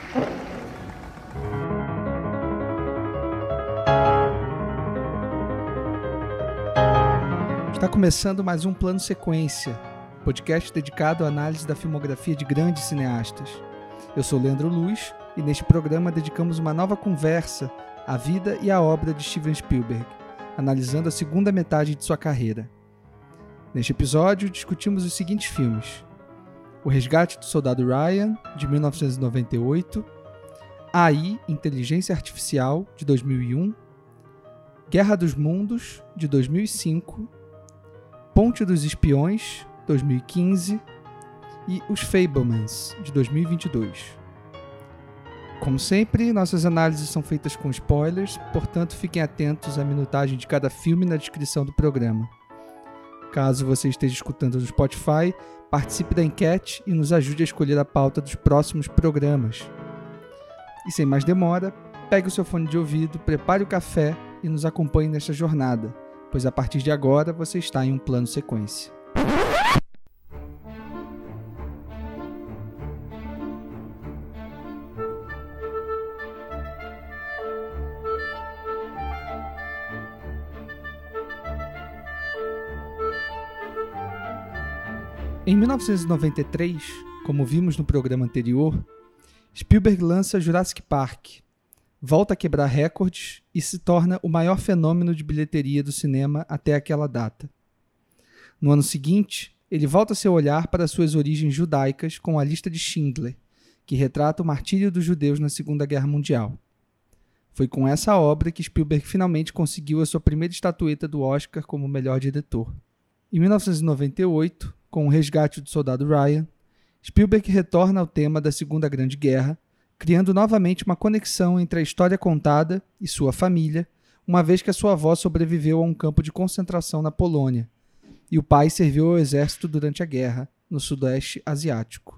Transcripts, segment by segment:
Está começando mais um Plano Sequência, podcast dedicado à análise da filmografia de grandes cineastas. Eu sou Leandro Luz e neste programa dedicamos uma nova conversa à vida e à obra de Steven Spielberg, analisando a segunda metade de sua carreira. Neste episódio, discutimos os seguintes filmes: O Resgate do Soldado Ryan, de 1998, AI, Inteligência Artificial, de 2001, Guerra dos Mundos, de 2005, Ponte dos Espiões, 2015, e Os Fabelmans, de 2022. Como sempre, nossas análises são feitas com spoilers, portanto fiquem atentos à minutagem de cada filme na descrição do programa. Caso você esteja escutando no Spotify, participe da enquete e nos ajude a escolher a pauta dos próximos programas. E sem mais demora, pegue o seu fone de ouvido, prepare o café e nos acompanhe nesta jornada, pois a partir de agora você está em um plano sequência. Em 1993, como vimos no programa anterior, Spielberg lança Jurassic Park, volta a quebrar recordes e se torna o maior fenômeno de bilheteria do cinema até aquela data. No ano seguinte, ele volta seu olhar para suas origens judaicas com A Lista de Schindler, que retrata o martírio dos judeus na Segunda Guerra Mundial. Foi com essa obra que Spielberg finalmente conseguiu a sua primeira estatueta do Oscar como melhor diretor. Em 1998, com O Resgate do Soldado Ryan, Spielberg retorna ao tema da Segunda Grande Guerra, criando novamente uma conexão entre a história contada e sua família, uma vez que a sua avó sobreviveu a um campo de concentração na Polônia, e o pai serviu ao exército durante a guerra, no Sudoeste Asiático.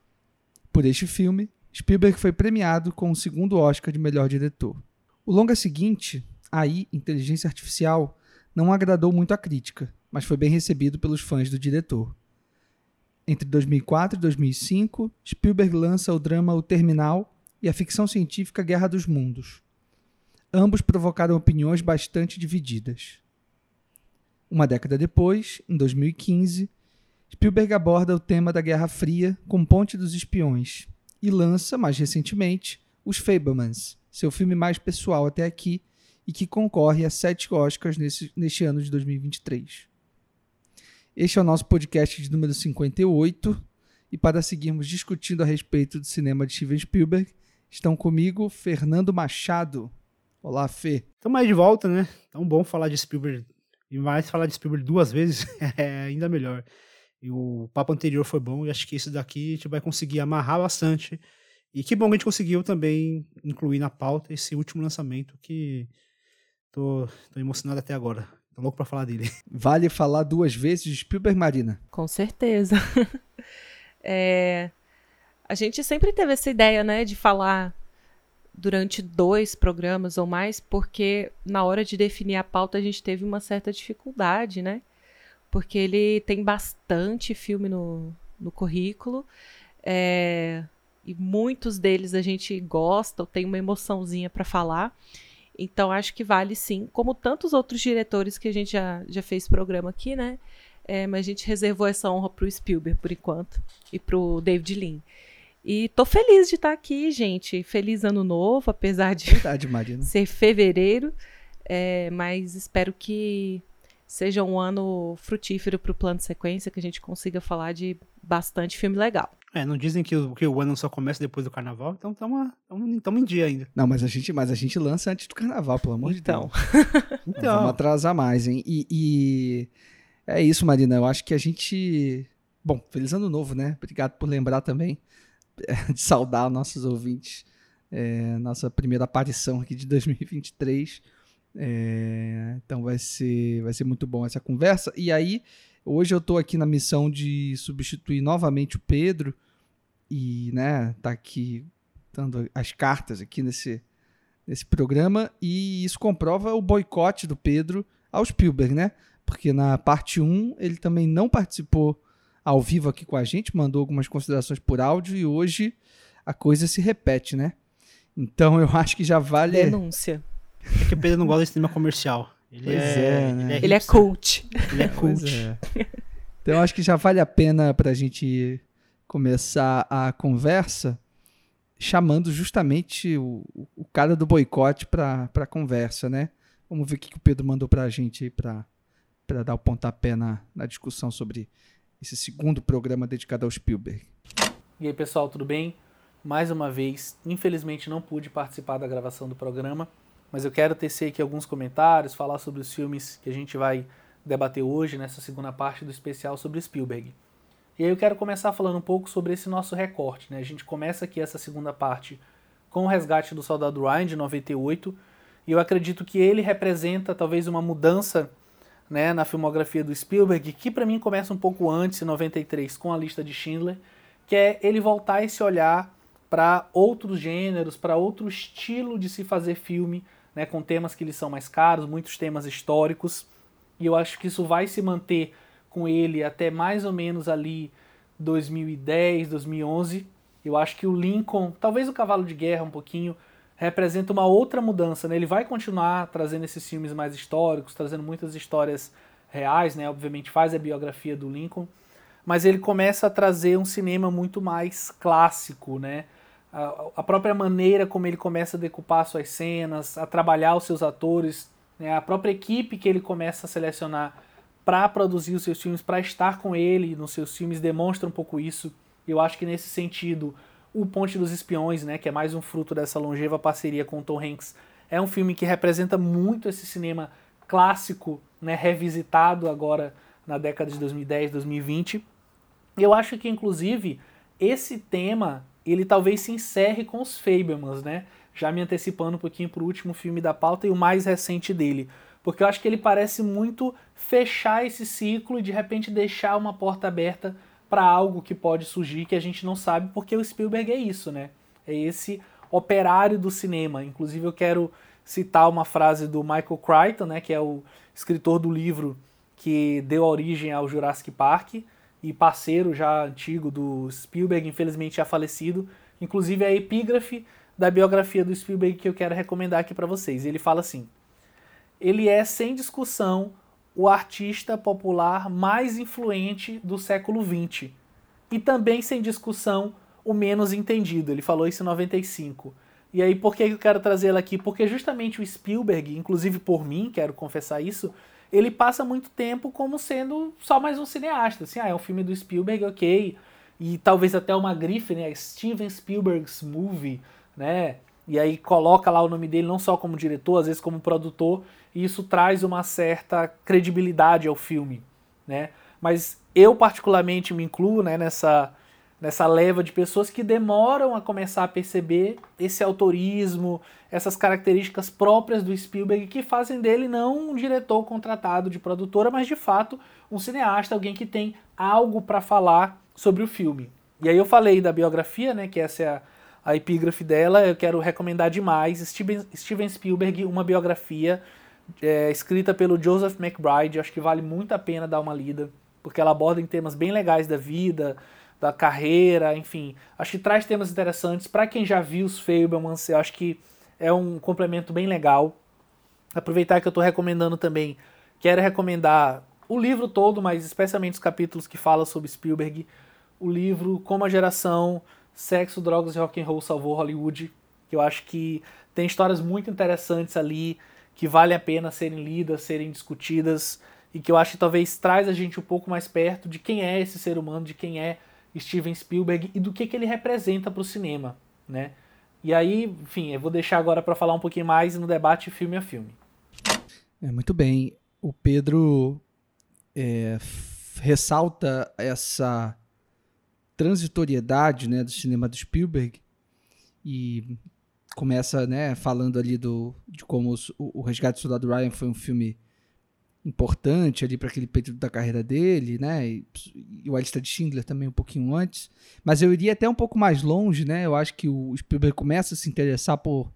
Por este filme, Spielberg foi premiado com o segundo Oscar de melhor diretor. O longa seguinte, AI, Inteligência Artificial, não agradou muito a crítica, mas foi bem recebido pelos fãs do diretor. Entre 2004 e 2005, Spielberg lança o drama O Terminal e a ficção científica Guerra dos Mundos. Ambos provocaram opiniões bastante divididas. Uma década depois, em 2015, Spielberg aborda o tema da Guerra Fria com Ponte dos Espiões e lança, mais recentemente, Os Fabelmans, seu filme mais pessoal até aqui e que concorre a 7 Oscars neste ano de 2023. Este é o nosso podcast de número 58 e para seguirmos discutindo a respeito do cinema de Steven Spielberg, estão comigo Fernando Machado. Olá, Fê. Estamos aí de volta, né? Tão bom falar de Spielberg. E mais falar de Spielberg 2 vezes é ainda melhor. E o papo anterior foi bom e acho que esse daqui a gente vai conseguir amarrar bastante. E que bom que a gente conseguiu também incluir na pauta esse último lançamento que tô emocionado até agora. Tô louco pra falar dele. Vale falar 2 vezes de Spielberg, Marina? Com certeza. A gente sempre teve essa ideia, né, de falar durante 2 programas ou mais, porque na hora de definir a pauta a gente teve uma certa dificuldade, né? Porque ele tem bastante filme no currículo, e muitos deles a gente gosta ou tem uma emoçãozinha para falar. Então acho que vale sim, como tantos outros diretores que a gente já fez programa aqui, né? Mas a gente reservou essa honra pro Spielberg por enquanto e pro David Lean. E tô feliz de estar aqui, gente. Feliz ano novo, apesar de Verdade, Marina. ser fevereiro. Mas espero que seja um ano frutífero pro Plano Sequência, que a gente consiga falar de bastante filme legal. Não dizem que o ano só começa depois do carnaval, então estamos em dia ainda. Não, mas a gente lança antes do carnaval, pelo amor de Deus. Então. Vamos atrasar mais, hein? E é isso, Marina. Eu acho que a gente... Bom, feliz ano novo, né? Obrigado por lembrar também de saudar nossos ouvintes. Nossa primeira aparição aqui de 2023. Então vai ser muito bom essa conversa. E aí, hoje eu tô aqui na missão de substituir novamente o Pedro e, né, tá aqui dando as cartas aqui nesse programa, e isso comprova o boicote do Pedro ao Spielberg, né? Porque na parte 1 ele também não participou ao vivo aqui com a gente, mandou algumas considerações por áudio, e hoje a coisa se repete, né? Então eu acho que já vale... Denúncia. É que o Pedro não gosta de cinema comercial. Ele né? Ele é cult. Ele é cult. Então eu acho que já vale a pena pra gente começar a conversa chamando justamente o cara do boicote pra conversa, né? Vamos ver o que o Pedro mandou pra gente aí pra dar o pontapé na discussão sobre esse segundo programa dedicado ao Spielberg. E aí, pessoal, tudo bem? Mais uma vez, infelizmente não pude participar da gravação do programa, mas eu quero tecer aqui alguns comentários, falar sobre os filmes que a gente vai debater hoje nessa segunda parte do especial sobre Spielberg. E aí eu quero começar falando um pouco sobre esse nosso recorte, né? A gente começa aqui essa segunda parte com o Resgate do Soldado Ryan, de 98, e eu acredito que ele representa talvez uma mudança, né, na filmografia do Spielberg, que para mim começa um pouco antes, em 93, com A Lista de Schindler, que é ele voltar esse olhar para outros gêneros, para outro estilo de se fazer filme, né, com temas que lhes são mais caros, muitos temas históricos, e eu acho que isso vai se manter com ele até mais ou menos ali 2010, 2011. Eu acho que o Lincoln, talvez o Cavalo de Guerra um pouquinho, representa uma outra mudança, né? Ele vai continuar trazendo esses filmes mais históricos, trazendo muitas histórias reais, né? Obviamente faz a biografia do Lincoln, mas ele começa a trazer um cinema muito mais clássico, né? A própria maneira como ele começa a decupar suas cenas, a trabalhar os seus atores, né? A própria equipe que ele começa a selecionar para produzir os seus filmes, para estar com ele nos seus filmes, demonstra um pouco isso. Eu acho que nesse sentido, O Ponte dos Espiões, né, que é mais um fruto dessa longeva parceria com o Tom Hanks, é um filme que representa muito esse cinema clássico, né, revisitado agora na década de 2010, 2020. Eu acho que, inclusive, esse tema, ele talvez se encerre com os Fabelmans, né, já me antecipando um pouquinho para o último filme da pauta e o mais recente dele, porque eu acho que ele parece muito fechar esse ciclo e, de repente, deixar uma porta aberta para algo que pode surgir que a gente não sabe, porque o Spielberg é isso, né? É esse operário do cinema. Inclusive eu quero citar uma frase do Michael Crichton, né, que é o escritor do livro que deu origem ao Jurassic Park e parceiro já antigo do Spielberg, infelizmente já falecido. Inclusive a epígrafe da biografia do Spielberg que eu quero recomendar aqui para vocês. Ele fala assim: ele é, sem discussão, o artista popular mais influente do século XX. E também, sem discussão, o menos entendido. Ele falou isso em 95. E aí, por que eu quero trazer ele aqui? Porque justamente o Spielberg, inclusive por mim, quero confessar isso, ele passa muito tempo como sendo só mais um cineasta. Assim, é um filme do Spielberg, ok. E talvez até uma grife, né? Steven Spielberg's Movie, né? E aí coloca lá o nome dele não só como diretor, às vezes como produtor, e isso traz uma certa credibilidade ao filme, né? Mas eu particularmente me incluo, né, nessa leva de pessoas que demoram a começar a perceber esse autorismo, essas características próprias do Spielberg que fazem dele não um diretor contratado de produtora, mas de fato um cineasta, alguém que tem algo para falar sobre o filme. E aí eu falei da biografia, né, que essa é a epígrafe dela, eu quero recomendar demais Steven Spielberg, uma biografia escrita pelo Joseph McBride. Acho que vale muito a pena dar uma lida, porque ela aborda em temas bem legais da vida, da carreira, enfim. Acho que traz temas interessantes. Para quem já viu os Fabelmans, eu acho que é um complemento bem legal. Aproveitar que eu estou recomendando também, quero recomendar o livro todo, mas especialmente os capítulos que falam sobre Spielberg. O livro Como a Geração Sexo, Drogas e Rock'n'Roll Salvou Hollywood, que eu acho que tem histórias muito interessantes ali, que valem a pena serem lidas, serem discutidas, e que eu acho que talvez traz a gente um pouco mais perto de quem é esse ser humano, de quem é Steven Spielberg e do que ele representa para o cinema, né? E aí, enfim, eu vou deixar agora para falar um pouquinho mais no debate filme a filme. Muito bem. O Pedro ressalta essa transitoriedade, né, do cinema do Spielberg e começa, né, falando ali de como o Resgate do Soldado Ryan foi um filme importante ali para aquele período da carreira dele, né, e o A Lista de Schindler também um pouquinho antes, mas eu iria até um pouco mais longe, né, eu acho que o Spielberg começa a se interessar por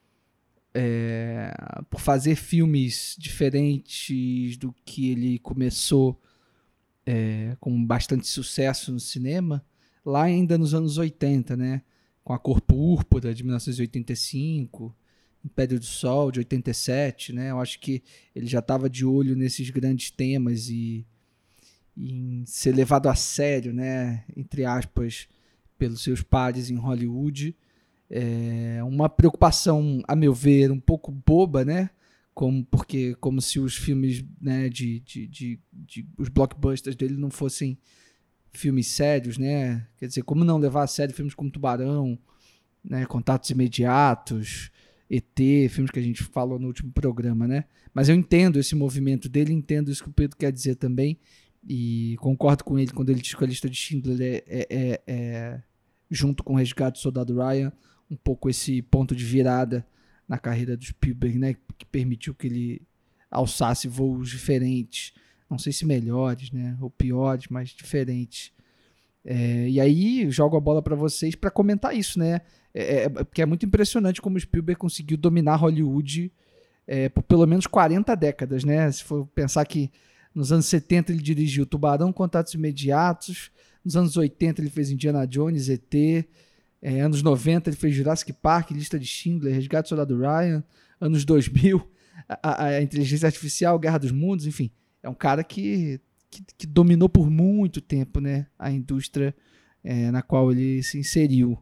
fazer filmes diferentes do que ele começou com bastante sucesso no cinema, lá ainda nos anos 80, né? com A Cor Púrpura, de 1985, Império do Sol, de 87, né? Eu acho que ele já estava de olho nesses grandes temas e em ser levado a sério, né? Entre aspas, pelos seus pares em Hollywood. É uma preocupação, a meu ver, um pouco boba, né? Como se os filmes, né, os blockbusters dele não fossem filmes sérios, né? Quer dizer, como não levar a sério filmes como Tubarão, né, Contatos Imediatos, ET, filmes que a gente falou no último programa, né? Mas eu entendo esse movimento dele, entendo isso que o Pedro quer dizer também, e concordo com ele quando ele diz que a Lista de Schindler junto com o Resgate do Soldado Ryan, um pouco esse ponto de virada na carreira do Spielberg, né, que permitiu que ele alçasse voos diferentes, não sei se melhores, né, ou piores, mas diferentes. E aí jogo a bola para vocês para comentar isso, né, porque é muito impressionante como o Spielberg conseguiu dominar Hollywood por pelo menos 40 décadas, né, se for pensar que nos anos 70 ele dirigiu Tubarão, Contatos Imediatos, nos anos 80 ele fez Indiana Jones, ET, anos 90 ele fez Jurassic Park, Lista de Schindler, Resgate do Soldado Ryan, anos 2000, a Inteligência Artificial, Guerra dos Mundos, enfim. É um cara que dominou por muito tempo, né, a indústria na qual ele se inseriu.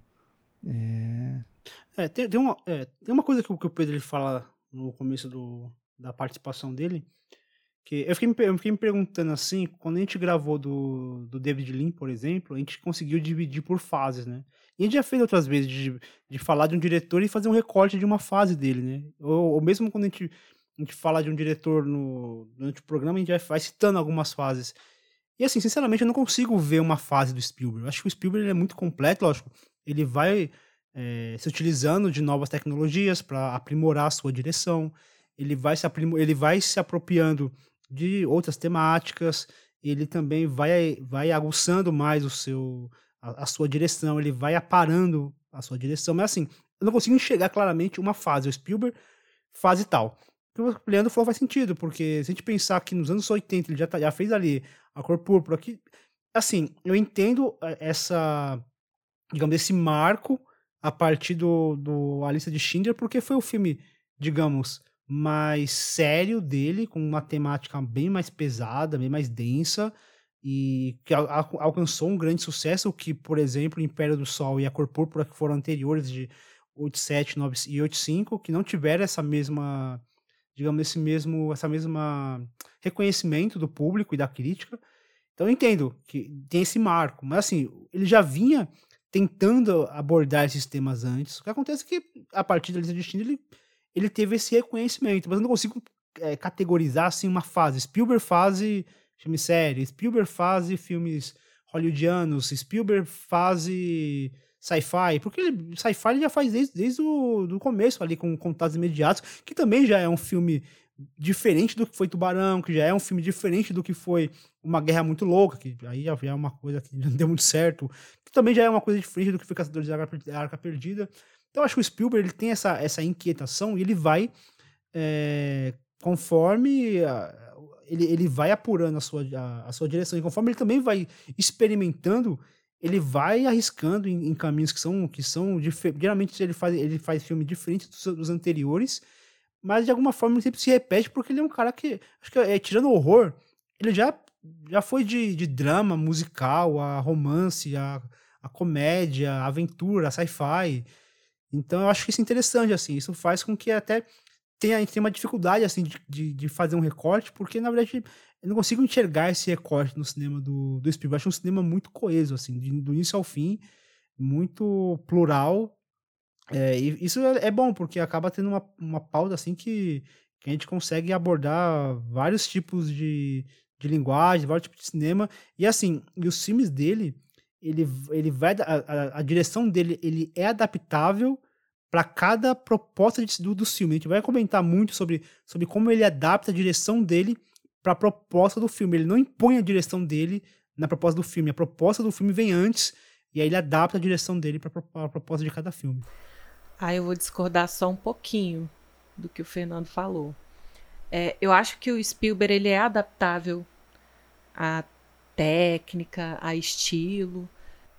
Tem uma coisa que o Pedro ele fala no começo da participação dele, que eu fiquei me perguntando assim, quando a gente gravou do David Lean, por exemplo, a gente conseguiu dividir por fases, né? E a gente já fez outras vezes de falar de um diretor e fazer um recorte de uma fase dele, né? Ou mesmo quando a gente fala de um diretor durante o programa, a gente vai citando algumas fases. E assim, sinceramente, eu não consigo ver uma fase do Spielberg. Eu acho que o Spielberg ele é muito completo, lógico. Ele vai se utilizando de novas tecnologias para aprimorar a sua direção. Ele vai se apropriando de outras temáticas. Ele também vai aguçando mais a sua direção, ele vai aparando a sua direção, mas assim, eu não consigo enxergar claramente uma fase, o Spielberg, fase tal. O que o Leandro falou faz sentido, porque se a gente pensar que nos anos 80 ele já fez ali A Cor Púrpura, aqui, assim, eu entendo esse marco a partir do A Lista de Schindler, porque foi o filme, digamos, mais sério dele, com uma temática bem mais pesada, bem mais densa, e que alcançou um grande sucesso, que, por exemplo, Império do Sol e A Cor Púrpura, que foram anteriores de 87, 9 e 85, que não tiveram essa mesma, digamos, essa mesma reconhecimento do público e da crítica. Então eu entendo que tem esse marco, mas assim, ele já vinha tentando abordar esses temas antes. O que acontece é que, a partir da Lista de Schindler, ele teve esse reconhecimento, mas eu não consigo categorizar assim uma fase. Spielberg fase filme série, Spielberg fase filmes hollywoodianos, Spielberg fase sci-fi, porque sci-fi ele já faz desde o começo ali com Contatos Imediatos, que também já é um filme diferente do que foi Tubarão, que já é um filme diferente do que foi Uma Guerra Muito Louca, que aí já é uma coisa que não deu muito certo, que também já é uma coisa diferente do que foi Caçadores da Arca Perdida. Então eu acho que o Spielberg ele tem essa inquietação e ele vai conforme ele vai apurando a sua direção, e conforme ele também vai experimentando, ele vai arriscando em caminhos que são geralmente ele faz filme diferente dos anteriores, mas de alguma forma ele sempre se repete, porque ele é um cara que, acho que tirando o horror, ele já foi de drama musical, a romance, a comédia, a aventura, a sci-fi. Então eu acho que isso é interessante, assim, isso faz com que até a gente tem uma dificuldade, assim, de fazer um recorte, porque, na verdade, eu não consigo enxergar esse recorte no cinema do Spielberg. Eu acho um cinema muito coeso, assim, do início ao fim, muito plural. E isso é bom, porque acaba tendo uma pauta, assim, que a gente consegue abordar vários tipos de linguagem, vários tipos de cinema. E, assim, os filmes dele, ele vai... A direção dele, ele é adaptável para cada proposta do filme. A gente vai comentar muito sobre como ele adapta a direção dele para a proposta do filme. Ele não impõe a direção dele na proposta do filme. A proposta do filme vem antes, e aí ele adapta a direção dele para a proposta de cada filme. Eu vou discordar só um pouquinho do que o Fernando falou. Eu acho que o Spielberg ele é adaptável à técnica, a estilo,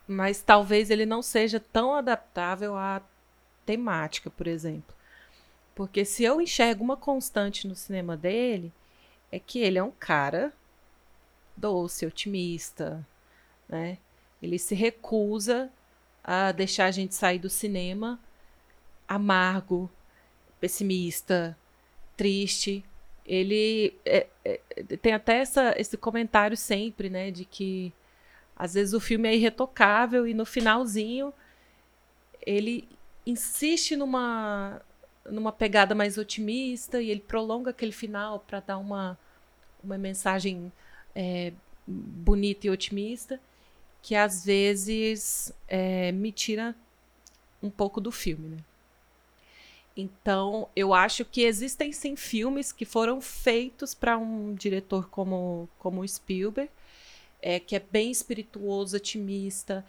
mas talvez ele não seja tão adaptável à temática, por exemplo. Porque se eu enxergo uma constante no cinema dele, é que ele é um cara doce, otimista, né? Ele se recusa a deixar a gente sair do cinema amargo, pessimista, triste. Ele tem até esse comentário sempre, né, de que às vezes o filme é irretocável e no finalzinho ele insiste numa pegada mais otimista e ele prolonga aquele final para dar uma mensagem bonita e otimista, que às vezes me tira um pouco do filme, né? Então, eu acho que existem sim filmes que foram feitos para um diretor como o Spielberg, que é bem espirituoso, otimista,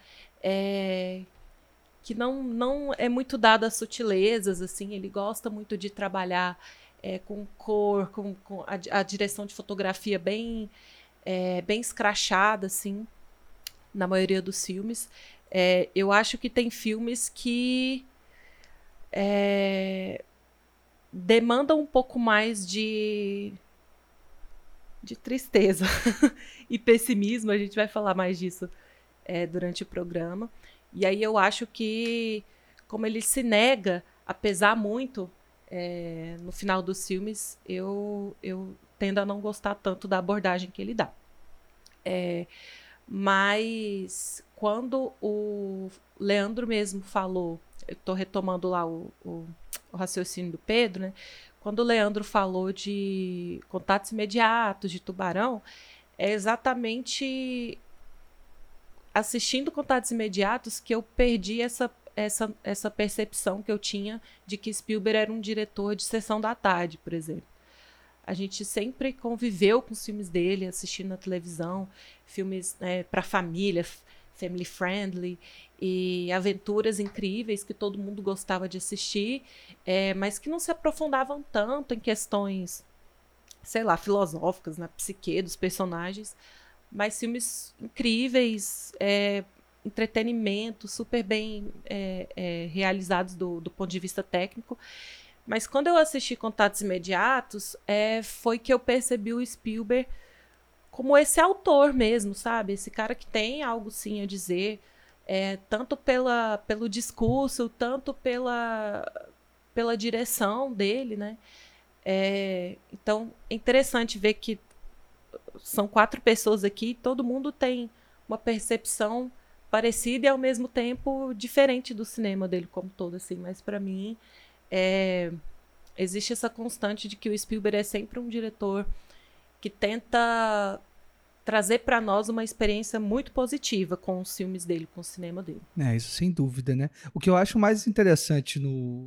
que não é muito dado a sutilezas, assim, ele gosta muito de trabalhar com cor, com a direção de fotografia bem escrachada, assim, na maioria dos filmes. Eu acho que tem filmes que demandam um pouco mais de tristeza e pessimismo. A gente vai falar mais disso durante o programa. E aí eu acho que, como ele se nega a pesar muito no final dos filmes, eu tendo a não gostar tanto da abordagem que ele dá. Mas quando o Leandro mesmo falou, eu estou retomando lá o raciocínio do Pedro, né? Quando o Leandro falou de Contatos Imediatos, de Tubarão, é exatamente assistindo Contatos Imediatos que eu perdi essa percepção que eu tinha de que Spielberg era um diretor de sessão da tarde, por exemplo. A gente sempre conviveu com os filmes dele, assistindo na televisão, filmes para família, family friendly, e aventuras incríveis que todo mundo gostava de assistir, mas que não se aprofundavam tanto em questões, sei lá, filosóficas, na psique dos personagens, mas filmes incríveis, entretenimento, super bem realizados do ponto de vista técnico. Mas quando eu assisti Contatos Imediatos, foi que eu percebi o Spielberg como esse autor mesmo, sabe? Esse cara que tem algo sim a dizer, tanto pelo discurso, tanto pela direção dele, né? Então, é interessante ver que são 4 pessoas aqui, todo mundo tem uma percepção parecida e ao mesmo tempo diferente do cinema dele como todo, assim. Mas para mim existe essa constante de que o Spielberg é sempre um diretor que tenta trazer para nós uma experiência muito positiva com os filmes dele, com o cinema dele. Isso sem dúvida, né? O que eu acho mais interessante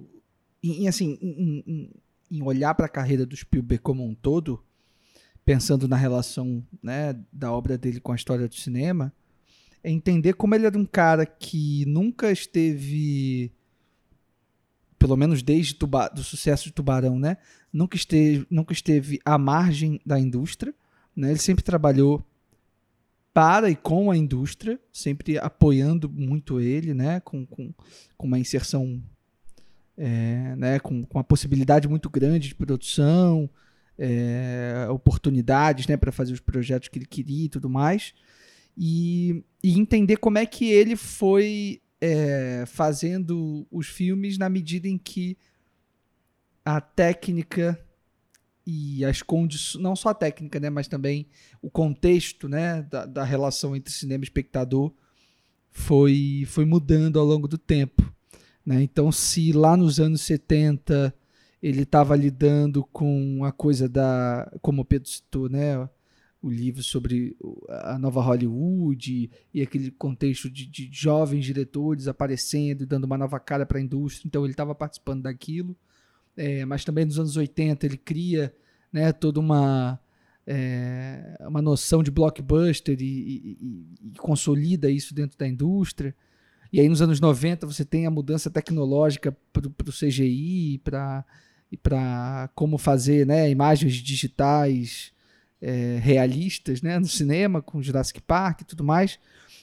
em olhar para a carreira do Spielberg como um todo, pensando na relação, né, da obra dele com a história do cinema, é entender como ele era um cara que nunca esteve, pelo menos desde do sucesso de Tubarão, né, nunca esteve à margem da indústria, né? Ele sempre trabalhou para e com a indústria, sempre apoiando muito ele, né, com uma inserção, né, com uma possibilidade muito grande de produção, oportunidades, né, para fazer os projetos que ele queria e tudo mais, e entender como é que ele foi fazendo os filmes na medida em que a técnica e as condições, não só a técnica, né, mas também o contexto, né, da relação entre cinema e espectador foi mudando ao longo do tempo, né? Então, se lá nos anos 70 ele estava lidando com a coisa como o Pedro citou, né, o livro sobre a nova Hollywood e aquele contexto de jovens diretores aparecendo e dando uma nova cara para a indústria, então ele estava participando daquilo. Mas também nos anos 80 ele cria, né, toda uma noção de blockbuster e consolida isso dentro da indústria. E aí nos anos 90 você tem a mudança tecnológica para o CGI e para como fazer, né, imagens digitais realistas, né, no cinema, com Jurassic Park e tudo mais.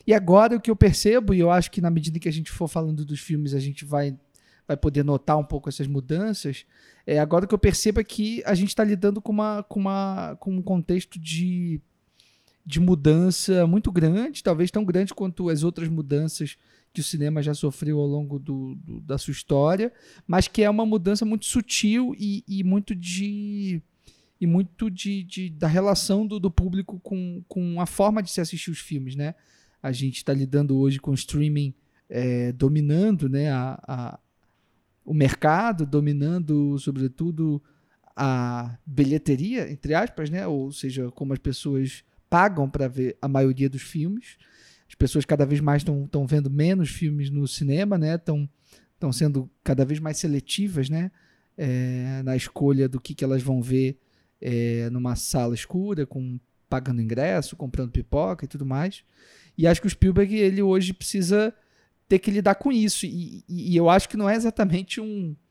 E agora o que eu percebo, e eu acho que na medida que a gente for falando dos filmes, a gente vai poder notar um pouco essas mudanças, agora o que eu percebo é que a gente está lidando com um contexto de mudança muito grande, talvez tão grande quanto as outras mudanças que o cinema já sofreu ao longo da sua história, mas que é uma mudança muito sutil e muito da relação do público com a forma de se assistir os filmes, né? A gente está lidando hoje com o streaming dominando, né, o mercado, dominando, sobretudo, a bilheteria, entre aspas, né? Ou seja, como as pessoas pagam para ver a maioria dos filmes. As pessoas cada vez mais estão vendo menos filmes no cinema, né? Estão sendo cada vez mais seletivas, né? Na escolha do que elas vão ver numa sala escura, pagando ingresso, comprando pipoca e tudo mais. E acho que o Spielberg, ele hoje precisa ter que lidar com isso. E eu acho que não é exatamente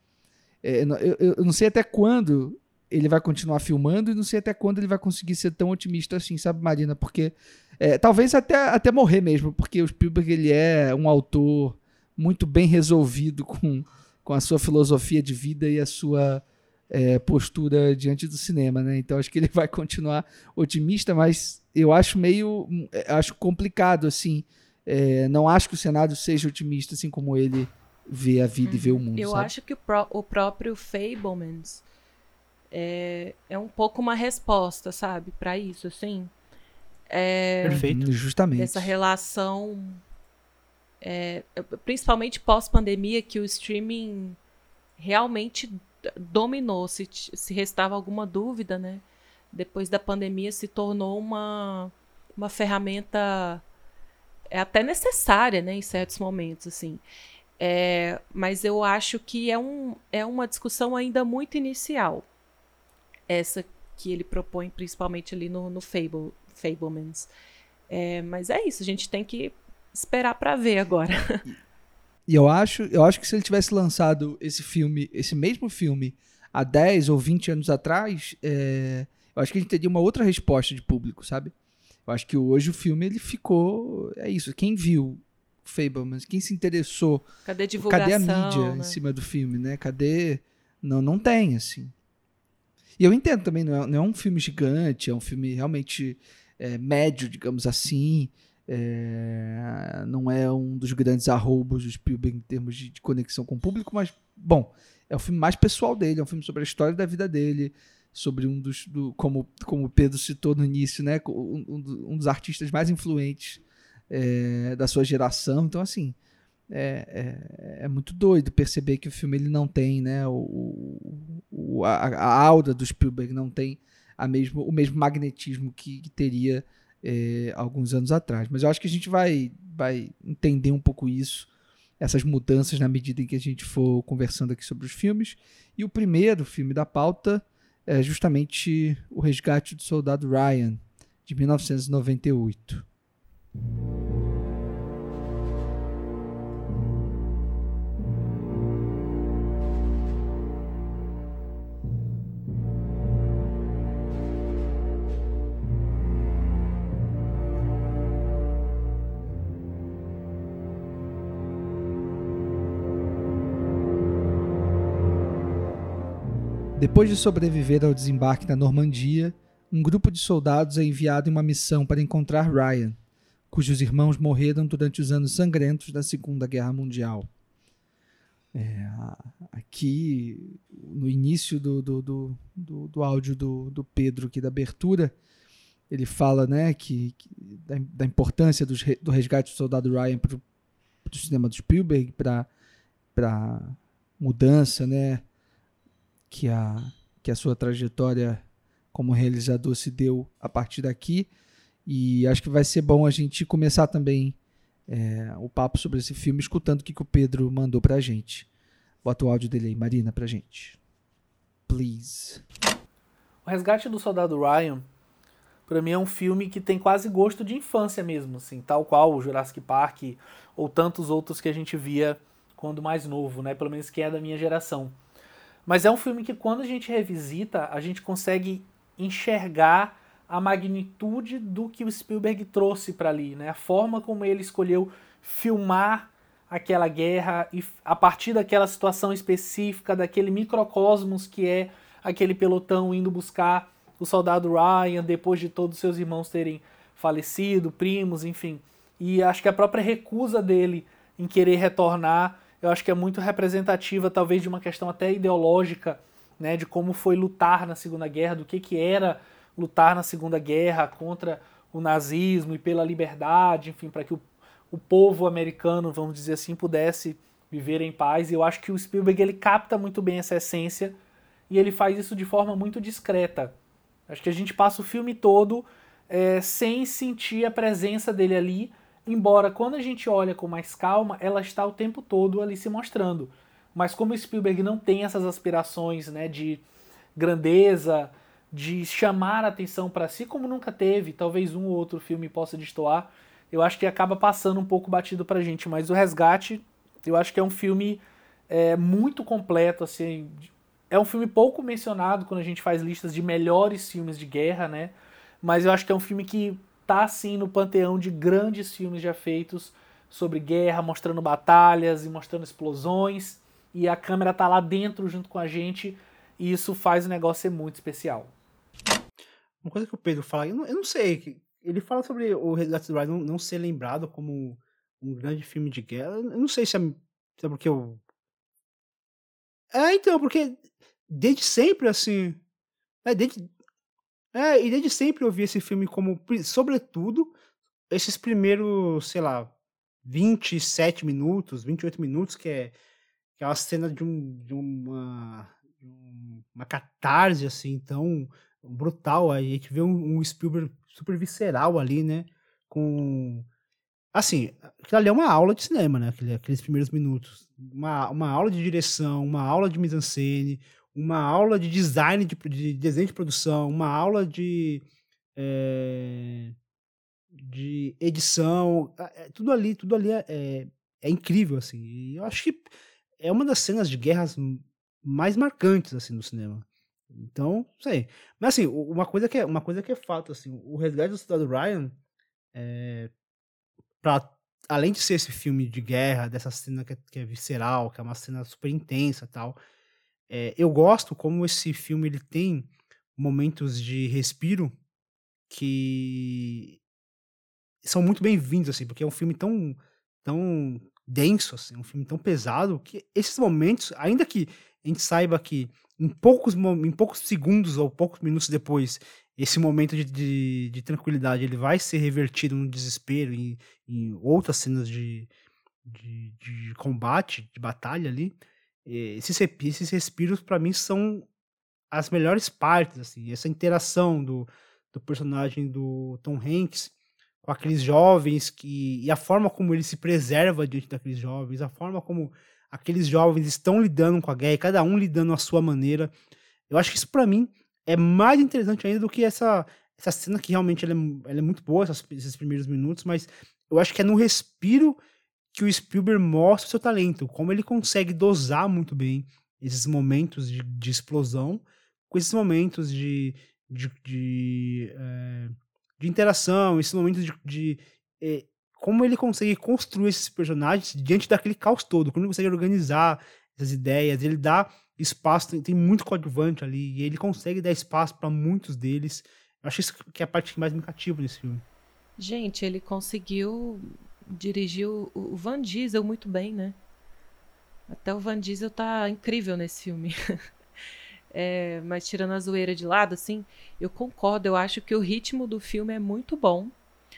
eu não sei até quando ele vai continuar filmando e não sei até quando ele vai conseguir ser tão otimista assim, sabe, Marina? Porque talvez até morrer mesmo, porque o Spielberg, ele é um autor muito bem resolvido com a sua filosofia de vida e a sua postura diante do cinema, né? Então acho que ele vai continuar otimista, mas eu acho acho complicado, assim. Não acho que o cenário seja otimista, assim como ele vê a vida e vê o mundo. Eu sabe? acho que o próprio Fabelmans é um pouco uma resposta, sabe, para isso, assim. Perfeito. Justamente. Essa relação, principalmente pós-pandemia, que o streaming realmente dominou. Se restava alguma dúvida, né? Depois da pandemia se tornou uma ferramenta até necessária, né, em certos momentos, assim. Mas eu acho que é uma discussão ainda muito inicial, essa que ele propõe principalmente ali no Fabelmans. Mas é isso, a gente tem que esperar para ver agora. E eu acho que se ele tivesse lançado esse mesmo filme há 10 ou 20 anos atrás, eu acho que a gente teria uma outra resposta de público, sabe? Eu acho que hoje o filme, ele ficou... É isso, quem viu Fabelmans, quem se interessou... Cadê a divulgação? Cadê a mídia, né, em cima do filme, né? Cadê... Não tem, assim. E eu entendo também, não é um filme gigante, é um filme realmente médio, digamos assim. Não é um dos grandes arroubos do Spielberg em termos de conexão com o público, mas, bom, é o filme mais pessoal dele, é um filme sobre a história da vida dele, sobre como o Pedro citou no início, né, um dos artistas mais influentes da sua geração. Então, assim, é muito doido perceber que o filme, ele não tem, né, a aura do Spielberg, não tem o mesmo magnetismo que teria alguns anos atrás. Mas eu acho que a gente vai entender um pouco isso, essas mudanças, na medida em que a gente for conversando aqui sobre os filmes. E o primeiro filme da pauta é justamente O Resgate do Soldado Ryan, de 1998. Depois de sobreviver ao desembarque na Normandia, um grupo de soldados é enviado em uma missão para encontrar Ryan, cujos irmãos morreram durante os anos sangrentos da Segunda Guerra Mundial. Aqui, no início do áudio do Pedro, aqui da abertura, ele fala, né, da importância do resgate do soldado Ryan para o cinema do Spielberg, para a mudança, né, que a sua trajetória como realizador se deu a partir daqui. E acho que vai ser bom a gente começar também o papo sobre esse filme escutando o que o Pedro mandou pra gente. Bota o áudio dele aí, Marina, pra gente. Please. O Resgate do Soldado Ryan, pra mim, é um filme que tem quase gosto de infância mesmo, assim, tal qual o Jurassic Park ou tantos outros que a gente via quando mais novo, né? Pelo menos que é da minha geração. Mas é um filme que, quando a gente revisita, a gente consegue enxergar a magnitude do que o Spielberg trouxe para ali, né? A forma como ele escolheu filmar aquela guerra e a partir daquela situação específica, daquele microcosmos que é aquele pelotão indo buscar o soldado Ryan depois de todos os seus irmãos terem falecido, primos, enfim. E acho que a própria recusa dele em querer retornar, eu acho que é muito representativa, talvez, de uma questão até ideológica, né, de como foi lutar na Segunda Guerra, do que era lutar na Segunda Guerra contra o nazismo e pela liberdade, enfim, para que o povo americano, vamos dizer assim, pudesse viver em paz. E eu acho que o Spielberg ele capta muito bem essa essência e ele faz isso de forma muito discreta. Acho que a gente passa o filme todo sem sentir a presença dele ali, embora quando a gente olha com mais calma, ela está o tempo todo ali se mostrando. Mas como o Spielberg não tem essas aspirações, né, de grandeza, de chamar a atenção para si, como nunca teve, talvez um ou outro filme possa destoar, eu acho que acaba passando um pouco batido pra gente. Mas o Resgate, eu acho que é um filme muito completo, assim, é um filme pouco mencionado quando a gente faz listas de melhores filmes de guerra, né? Mas eu acho que é um filme que tá, assim, no panteão de grandes filmes já feitos sobre guerra, mostrando batalhas e mostrando explosões, e a câmera tá lá dentro junto com a gente, e isso faz o negócio ser muito especial. Uma coisa que o Pedro fala, eu não sei, ele fala sobre o Resgate do Ryan não ser lembrado como um grande filme de guerra, eu não sei se é porque eu... então, porque desde sempre, assim, e desde sempre eu vi esse filme como, sobretudo, esses primeiros, sei lá, 27 minutos, 28 minutos, que é uma cena de uma catarse, assim, tão brutal. Aí a gente vê um Spielberg super visceral ali, né? Com... Assim, aquilo ali é uma aula de cinema, né? Aqueles primeiros minutos. Uma aula de direção, uma aula de mise-en-scène, uma aula de design, de desenho de produção, uma aula de edição. Tudo ali é incrível, assim. E eu acho que é uma das cenas de guerras mais marcantes, assim, no cinema. Então, não sei. Mas, assim, uma coisa que é fato, assim, o Resgate do Soldado Ryan, além de ser esse filme de guerra, dessa cena que é visceral, que é uma cena super intensa e tal, eu gosto como esse filme ele tem momentos de respiro que são muito bem-vindos, assim, porque é um filme tão denso, assim, um filme tão pesado, que esses momentos, ainda que a gente saiba que em poucos segundos ou poucos minutos depois, esse momento de tranquilidade ele vai ser revertido no desespero em outras cenas de combate, de batalha ali, esses respiros para mim são as melhores partes, assim, essa interação do personagem do Tom Hanks com aqueles jovens e a forma como ele se preserva diante daqueles jovens, a forma como aqueles jovens estão lidando com a guerra, e cada um lidando à sua maneira. Eu acho que isso para mim é mais interessante ainda do que essa cena que realmente ela é muito boa, esses primeiros minutos, mas eu acho que é no respiro que o Spielberg mostra o seu talento, como ele consegue dosar muito bem esses momentos de explosão com esses momentos de interação, esses momentos como ele consegue construir esses personagens diante daquele caos todo, como ele consegue organizar essas ideias, ele dá espaço, tem muito coadjuvante ali, e ele consegue dar espaço para muitos deles. Eu acho isso que é a parte que mais me cativa nesse filme. Gente, ele conseguiu dirigir o Van Diesel muito bem, né? Até o Van Diesel tá incrível nesse filme. Mas tirando a zoeira de lado, assim, eu concordo, eu acho que o ritmo do filme é muito bom.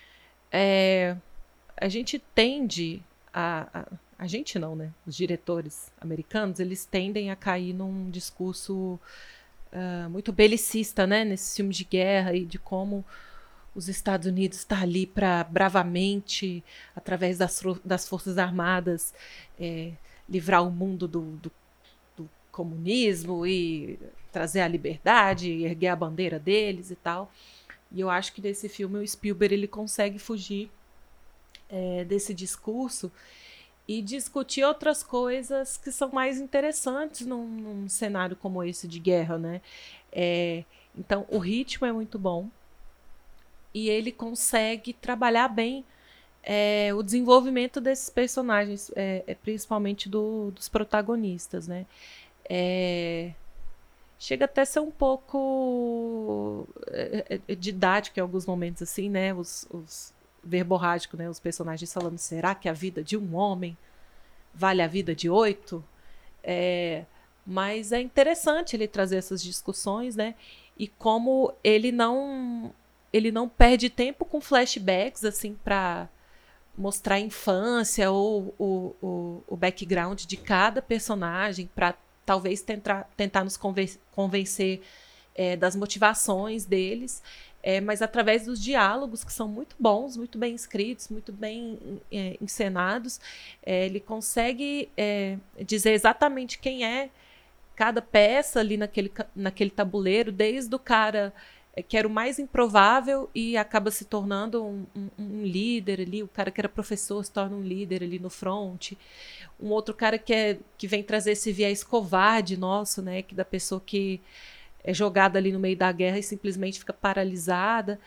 A gente tende a gente não, né? Os diretores americanos, eles tendem a cair num discurso muito belicista, né? Nesses filmes de guerra e de como os Estados Unidos está ali para bravamente, através das forças armadas, livrar o mundo do comunismo e trazer a liberdade, erguer a bandeira deles e tal. E eu acho que nesse filme o Spielberg ele consegue fugir desse discurso e discutir outras coisas que são mais interessantes num cenário como esse de guerra, né? Então o ritmo é muito bom. e ele consegue trabalhar bem o desenvolvimento desses personagens, principalmente dos protagonistas, né? Chega até a ser um pouco didático em alguns momentos, assim, né? Os verborrágico, né? Os personagens falando, será que a vida de um homem vale a vida de 8? Mas é interessante ele trazer essas discussões, né? E como ele não perde tempo com flashbacks, assim, para mostrar a infância ou o background de cada personagem, para talvez tentar nos convencer das motivações deles, mas através dos diálogos, que são muito bons, muito bem escritos, muito bem encenados, ele consegue dizer exatamente quem é cada peça ali naquele tabuleiro, desde o cara que era o mais improvável e acaba se tornando um líder ali, o cara que era professor se torna um líder ali no front, um outro cara que vem trazer esse viés covarde nosso, né, que da pessoa que é jogada ali no meio da guerra e simplesmente fica paralisada.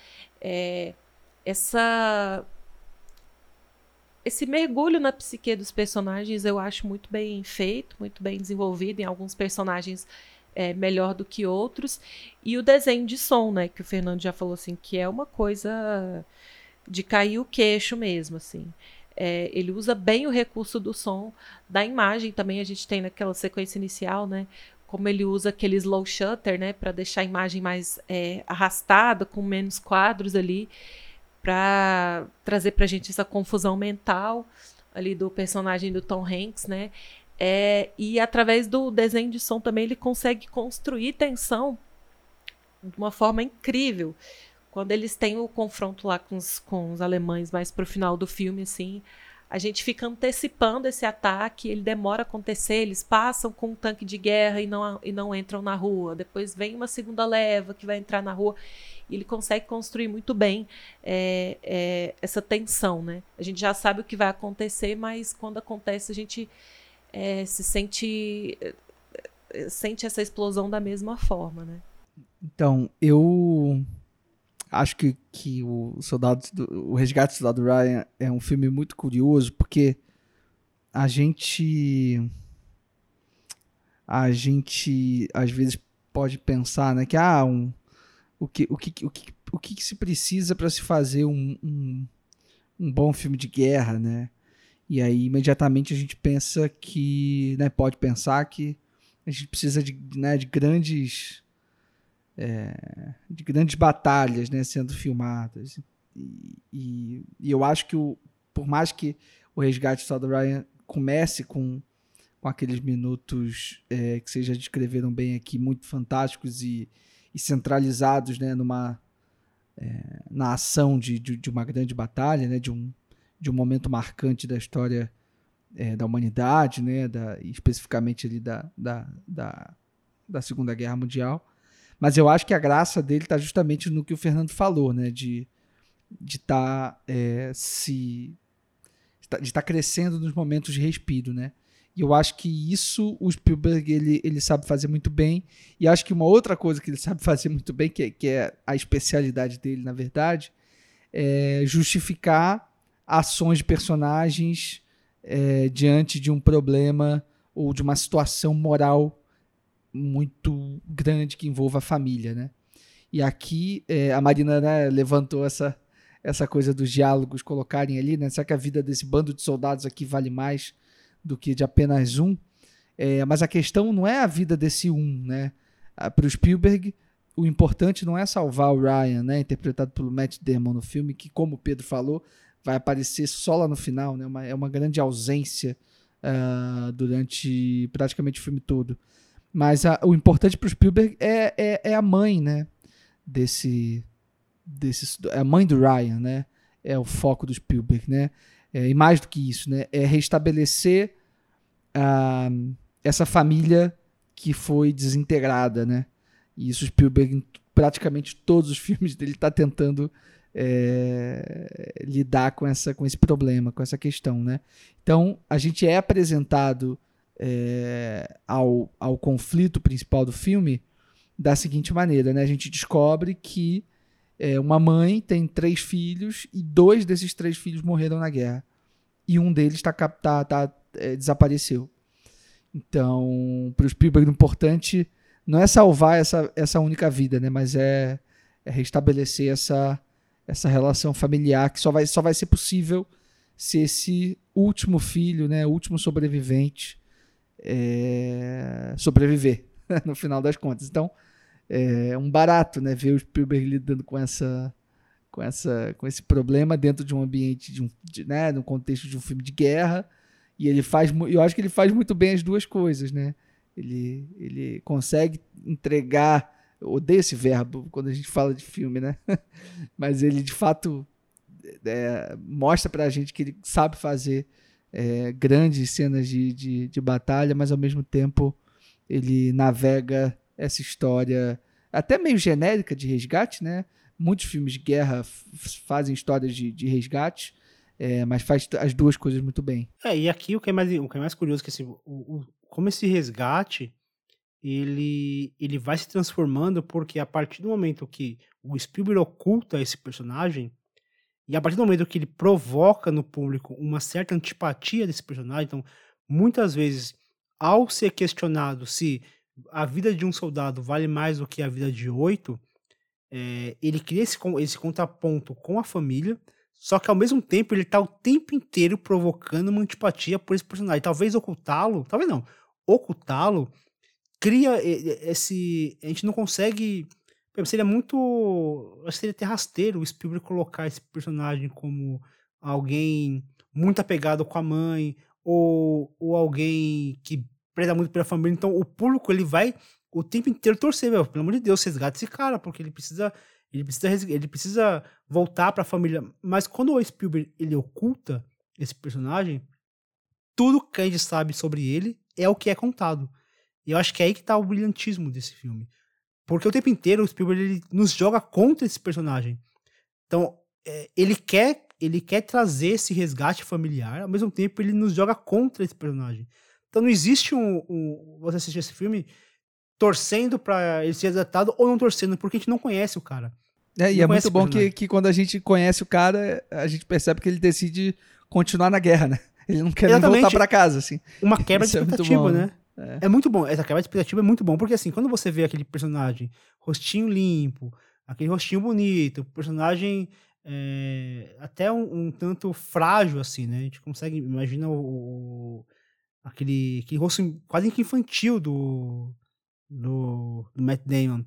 Esse mergulho na psique dos personagens eu acho muito bem feito, muito bem desenvolvido, em alguns personagens melhor do que outros, e o desenho de som, né, que o Fernando já falou, assim, que é uma coisa de cair o queixo mesmo, assim. Ele usa bem o recurso do som, da imagem também, a gente tem naquela sequência inicial, né, como ele usa aquele slow shutter, né, para deixar a imagem mais arrastada, com menos quadros ali, para trazer pra gente essa confusão mental ali do personagem do Tom Hanks, né? E através do desenho de som também ele consegue construir tensão de uma forma incrível. Quando eles têm o confronto lá com os alemães mais pro final do filme, assim, a gente fica antecipando esse ataque, ele demora a acontecer, eles passam com um tanque de guerra e não entram na rua. Depois vem uma segunda leva que vai entrar na rua. E ele consegue construir muito bem essa tensão, né? A gente já sabe o que vai acontecer, mas quando acontece a gente sente essa explosão da mesma forma, né? Então, eu acho que o Resgate do Soldado Ryan é um filme muito curioso, porque a gente às vezes pode pensar, né, que o que se precisa para se fazer um bom filme de guerra, né? E aí imediatamente a gente pensa que, né, pode pensar que a gente precisa de grandes batalhas, né, sendo filmadas. E eu acho que por mais que o Resgate do Soldado Ryan comece com aqueles minutos que vocês já descreveram bem aqui, muito fantásticos e centralizados, né, na ação de uma grande batalha, né, de um momento marcante da história da humanidade, né, especificamente ali da Segunda Guerra Mundial. Mas eu acho que a graça dele está justamente no que o Fernando falou, né, de estar crescendo nos momentos de respiro, né? E eu acho que isso o Spielberg ele sabe fazer muito bem. E acho que uma outra coisa que ele sabe fazer muito bem, que é a especialidade dele, na verdade, é justificar ações de personagens diante de um problema ou de uma situação moral muito grande que envolva a família, né? E aqui a Marina, né, levantou essa coisa dos diálogos colocarem ali, né? Será que a vida desse bando de soldados aqui vale mais do que de apenas um? Mas a questão não é a vida desse um, né? Para o Spielberg, o importante não é salvar o Ryan, né, interpretado pelo Matt Damon no filme, que, como o Pedro falou, vai aparecer só lá no final, né? É uma grande ausência durante praticamente o filme todo. Mas o importante para o Spielberg é a mãe, né? A mãe do Ryan, né? É o foco do Spielberg, né? E mais do que isso, né? É restabelecer essa família que foi desintegrada, né? E isso o Spielberg, em praticamente todos os filmes dele, está tentando lidar com esse problema, com essa questão, né? Então, a gente é apresentado ao conflito principal do filme da seguinte maneira, né? A gente descobre que uma mãe tem 3 filhos e 2 desses 3 filhos morreram na guerra. E um deles desapareceu. Então, para o Spielberg, o importante não é salvar essa única vida, né? Mas é restabelecer essa relação familiar que só vai ser possível se esse último filho, né, o último sobrevivente, sobreviver, no final das contas. Então, é um barato, né, ver o Spielberg lidando com esse problema dentro de um ambiente, no contexto de um filme de guerra. E eu acho que ele faz muito bem as duas coisas, né? Ele consegue entregar, eu odeio esse verbo quando a gente fala de filme, né? Mas ele, de fato, mostra pra gente que ele sabe fazer grandes cenas de batalha, mas ao mesmo tempo ele navega essa história até meio genérica de resgate, né? Muitos filmes de guerra fazem histórias de resgate, mas faz as duas coisas muito bem. E aqui o que é mais curioso é que assim, como esse resgate ele vai se transformando, porque a partir do momento que o Spielberg oculta esse personagem, e a partir do momento que ele provoca no público uma certa antipatia desse personagem, então muitas vezes, ao ser questionado se a vida de um soldado vale mais do que a vida de 8, ele cria esse contraponto com a família, só que ao mesmo tempo ele tá o tempo inteiro provocando uma antipatia por esse personagem. Talvez ocultá-lo cria a gente não consegue, seria muito, acho que seria até rasteiro o Spielberg colocar esse personagem como alguém muito apegado com a mãe, ou alguém que preza muito pela família. Então o público ele vai o tempo inteiro torcer, pelo amor de Deus, resgata esse cara, porque ele precisa voltar pra família. Mas quando o Spielberg ele oculta esse personagem, tudo que a gente sabe sobre ele é o que é contado. E eu acho que é aí que tá o brilhantismo desse filme. Porque o tempo inteiro o Spielberg ele nos joga contra esse personagem. Então, ele quer trazer esse resgate familiar, ao mesmo tempo ele nos joga contra esse personagem. Então não existe você assistir esse filme torcendo pra ele ser resgatado ou não torcendo, porque a gente não conhece o cara. E é muito bom que quando a gente conhece o cara, a gente percebe que ele decide continuar na guerra, né? Ele não quer nem voltar pra casa, assim. Uma quebra de expectativa, né? É muito bom. Essa quebra de expectativa é muito bom, porque assim, quando você vê aquele personagem, rostinho limpo, aquele rostinho bonito, personagem até um tanto frágil, assim, né? A gente consegue, imagina aquele rosto quase que infantil do Matt Damon.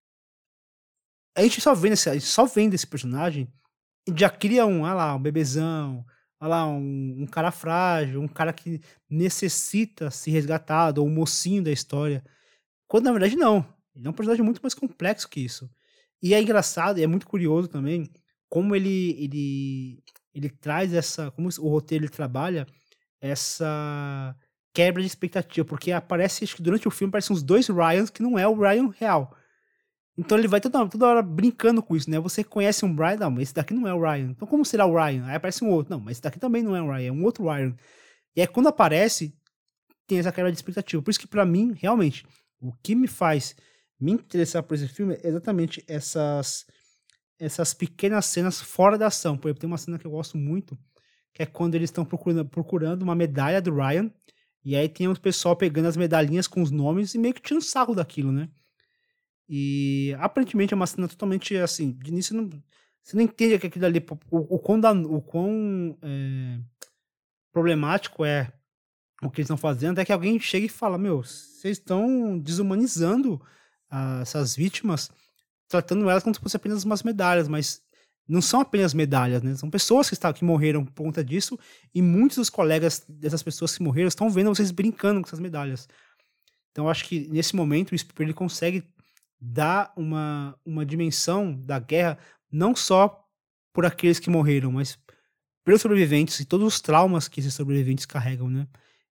A gente só vendo esse personagem e já cria um bebezão, um cara frágil, um cara que necessita ser resgatado, ou um mocinho da história. Quando na verdade não. Ele é um personagem muito mais complexo que isso. E é engraçado, e é muito curioso também, como ele traz como o roteiro ele trabalha essa quebra de expectativa, porque aparece, acho que durante o filme, aparecem uns 2 Ryans que não é o Ryan real. Então ele vai toda hora brincando com isso, né? Você conhece um Ryan, não, mas esse daqui não é o Ryan. Então como será o Ryan? Aí aparece um outro. Não, mas esse daqui também não é o Ryan, é um outro Ryan. E aí quando aparece, tem essa quebra de expectativa. Por isso que pra mim, realmente, o que me faz me interessar por esse filme é exatamente essas pequenas cenas fora da ação. Por exemplo, tem uma cena que eu gosto muito, que é quando eles estão procurando uma medalha do Ryan, e aí tem o pessoal pegando as medalhinhas com os nomes e meio que tirando sarro daquilo, né? E aparentemente é uma cena totalmente assim, de início você não entende que aquilo ali, o quão problemático é o que eles estão fazendo, até que alguém chega e fala, vocês estão desumanizando essas vítimas, tratando elas como se fossem apenas umas medalhas, mas não são apenas medalhas, né? São pessoas que morreram por conta disso, e muitos dos colegas dessas pessoas que morreram estão vendo vocês brincando com essas medalhas. Então eu acho que nesse momento o Spielberg consegue dar uma dimensão da guerra, não só por aqueles que morreram, mas pelos sobreviventes e todos os traumas que esses sobreviventes carregam, né?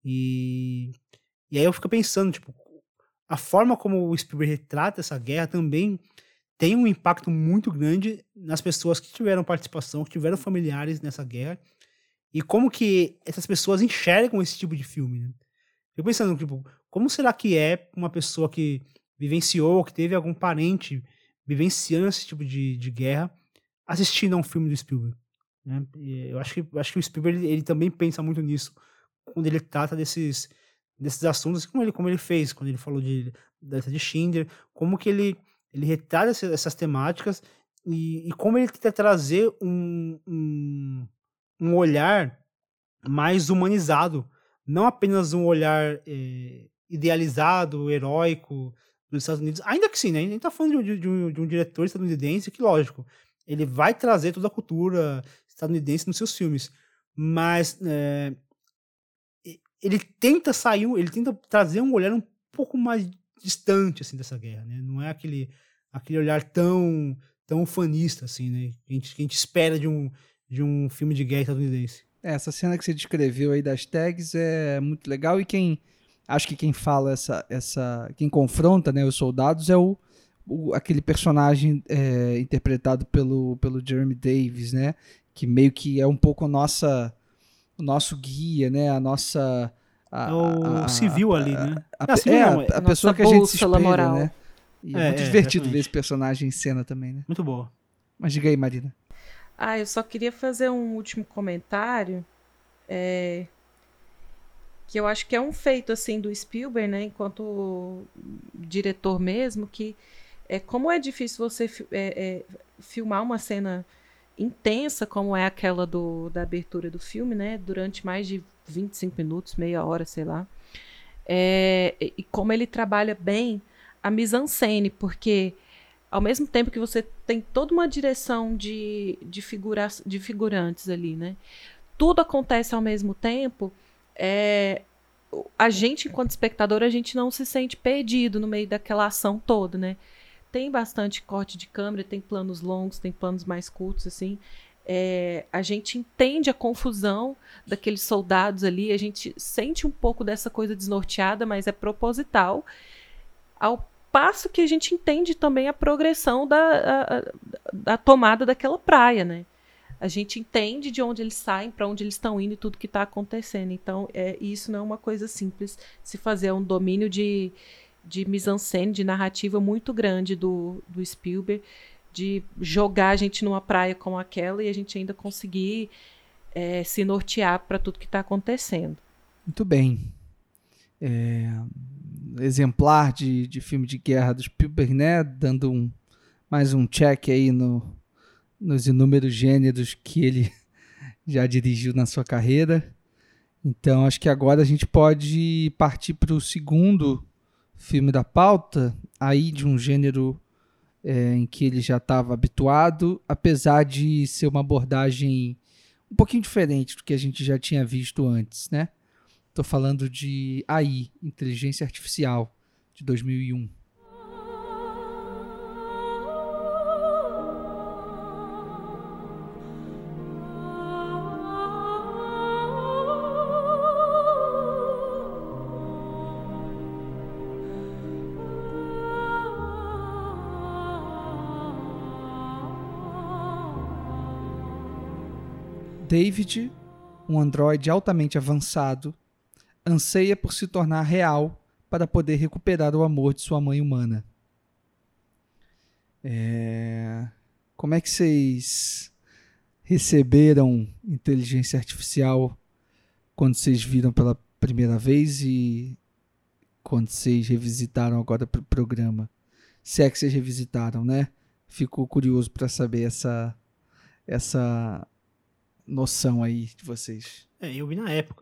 E aí eu fico pensando, a forma como o Spielberg retrata essa guerra também tem um impacto muito grande nas pessoas que tiveram participação, que tiveram familiares nessa guerra, e como que essas pessoas enxergam esse tipo de filme, né? Eu pensando, como será que é uma pessoa que vivenciou, que teve algum parente vivenciando esse tipo de guerra, assistindo a um filme do Spielberg, né? E eu acho que o Spielberg ele também pensa muito nisso quando ele trata desses assuntos, como ele fez, quando ele falou da lista de Schindler, como que ele retrata essas temáticas e como ele tenta trazer um olhar mais humanizado, não apenas um olhar idealizado, heróico dos Estados Unidos, ainda que sim, né? A gente tá falando de um diretor estadunidense que, lógico, ele vai trazer toda a cultura estadunidense nos seus filmes, mas ele tenta trazer um olhar um pouco mais distante, assim, dessa guerra, né? Não é aquele olhar tão ufanista, assim, né? Que a gente espera de um filme de guerra estadunidense. Essa cena que você descreveu aí das tags é muito legal, e acho que quem fala quem confronta, né, os soldados é aquele personagem interpretado pelo Jeremy Davies, né, que meio que é um pouco o nosso guia, né, a nossa... o civil ali, né? A pessoa que a gente se espelha, moral. né? E é muito divertido exatamente ver esse personagem em cena também, né? Muito boa. Mas diga aí, Marina. Eu só queria fazer um último comentário, que eu acho que é um feito assim do Spielberg, né, enquanto diretor mesmo, que como é difícil você filmar uma cena intensa como é aquela da abertura do filme, né, durante mais de 25 minutos, meia hora, sei lá, e como ele trabalha bem a mise-en-scène, porque ao mesmo tempo que você tem toda uma direção de figurantes ali, né? Tudo acontece ao mesmo tempo. A gente, enquanto espectador, a gente não se sente perdido no meio daquela ação toda, né? Tem bastante corte de câmera, tem planos longos, tem planos mais curtos, assim. A gente entende a confusão daqueles soldados ali, a gente sente um pouco dessa coisa desnorteada, mas é proposital. Ao passo que a gente entende também a progressão da tomada daquela praia, né? A gente entende de onde eles saem, para onde eles estão indo e tudo que está acontecendo. Então, isso não é uma coisa simples se fazer. É um domínio de mise-en-scène, de narrativa muito grande do Spielberg, de jogar a gente numa praia como aquela e a gente ainda conseguir se nortear para tudo que está acontecendo. Muito bem. Exemplar de filme de guerra do Spielberg, né? Dando mais um check aí nos inúmeros gêneros que ele já dirigiu na sua carreira. Então, acho que agora a gente pode partir para o segundo filme da pauta, aí de um gênero em que ele já estava habituado, apesar de ser uma abordagem um pouquinho diferente do que a gente já tinha visto antes, né? Estou falando de AI, Inteligência Artificial, de 2001. David, um androide altamente avançado, anseia por se tornar real para poder recuperar o amor de sua mãe humana. Como é que vocês receberam inteligência artificial quando vocês viram pela primeira vez e quando vocês revisitaram agora para o programa? Se é que vocês revisitaram, né? Fico curioso para saber essa noção aí de vocês. Eu vi na época,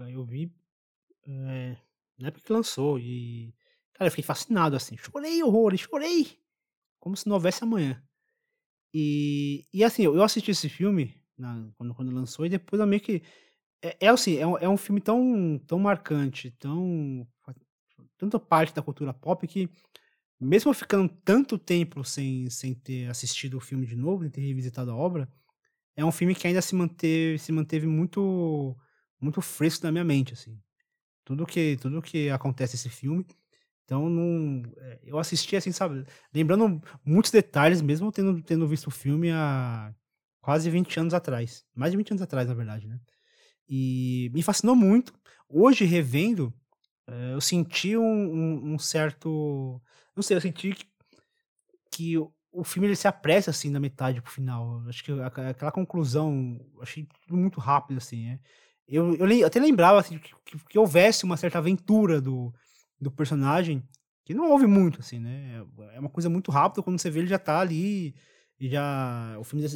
na época que lançou e, cara, eu fiquei fascinado, assim, chorei horrores, chorei, como se não houvesse amanhã. E assim, eu assisti esse filme quando lançou e depois eu meio que, é um filme tão marcante, tanta parte da cultura pop que, mesmo eu ficando tanto tempo sem ter assistido o filme de novo, sem ter revisitado a obra, é um filme que ainda se manteve muito, muito fresco na minha mente, assim. Tudo que acontece nesse filme. Então, eu assisti, assim, sabe, lembrando muitos detalhes, mesmo tendo visto o filme há quase 20 anos atrás. Mais de 20 anos atrás, na verdade, né? E me fascinou muito. Hoje, revendo, eu senti um certo... Não sei, eu senti que o filme ele se apressa, assim, da metade pro final. Eu acho que aquela conclusão, eu achei tudo muito rápido, assim, né? Eu até lembrava, assim, que houvesse uma certa aventura do personagem, que não houve muito, assim, né? É uma coisa muito rápida, quando você vê ele já tá ali, e o filme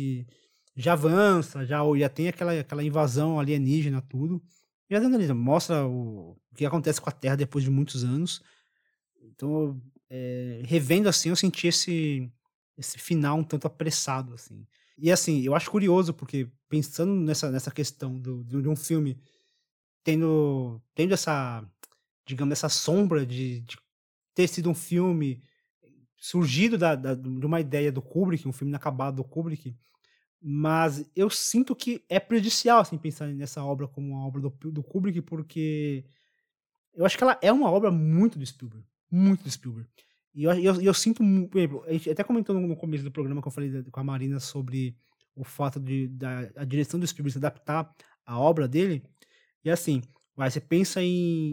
já avança, já tem aquela invasão alienígena, tudo. E já mostra o que acontece com a Terra depois de muitos anos. Então, revendo assim, eu senti esse final um tanto apressado, assim. E assim, eu acho curioso, porque pensando nessa questão de um filme tendo essa, digamos, essa sombra de ter sido um filme surgido de uma ideia do Kubrick, um filme inacabado do Kubrick, mas eu sinto que é prejudicial, assim, pensar nessa obra como uma obra do Kubrick, porque eu acho que ela é uma obra muito do Spielberg. Muito do Spielberg. E eu sinto, por exemplo, a gente até comentou no começo do programa que eu falei com a Marina sobre o fato da direção do Spielberg se adaptar à obra dele. E assim, você pensa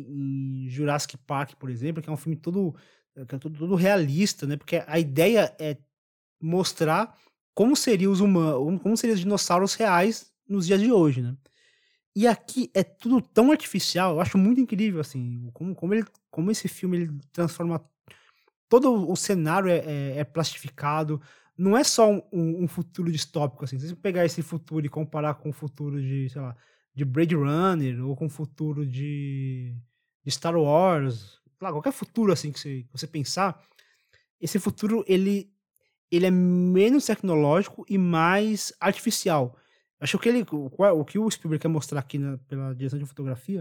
em Jurassic Park, por exemplo, que é um filme todo realista, né? Porque a ideia é mostrar como seriam os humanos, como seriam os dinossauros reais nos dias de hoje, né? E aqui é tudo tão artificial, eu acho muito incrível, assim, como esse filme ele transforma todo o cenário é plastificado, não é só um futuro distópico, assim, se você pegar esse futuro e comparar com o futuro de, sei lá, de Blade Runner, ou com o futuro de Star Wars, lá, qualquer futuro, assim, que você pensar, esse futuro, ele é menos tecnológico e mais artificial. Acho que o que o Spielberg quer mostrar aqui pela direção de fotografia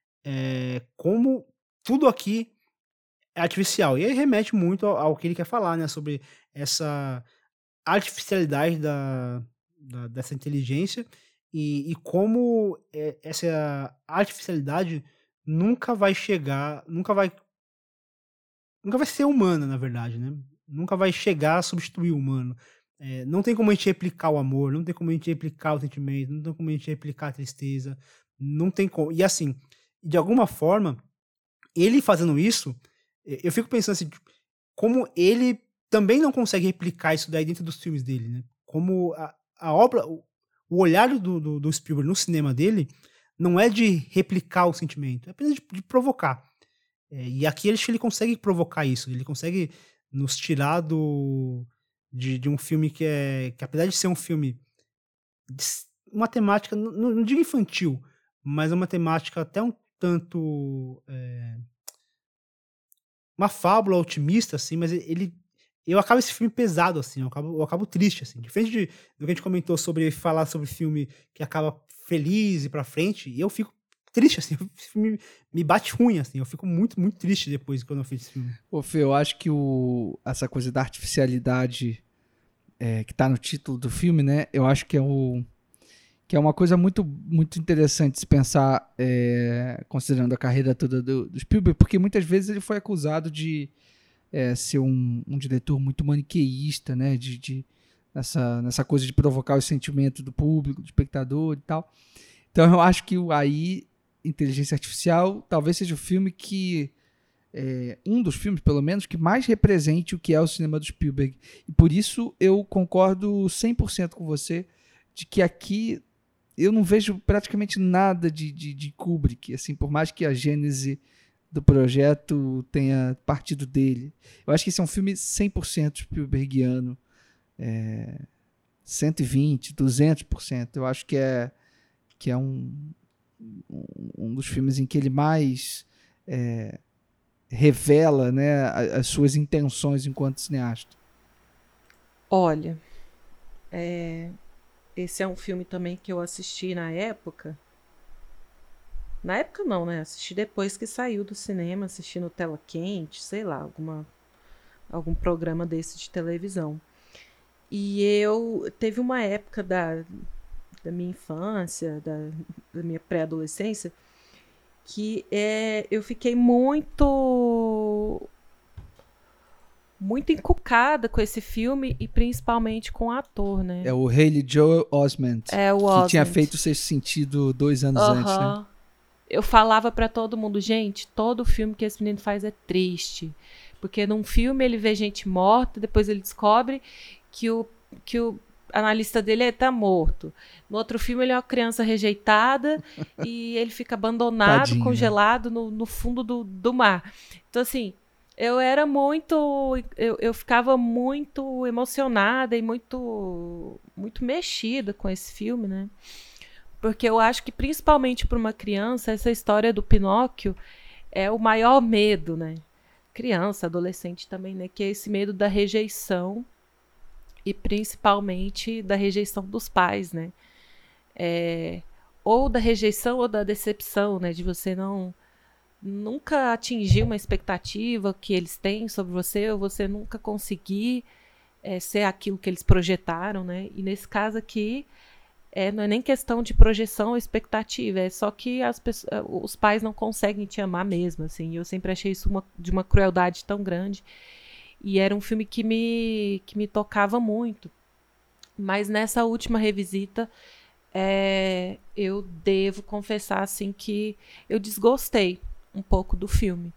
é como tudo aqui é artificial. E aí remete muito ao que ele quer falar, né? Sobre essa artificialidade dessa inteligência e como essa artificialidade nunca vai ser humana, na verdade, né? Nunca vai chegar a substituir o humano. Não tem como a gente replicar o amor, não tem como a gente replicar o sentimento, não tem como a gente replicar a tristeza, não tem como. E assim, de alguma forma, ele fazendo isso, eu fico pensando assim, como ele também não consegue replicar isso daí dentro dos filmes dele, né? Como a obra, o olhar do Spielberg no cinema dele não é de replicar o sentimento, é apenas de provocar. E aqui ele consegue provocar isso, ele consegue nos tirar de um filme que apesar de ser um filme uma temática, não digo infantil, mas uma temática até um tanto uma fábula otimista, assim, mas eu acabo esse filme pesado, assim, eu acabo triste, assim, diferente do que a gente comentou sobre falar sobre filme que acaba feliz e pra frente, e eu fico triste, assim, o filme me bate ruim, assim, eu fico muito, muito triste depois quando eu fiz esse filme. Ô, Fê, eu acho que essa coisa da artificialidade que tá no título do filme, né, eu acho que é uma coisa muito, muito interessante se pensar, considerando a carreira toda do Spielberg, porque muitas vezes ele foi acusado de ser um diretor muito maniqueísta, né, nessa coisa de provocar o sentimento do público, do espectador e tal. Então eu acho que aí Inteligência Artificial talvez seja o filme que um dos filmes, pelo menos, que mais represente o que é o cinema do Spielberg. E por isso eu concordo 100% com você de que aqui eu não vejo praticamente nada de Kubrick, assim, por mais que a gênese do projeto tenha partido dele. Eu acho que esse é um filme 100% Spielbergiano, 120%, 200%. Eu acho que é um dos filmes em que ele mais revela, né, as suas intenções enquanto cineasta. Olha, esse é um filme também que eu assisti na época. Na época não, né? Assisti depois que saiu do cinema, assisti no Tela Quente, sei lá, algum programa desse de televisão. E teve uma época da minha infância, da minha pré-adolescência, que eu fiquei muito encucada com esse filme e principalmente com o ator, né? É o Haley Joel Osment, que tinha feito o Sexto Sentido 2 anos antes, né? Eu falava pra todo mundo, gente, todo filme que esse menino faz é triste. Porque num filme ele vê gente morta, depois ele descobre que o analista dele tá morto. No outro filme ele é uma criança rejeitada e ele fica abandonado, Tadinho, congelado no fundo do mar. Então, assim, eu ficava muito emocionada e muito mexida com esse filme, né? Porque eu acho que, principalmente para uma criança, essa história do Pinóquio é o maior medo, né? Criança, adolescente também, né? Que é esse medo da rejeição e principalmente da rejeição dos pais, né? Ou da rejeição ou da decepção, né? De você nunca atingir uma expectativa que eles têm sobre você, ou você nunca conseguir ser aquilo que eles projetaram, né? E nesse caso aqui, não é nem questão de projeção ou expectativa, é só que os pais não conseguem te amar mesmo, assim. Eu sempre achei isso de uma crueldade tão grande. E era um filme que me tocava muito. Mas nessa última revisita, eu devo confessar assim, que eu desgostei um pouco do filme.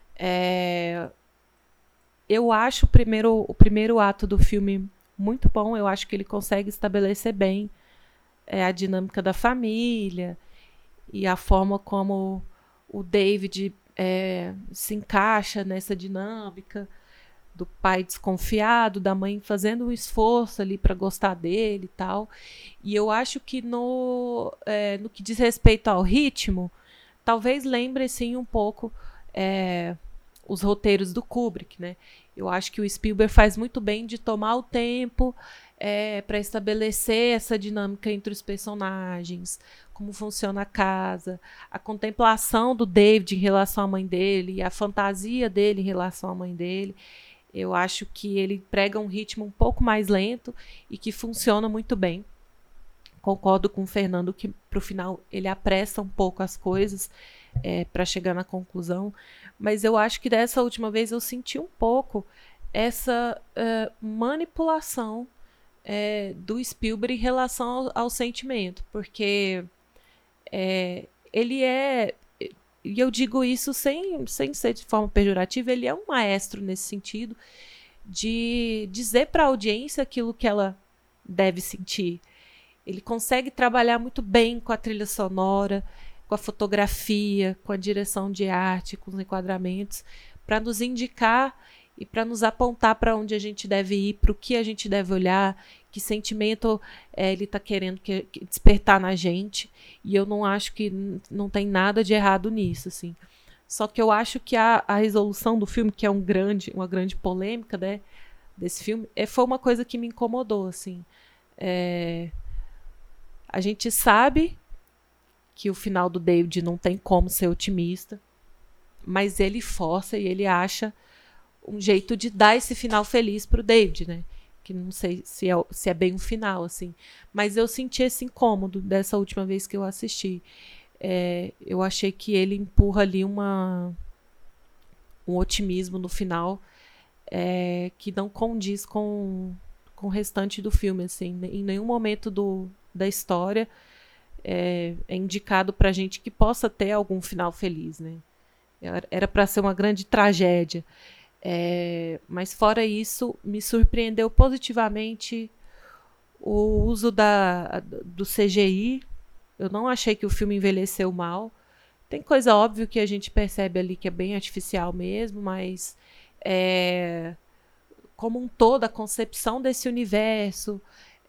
Eu acho o primeiro ato do filme muito bom. Eu acho que ele consegue estabelecer bem a dinâmica da família e a forma como o David se encaixa nessa dinâmica do pai desconfiado, da mãe fazendo um esforço ali para gostar dele e tal. E eu acho que no que diz respeito ao ritmo, talvez lembre sim um pouco os roteiros do Kubrick, né? Eu acho que o Spielberg faz muito bem de tomar o tempo para estabelecer essa dinâmica entre os personagens, como funciona a casa, a contemplação do David em relação à mãe dele, a fantasia dele em relação à mãe dele. Eu acho que ele prega um ritmo um pouco mais lento e que funciona muito bem. Concordo com o Fernando que para o final ele apressa um pouco as coisas para chegar na conclusão, mas eu acho que dessa última vez eu senti um pouco essa manipulação do Spielberg em relação ao sentimento, porque ele e eu digo isso sem ser de forma pejorativa, ele é um maestro nesse sentido de dizer para a audiência aquilo que ela deve sentir. Ele consegue trabalhar muito bem com a trilha sonora, com a fotografia, com a direção de arte, com os enquadramentos, para nos indicar e para nos apontar para onde a gente deve ir, para o que a gente deve olhar, que sentimento ele está querendo que despertar na gente. E eu não acho que não tem nada de errado nisso, assim. Só que eu acho que a resolução do filme, que é uma grande polêmica, né, desse filme, foi uma coisa que me incomodou, assim. A gente sabe que o final do David não tem como ser otimista, mas ele força e ele acha um jeito de dar esse final feliz pro David, né? Que não sei se é bem um final, assim. Mas eu senti esse incômodo dessa última vez que eu assisti. Eu achei que ele empurra ali um otimismo no final que não condiz com o restante do filme, assim. Em nenhum momento da história é indicado pra gente que possa ter algum final feliz, né? Era para ser uma grande tragédia. Mas fora isso, me surpreendeu positivamente o uso do CGI. Eu não achei que o filme envelheceu mal. Tem coisa óbvia que a gente percebe ali que é bem artificial mesmo, mas como um todo, a concepção desse universo,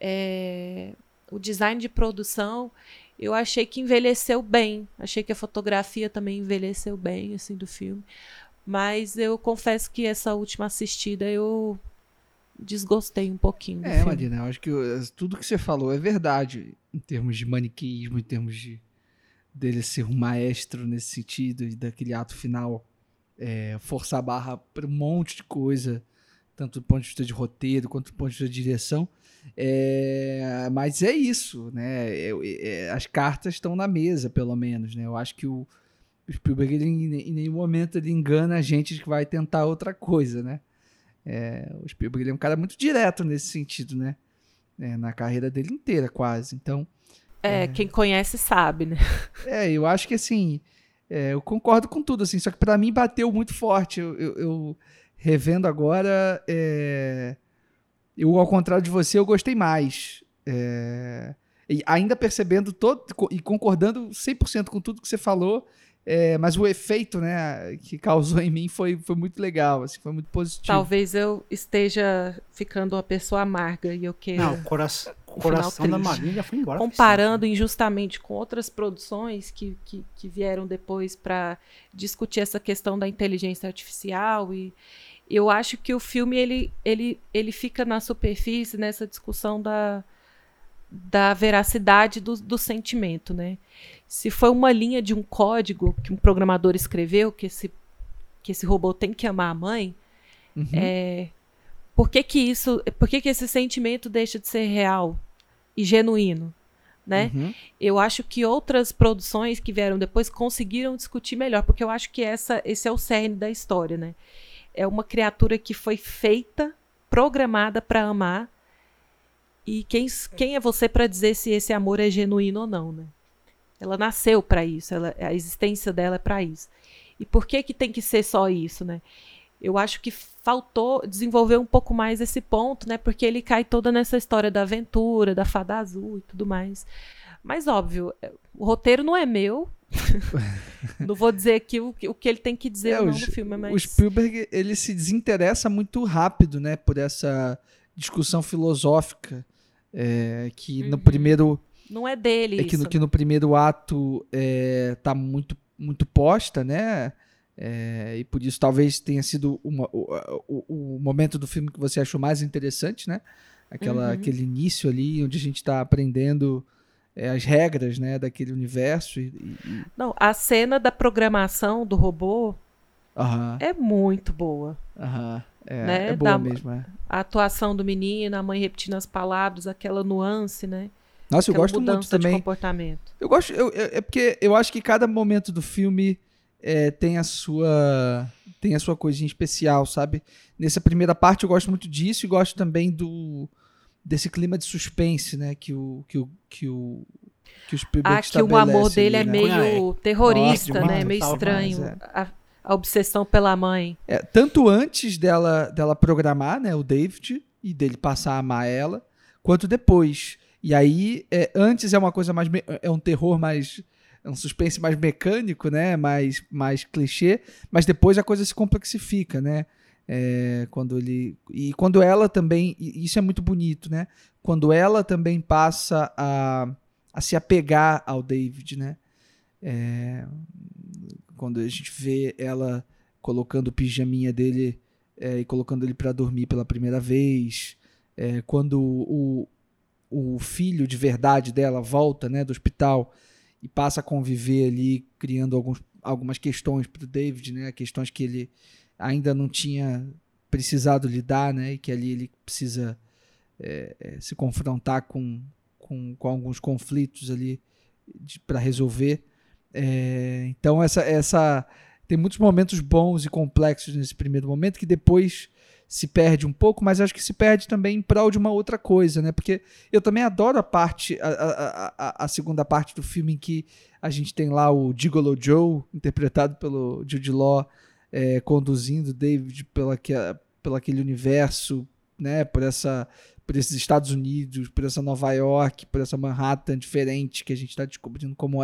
o design de produção, eu achei que envelheceu bem. Achei que a fotografia também envelheceu bem, assim, do filme. Mas eu confesso que essa última assistida eu desgostei um pouquinho do filme. Marina, eu acho que tudo que você falou é verdade, em termos de maniqueísmo, em termos dele ser um maestro nesse sentido, e daquele ato final forçar a barra para um monte de coisa, tanto do ponto de vista de roteiro, quanto do ponto de vista de direção. Mas é isso, né? As cartas estão na mesa, pelo menos, né? Eu acho que o Spielberg, em nenhum momento ele engana a gente de que vai tentar outra coisa, né? O Spielberg ele é um cara muito direto nesse sentido, né? Na carreira dele inteira, quase. Então, quem conhece sabe, né? Eu acho que assim, eu concordo com tudo, assim, só que pra mim bateu muito forte. Eu revendo agora, eu, ao contrário de você, eu gostei mais. E ainda percebendo e concordando 100% com tudo que você falou, mas o efeito, né, que causou em mim foi muito legal, assim, foi muito positivo. Talvez eu esteja ficando uma pessoa amarga e eu queira... Não, o coração da Marina já foi embora. Comparando injustamente com outras produções que vieram depois para discutir essa questão da inteligência artificial, e eu acho que o filme ele fica na superfície nessa discussão da veracidade do sentimento, né? Se foi uma linha de um código que um programador escreveu, que esse robô tem que amar a mãe, por que esse sentimento deixa de ser real e genuíno, né? Eu acho que outras produções que vieram depois conseguiram discutir melhor, porque eu acho que esse é o cerne da história, né? É uma criatura que foi feita, programada para amar, e quem é você para dizer se esse amor é genuíno ou não, né? Ela nasceu para isso, a existência dela é para isso. E por que tem que ser só isso, né? Eu acho que faltou desenvolver um pouco mais esse ponto, né? Porque ele cai toda nessa história da aventura, da fada azul e tudo mais. Mas, óbvio, o roteiro não é meu. Não vou dizer aqui o que ele tem que dizer no filme. Mas... O Spielberg, ele se desinteressa muito rápido, né? Por essa discussão filosófica. Que no primeiro... Não é dele isso. Que no primeiro ato tá muito, muito posta, né? E por isso talvez tenha sido o momento do filme que você achou mais interessante, né? Aquele início ali, onde a gente está aprendendo as regras, né, daquele universo. Não, a cena da programação do robô é muito boa. Né? É boa mesmo. A atuação do menino, a mãe repetindo as palavras, aquela nuance, né? Nossa, eu gosto muito também. De comportamento. Eu gosto, é porque eu acho que cada momento do filme tem a sua coisinha especial, sabe? Nessa primeira parte eu gosto muito disso e gosto também desse clima de suspense, né? Que o Spielberg estabelece. Que o amor dele ali, é né? meio terrorista, né? Meio estranho. A obsessão pela mãe. Tanto antes dela programar, né, o David, e dele passar a amar ela, quanto depois. E aí, antes é uma coisa mais... É um terror mais... É um suspense mais mecânico, né? Mais clichê. Mas depois a coisa se complexifica, né? Quando ela também... E isso é muito bonito, né? Quando ela também passa a se apegar ao David, né? Quando a gente vê ela colocando o pijaminha dele e colocando ele para dormir pela primeira vez. Quando o filho de verdade dela volta, né, do hospital e passa a conviver ali, criando algumas questões para o David, né, questões que ele ainda não tinha precisado lidar, né, e que ali ele precisa se confrontar com alguns conflitos ali para resolver. Então tem muitos momentos bons e complexos nesse primeiro momento que depois se perde um pouco, mas acho que se perde também em prol de uma outra coisa, né? Porque eu também adoro a segunda parte do filme em que a gente tem lá o Gigolo Joe, interpretado pelo Jude Law, conduzindo David pelo aquele universo, né? Por esses Estados Unidos, por essa Nova York, por essa Manhattan diferente que a gente está descobrindo como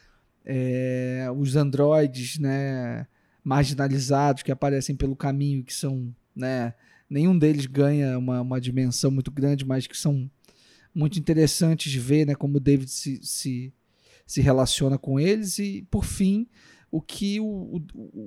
os androides, né, marginalizados que aparecem pelo caminho, que são, né, nenhum deles ganha uma dimensão muito grande, mas que são muito interessantes de ver, né, como o David se relaciona com eles. E por fim, o que o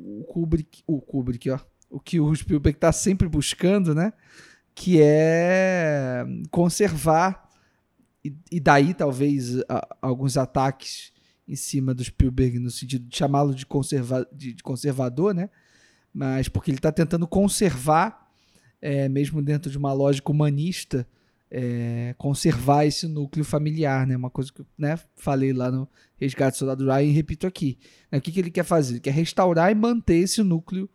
que o Spielberg está sempre buscando, né, que é conservar, e daí talvez alguns ataques em cima do Spielberg no sentido de chamá-lo de conservador, né? Mas porque ele está tentando conservar, mesmo dentro de uma lógica humanista, conservar esse núcleo familiar, né? Uma coisa que eu, né, falei lá no Resgate do Soldado Ryan e repito aqui. O que ele quer fazer? Ele quer restaurar e manter esse núcleo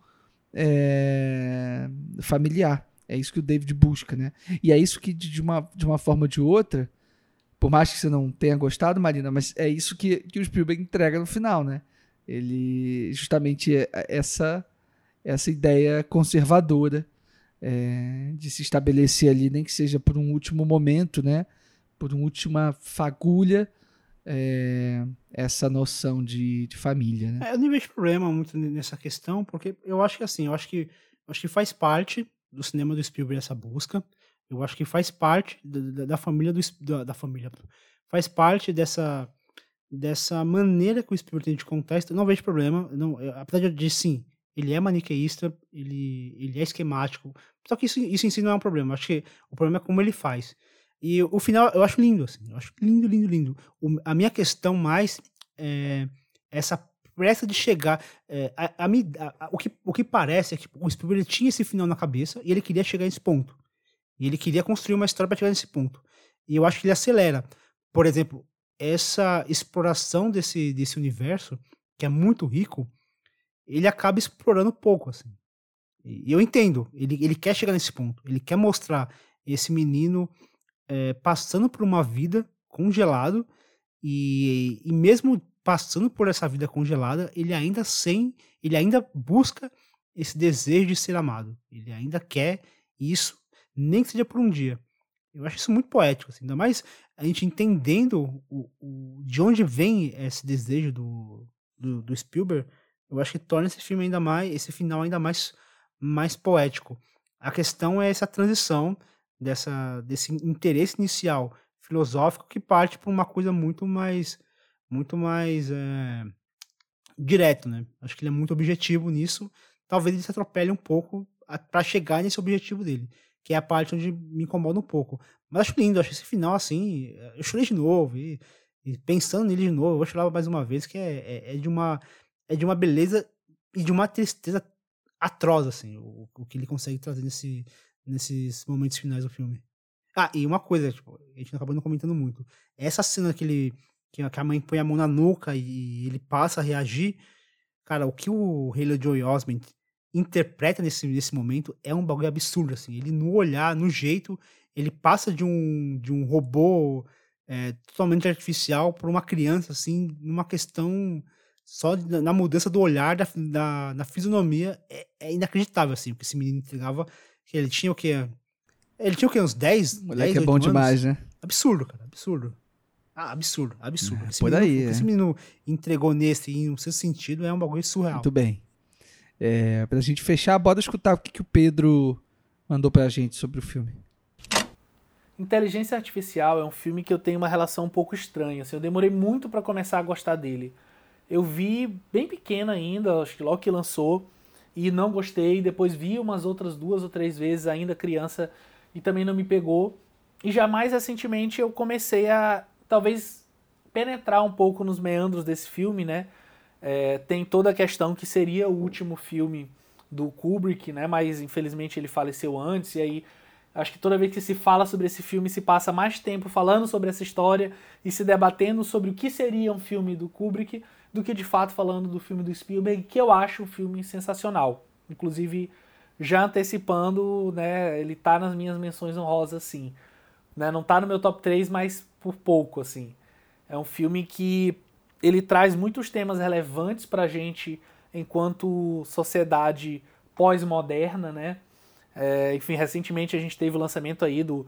familiar. É isso que o David busca, né? E é isso que, de uma forma ou de outra, por mais que você não tenha gostado, Marina, mas é isso que o Spielberg entrega no final, né? Ele, justamente, essa essa ideia conservadora de se estabelecer ali, nem que seja por um último momento, né? Por uma última fagulha, essa noção de família, né? Eu não vejo problema muito nessa questão, porque eu acho que assim, eu acho que faz parte do cinema do Spielberg essa busca. Eu acho que faz parte da família da família. Faz parte dessa maneira que o Spielberg tem de contar. Eu não vejo problema. Não, apesar de sim, ele é maniqueísta, ele é esquemático. Só que isso em si não é um problema. Eu acho que o problema é como ele faz. E o final eu acho lindo, assim. Eu acho lindo, lindo, lindo. A minha questão mais é essa pressa de chegar. O que parece é que o Spielberg tinha esse final na cabeça e ele queria chegar nesse ponto. E ele queria construir uma história para chegar nesse ponto. E eu acho que ele acelera. Por exemplo, essa exploração desse universo, que é muito rico, ele acaba explorando pouco, assim. E eu entendo. Ele quer chegar nesse ponto. Ele quer mostrar esse menino passando por uma vida congelado e mesmo passando por essa vida congelada, ele ainda busca esse desejo de ser amado. Ele ainda quer isso, nem que seja por um dia. Eu acho isso muito poético, assim. Ainda mais a gente entendendo de onde vem esse desejo do Spielberg, eu acho que torna esse filme ainda mais, esse final ainda mais poético. A questão é essa transição desse interesse inicial filosófico que parte para uma coisa muito mais direto, né? Acho que ele é muito objetivo nisso. Talvez ele se atropele um pouco para chegar nesse objetivo dele, que é a parte onde me incomoda um pouco. Mas acho lindo, acho esse final assim, eu chorei de novo e pensando nele de novo, eu vou chorar mais uma vez, que é de uma beleza e de uma tristeza atroz, assim, o que ele consegue trazer nesses momentos finais do filme. Ah, e uma coisa, tipo, a gente acabou não comentando muito. Essa cena que a mãe põe a mão na nuca e ele passa a reagir, cara, o que o Haley Joel Osment interpreta nesse momento é um bagulho absurdo, assim. Ele, no olhar, no jeito, ele passa de um robô totalmente artificial para uma criança, assim, numa questão só na mudança do olhar, da fisionomia, é inacreditável, assim, o que esse menino entregava. Ele tinha o quê? Ele tinha o quê? Uns 10? O moleque 10, é bom 8 demais, anos? né? Absurdo, cara, absurdo. Ah, absurdo. Por aí, O que esse menino entregou nesse, em um seu sentido, é um bagulho surreal. Muito bem. Pra gente fechar, bora escutar o que o Pedro mandou pra gente sobre o filme. Inteligência Artificial é um filme que eu tenho uma relação um pouco estranha. Assim, eu demorei muito para começar a gostar dele. Eu vi bem pequeno ainda, acho que logo que lançou, e não gostei. Depois vi umas outras 2 ou 3 vezes ainda criança e também não me pegou. E já mais recentemente eu comecei a, talvez, penetrar um pouco nos meandros desse filme, né? Tem toda a questão que seria o último filme do Kubrick, né? Mas infelizmente ele faleceu antes, e aí acho que toda vez que se fala sobre esse filme se passa mais tempo falando sobre essa história e se debatendo sobre o que seria um filme do Kubrick do que de fato falando do filme do Spielberg, que eu acho um filme sensacional. Inclusive, já antecipando, né, ele tá nas minhas menções honrosas, sim. Né, não tá no meu top 3, mas por pouco, assim. É um filme que ele traz muitos temas relevantes pra gente enquanto sociedade pós-moderna, né? Enfim, recentemente a gente teve o lançamento aí do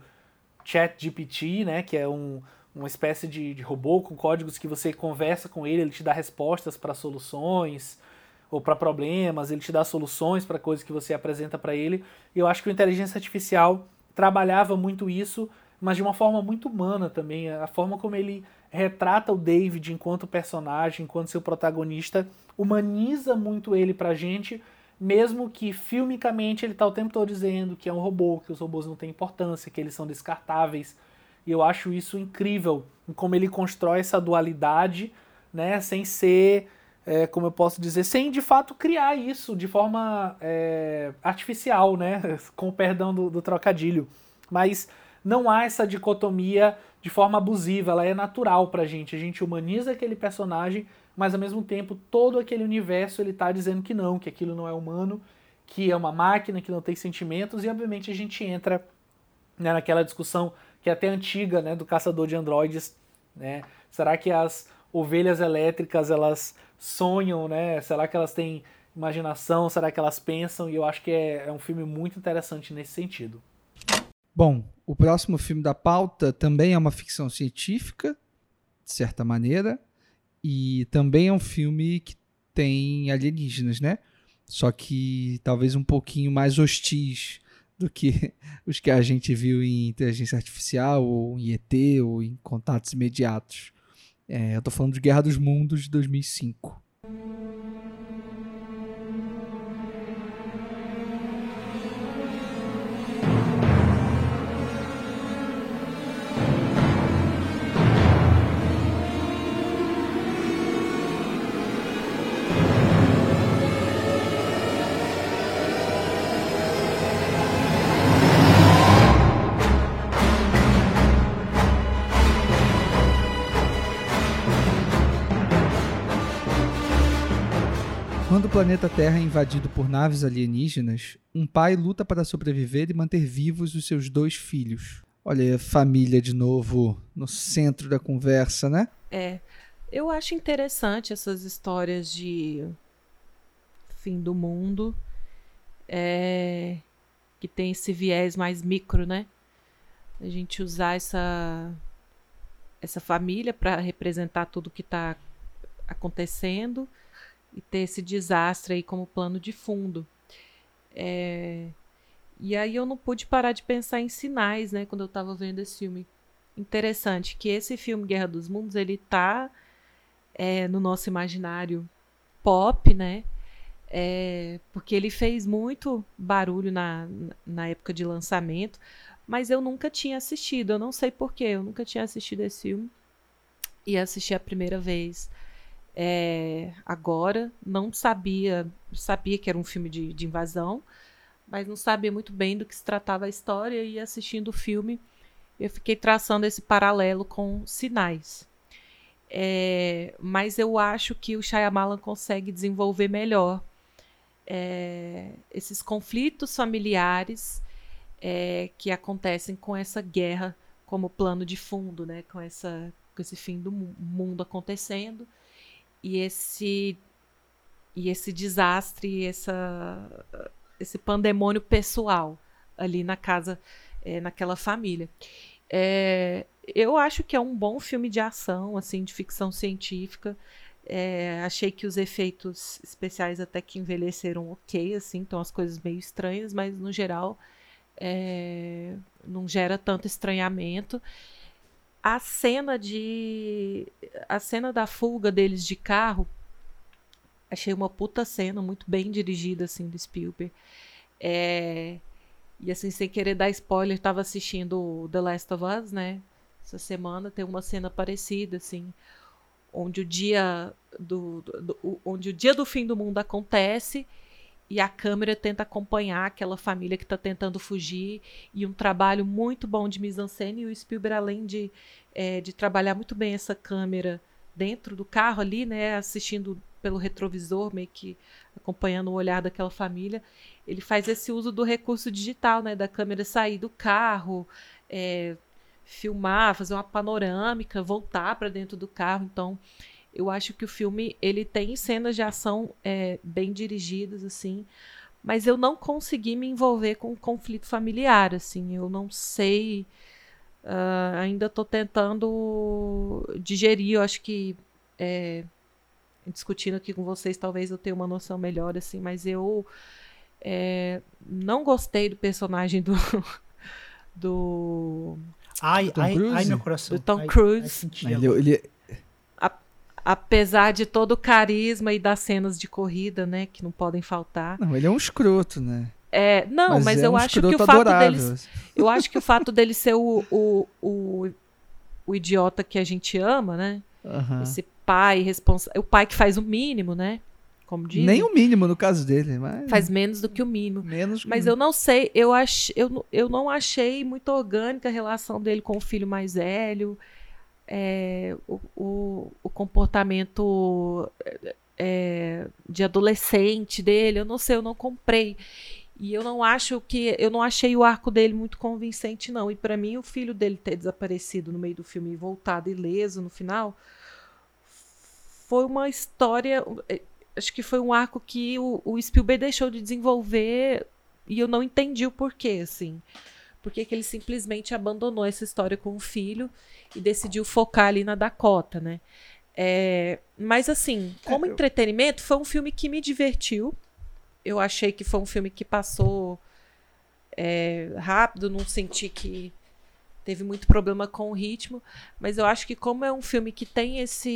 ChatGPT, né, que é uma espécie de robô com códigos que você conversa com ele te dá respostas para soluções ou para problemas, ele te dá soluções para coisas que você apresenta para ele. E eu acho que o Inteligência Artificial trabalhava muito isso, mas de uma forma muito humana também. A forma como ele retrata o David enquanto personagem, enquanto seu protagonista, humaniza muito ele pra gente, mesmo que filmicamente ele tá o tempo todo dizendo que é um robô, que os robôs não têm importância, que eles são descartáveis. E eu acho isso incrível, como ele constrói essa dualidade, né, sem ser, como eu posso dizer, sem de fato criar isso de forma artificial, né, com o perdão do trocadilho. Mas não há essa dicotomia de forma abusiva, ela é natural pra gente. A gente humaniza aquele personagem, mas ao mesmo tempo todo aquele universo ele tá dizendo que não, que aquilo não é humano, que é uma máquina, que não tem sentimentos, e obviamente a gente entra, né, naquela discussão que é até antiga, né, do caçador de androides, né? Será que as ovelhas elétricas elas sonham, né? Será que elas têm imaginação será que elas pensam? E eu acho que é um filme muito interessante nesse sentido. Bom, o próximo filme da pauta também é uma ficção científica, de certa maneira, e também é um filme que tem alienígenas, né? Só que talvez um pouquinho mais hostis do que os que a gente viu em Inteligência Artificial, ou em ET, ou em Contatos Imediatos. Eu tô falando de Guerra dos Mundos, de 2005. Quando o planeta Terra é invadido por naves alienígenas, um pai luta para sobreviver e manter vivos os seus 2 filhos. Olha aí a família de novo no centro da conversa, né? Eu acho interessante essas histórias de fim do mundo, que tem esse viés mais micro, né? A gente usar essa família para representar tudo que está acontecendo e ter esse desastre aí como plano de fundo. E aí eu não pude parar de pensar em sinais, né, quando eu estava vendo esse filme. Interessante que esse filme Guerra dos Mundos, ele tá no nosso imaginário pop, né, porque ele fez muito barulho na época de lançamento, mas eu nunca tinha assistido, eu não sei porquê, eu nunca tinha assistido esse filme e assisti a primeira vez agora. Não sabia que era um filme de invasão, mas não sabia muito bem do que se tratava a história, e assistindo o filme eu fiquei traçando esse paralelo com Sinais. Mas eu acho que o Shyamalan consegue desenvolver melhor esses conflitos familiares que acontecem com essa guerra como plano de fundo, né? Com esse fim do mundo acontecendo, e esse desastre, esse pandemônio pessoal ali na casa, naquela família. Eu acho que é um bom filme de ação, assim, de ficção científica. Achei que os efeitos especiais até que envelheceram ok, assim, então as coisas meio estranhas, mas no geral não gera tanto estranhamento. A cena da fuga deles de carro, achei uma puta cena, muito bem dirigida, assim, do Spielberg. E assim, sem querer dar spoiler, estava assistindo The Last of Us, né? Essa semana tem uma cena parecida, assim, onde o dia do fim do mundo acontece e a câmera tenta acompanhar aquela família que está tentando fugir, e um trabalho muito bom de mise-en-scène. E o Spielberg, além de trabalhar muito bem essa câmera dentro do carro ali, né, assistindo pelo retrovisor, meio que acompanhando o olhar daquela família, ele faz esse uso do recurso digital, né, da câmera sair do carro, filmar, fazer uma panorâmica, voltar para dentro do carro. Então eu acho que o filme, ele tem cenas de ação bem dirigidas, assim, mas eu não consegui me envolver com o conflito familiar, assim. Eu não sei, ainda estou tentando digerir. Eu acho que discutindo aqui com vocês, talvez eu tenha uma noção melhor, assim, mas eu não gostei do personagem do Ai, meu coração. do Tom Cruise. Apesar de todo o carisma e das cenas de corrida, né, que não podem faltar. Não, ele é um escroto, né? Não, mas eu acho que eu acho que o fato dele ser o idiota que a gente ama, né? Uhum. Esse pai responsável, o pai que faz o mínimo, né? Como dizem. Nem o mínimo no caso dele, mas faz menos do que o mínimo. Mas eu não sei, eu não achei muito orgânica a relação dele com o filho mais velho. O comportamento de adolescente dele, eu não sei, eu não comprei. E eu não achei o arco dele muito convincente, não. E para mim, o filho dele ter desaparecido no meio do filme e voltado ileso no final foi uma história. acho que foi um arco que o Spielberg deixou de desenvolver e eu não entendi o porquê, assim. Por que ele simplesmente abandonou essa história com o filho e decidiu focar ali na Dakota, né? Mas, assim, como entretenimento, foi um filme que me divertiu. Eu achei que foi um filme que passou rápido, não senti que teve muito problema com o ritmo, mas eu acho que como é um filme que tem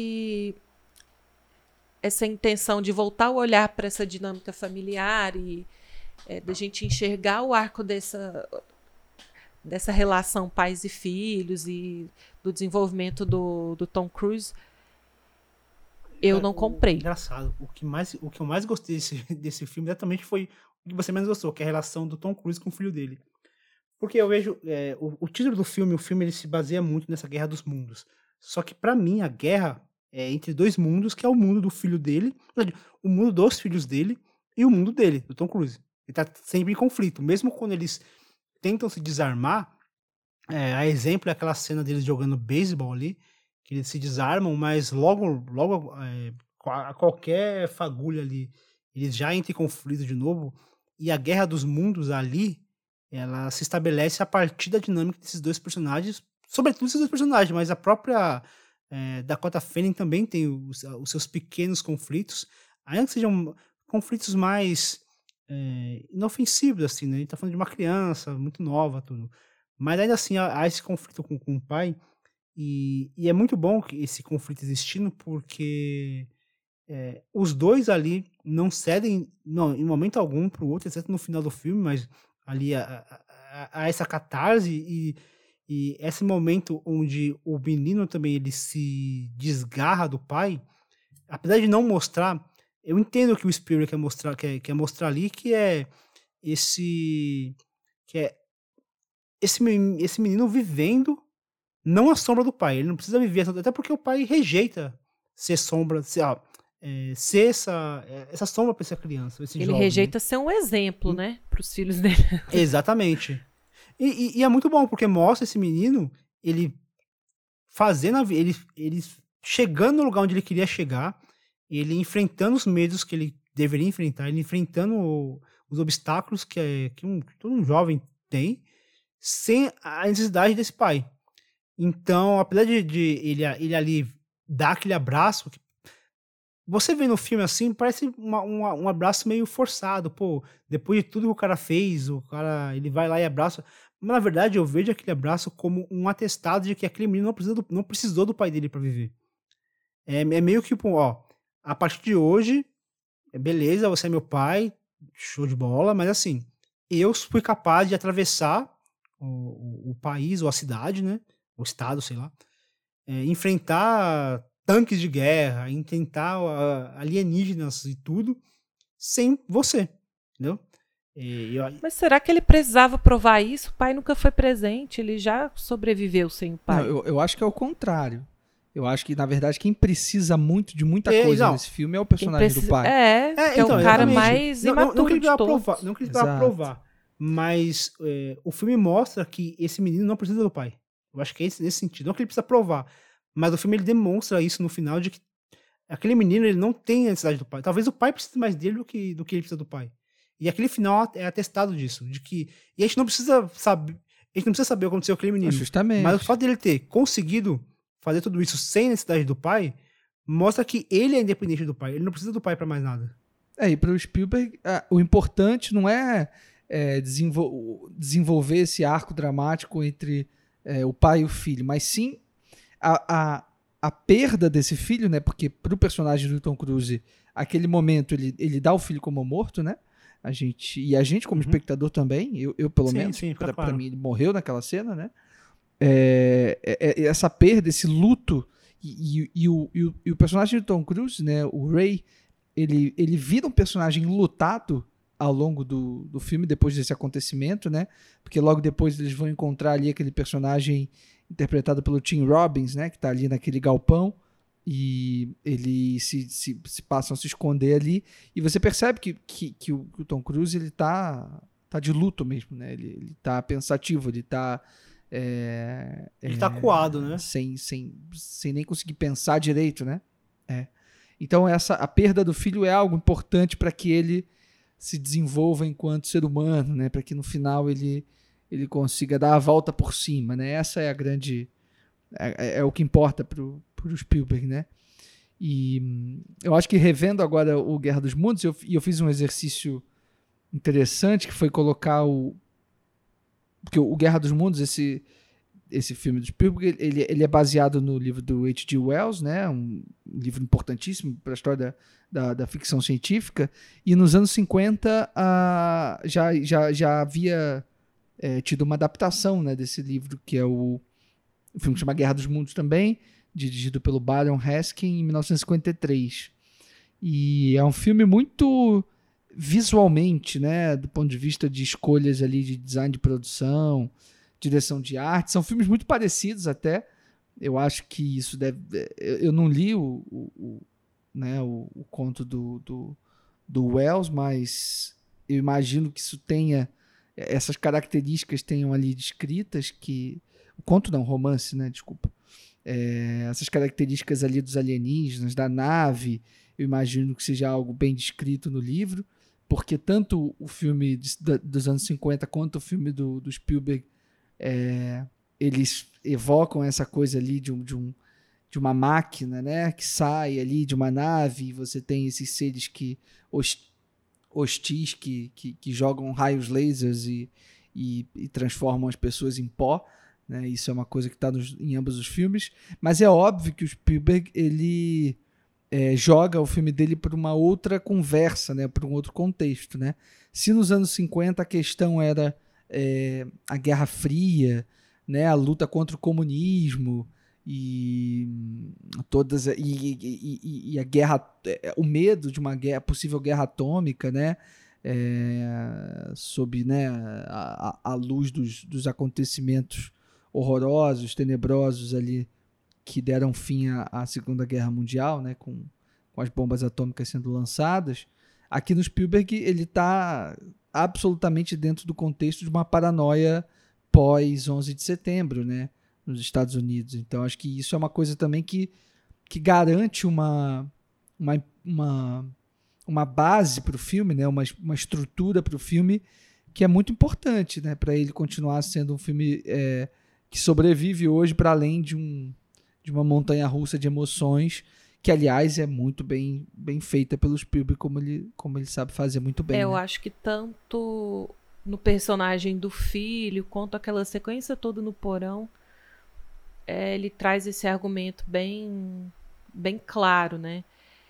essa intenção de voltar o olhar para essa dinâmica familiar e da gente enxergar o arco dessa relação pais e filhos e do desenvolvimento do Tom Cruise, eu não comprei. Engraçado. O que eu mais gostei desse filme exatamente foi o que você menos gostou, que é a relação do Tom Cruise com o filho dele. Porque eu vejo o título do filme, ele se baseia muito nessa guerra dos mundos. Só que pra mim a guerra é entre dois mundos, que é o mundo do filho dele, o mundo dos filhos dele e o mundo dele, do Tom Cruise. Ele tá sempre em conflito. Mesmo quando eles tentam se desarmar, a exemplo é aquela cena deles jogando beisebol ali, que eles se desarmam, mas logo a qualquer fagulha ali, eles já entram em conflito de novo, e a guerra dos mundos ali, ela se estabelece a partir da dinâmica desses dois personagens, sobretudo esses dois personagens, mas a própria Dakota Fanning também tem os seus pequenos conflitos, ainda que sejam conflitos mais inofensivos, assim, né? A gente tá falando de uma criança muito nova, tudo. Mas ainda assim há esse conflito com o pai, e é muito bom esse conflito existindo, porque os dois ali não cedem em momento algum pro outro, exceto no final do filme, mas ali há essa catarse e esse momento onde o menino também ele se desgarra do pai, apesar de não mostrar, eu entendo que o Spielberg quer mostrar ali que esse menino vivendo não a sombra do pai. Ele não precisa viver, até porque o pai rejeita ser sombra, ser essa sombra para essa criança, esse ele jovem, rejeita ser um exemplo, né, para os filhos dele. Exatamente. E é muito bom, porque mostra esse menino, ele chegando no lugar onde ele queria chegar, ele enfrentando os medos que ele deveria enfrentar, ele enfrentando os obstáculos que todo um jovem tem, sem a necessidade desse pai. Então, apesar de ele ali dar aquele abraço, você vê no filme assim, parece um abraço meio forçado. Pô, depois de tudo que o cara fez, ele vai lá e abraça. Mas, na verdade, eu vejo aquele abraço como um atestado de que aquele menino não precisou do pai dele para viver. É meio que, a partir de hoje, beleza, você é meu pai, show de bola, mas assim, eu fui capaz de atravessar o país ou a cidade, né? O estado, sei lá, enfrentar tanques de guerra, enfrentar alienígenas e tudo, sem você, entendeu? Mas será que ele precisava provar isso? O pai nunca foi presente, ele já sobreviveu sem o pai. Não, eu acho que é o contrário. Eu acho que, na verdade, quem precisa muito de muita coisa nesse filme é o personagem do pai. É o cara mais imaturo de todos. Não que ele precisava provar, mas o filme mostra que esse menino não precisa do pai. Eu acho que é nesse sentido. Não que ele precisa provar, mas o filme ele demonstra isso no final, de que aquele menino ele não tem necessidade do pai. Talvez o pai precise mais dele do que ele precisa do pai. E aquele final é atestado disso. E a gente não precisa saber o que aconteceu com aquele menino. Justamente. Mas o fato dele ter conseguido fazer tudo isso sem necessidade do pai, mostra que ele é independente do pai. Ele não precisa do pai pra mais nada. E pro Spielberg, o importante não é desenvolver esse arco dramático entre o pai e o filho, mas sim a perda desse filho, né? Porque pro personagem do Tom Cruise, aquele momento ele dá o filho como morto, né? A gente como espectador também, eu pelo menos, pra mim ele morreu naquela cena, né? Essa perda, esse luto, e o personagem do Tom Cruise, né? O Ray, ele vira um personagem lutado ao longo do filme, depois desse acontecimento, né? Porque logo depois eles vão encontrar ali aquele personagem interpretado pelo Tim Robbins, né? Que tá ali naquele galpão, e eles se passam a se esconder ali, e você percebe que o Tom Cruise ele tá de luto mesmo, né? Ele tá pensativo, ele tá ele tá acuado, né? Sem nem conseguir pensar direito, né? Então a perda do filho é algo importante para que ele se desenvolva enquanto ser humano, né? Para que no final ele consiga dar a volta por cima, né? Essa é a grande... É o que importa pro Spielberg, né? E eu acho que revendo agora o Guerra dos Mundos, eu fiz um exercício interessante, que foi colocar porque o Guerra dos Mundos, esse filme do Spielberg, ele é baseado no livro do H.G. Wells, né? Um livro importantíssimo para a história da ficção científica, e nos anos 50 já havia tido uma adaptação, né, desse livro, que é o filme que chama Guerra dos Mundos também, dirigido pelo Baron Haskin em 1953. E é um filme muito visualmente, né, do ponto de vista de escolhas ali de design de produção, direção de arte, são filmes muito parecidos até. Eu acho que isso deve... Eu não li o conto do Wells, mas eu imagino que isso tenha... Essas características tenham ali descritas que... O conto não, romance, né? Desculpa. Essas características ali dos alienígenas, da nave, eu imagino que seja algo bem descrito no livro, porque tanto o filme dos anos 50 quanto o filme do Spielberg, eles evocam essa coisa ali de uma máquina, né? Que sai ali de uma nave, e você tem esses seres hostis que jogam raios lasers e transformam as pessoas em pó. Né? Isso é uma coisa que está em ambos os filmes, mas é óbvio que o Spielberg ele joga o filme dele para uma outra conversa, né? Para um outro contexto, né? Se nos anos 50 a questão era a Guerra Fria, né? A luta contra o comunismo e a guerra, o medo de uma guerra, possível guerra atômica, né? Sob, né, a luz dos acontecimentos horrorosos, tenebrosos ali que deram fim à Segunda Guerra Mundial, né, com as bombas atômicas sendo lançadas. Aqui no Spielberg ele está absolutamente dentro do contexto de uma paranoia pós 11 de setembro, né, nos Estados Unidos. Então acho que isso é uma coisa também que garante uma base para o filme, né, uma estrutura para o filme que é muito importante, né, para ele continuar sendo um filme que sobrevive hoje para além de uma montanha-russa de emoções, que aliás é muito bem feita pelo Spielberg, como ele sabe fazer muito bem. Eu né? acho que tanto no personagem do filho, quanto aquela sequência toda no porão, ele traz esse argumento bem claro, né?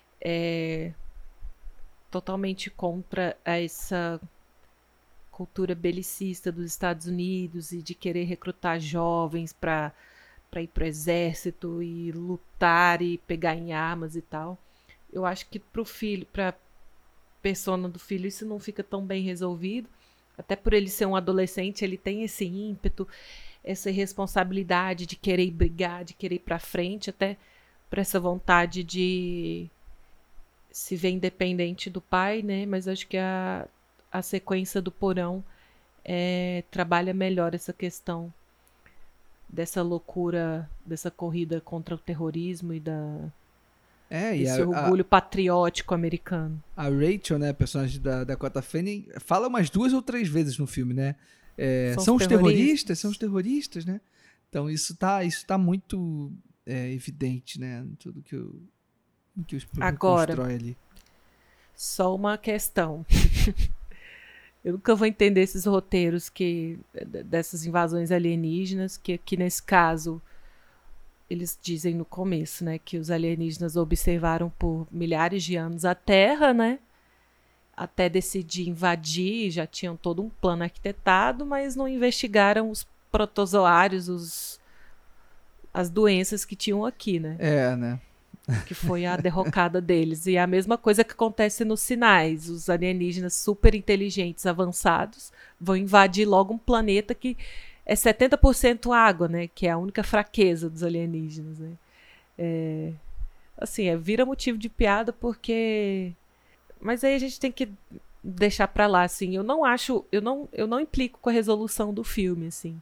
Totalmente contra essa cultura belicista dos Estados Unidos e de querer recrutar jovens para ir pro exército e lutar e pegar em armas e tal. Eu acho que pro filho, pra persona do filho, isso não fica tão bem resolvido. Até por ele ser um adolescente, ele tem esse ímpeto, essa responsabilidade de querer brigar, de querer ir pra frente, até por essa vontade de se ver independente do pai, né? Mas acho que a sequência do porão trabalha melhor essa questão dessa loucura, dessa corrida contra o terrorismo e desse orgulho patriótico americano. A Rachel, né, a personagem da Dakota Fanning, fala umas 2 ou 3 vezes no filme, né? São os terroristas, né? Então isso tá muito evidente, né? Tudo que o Spielberg constrói ali. Só uma questão. Eu nunca vou entender esses roteiros dessas invasões alienígenas, que nesse caso eles dizem no começo, né, que os alienígenas observaram por milhares de anos a Terra, né, até decidir invadir, já tinham todo um plano arquitetado, mas não investigaram os protozoários, as doenças que tinham aqui, né? Né? Que foi a derrocada deles. E a mesma coisa que acontece nos sinais. Os alienígenas super inteligentes, avançados, vão invadir logo um planeta que é 70% água, né? Que é a única fraqueza dos alienígenas, né? Assim, vira motivo de piada porque... Mas aí a gente tem que deixar pra lá, assim. Eu não implico com a resolução do filme, assim.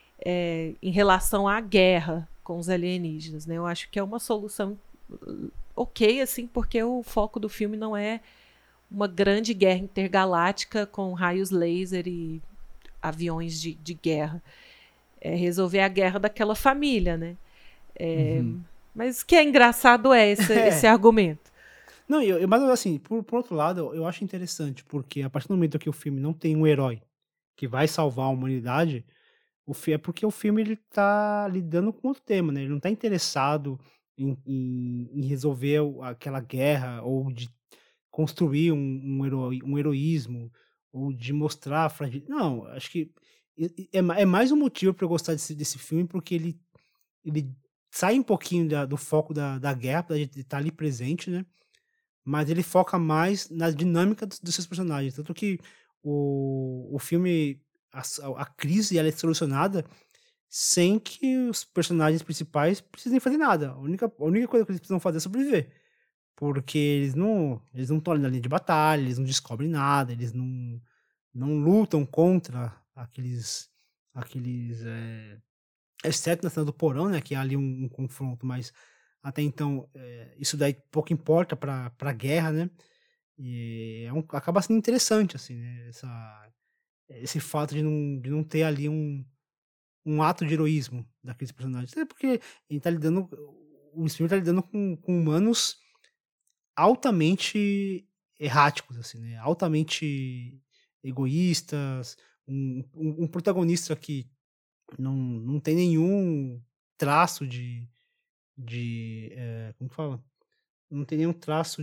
Em relação à guerra com os alienígenas, né? Eu acho que é uma solução ok, assim, porque o foco do filme não é uma grande guerra intergaláctica com raios laser e aviões de guerra. É resolver a guerra daquela família, né? Mas o que é engraçado é esse argumento. Não, mas assim, por outro lado, eu acho interessante, porque a partir do momento que o filme não tem um herói que vai salvar a humanidade, é porque o filme ele tá lidando com outro tema, né? Ele não tá interessado em resolver aquela guerra ou de construir um heroísmo ou de mostrar a fragilidade. Não, acho que é mais um motivo para eu gostar desse filme, porque ele sai um pouquinho do foco da guerra, pra gente estar ali presente, né? Mas ele foca mais na dinâmica dos seus personagens. Tanto que o filme, a crise ela é solucionada sem que os personagens principais precisem fazer nada. A única coisa que eles precisam fazer é sobreviver. Porque eles não estão ali na linha de batalha, eles não descobrem nada, eles não lutam contra aqueles exceto na cena do porão, né, que há ali um confronto, mas até então isso daí pouco importa para a guerra, né, e acaba sendo interessante, assim, né, esse fato de não ter ali um ato de heroísmo daqueles personagens. É porque ele tá lidando, o filme tá lidando com humanos altamente erráticos, assim, né, altamente egoístas, um protagonista que não tem nenhum traço como que fala? Não tem nenhum traço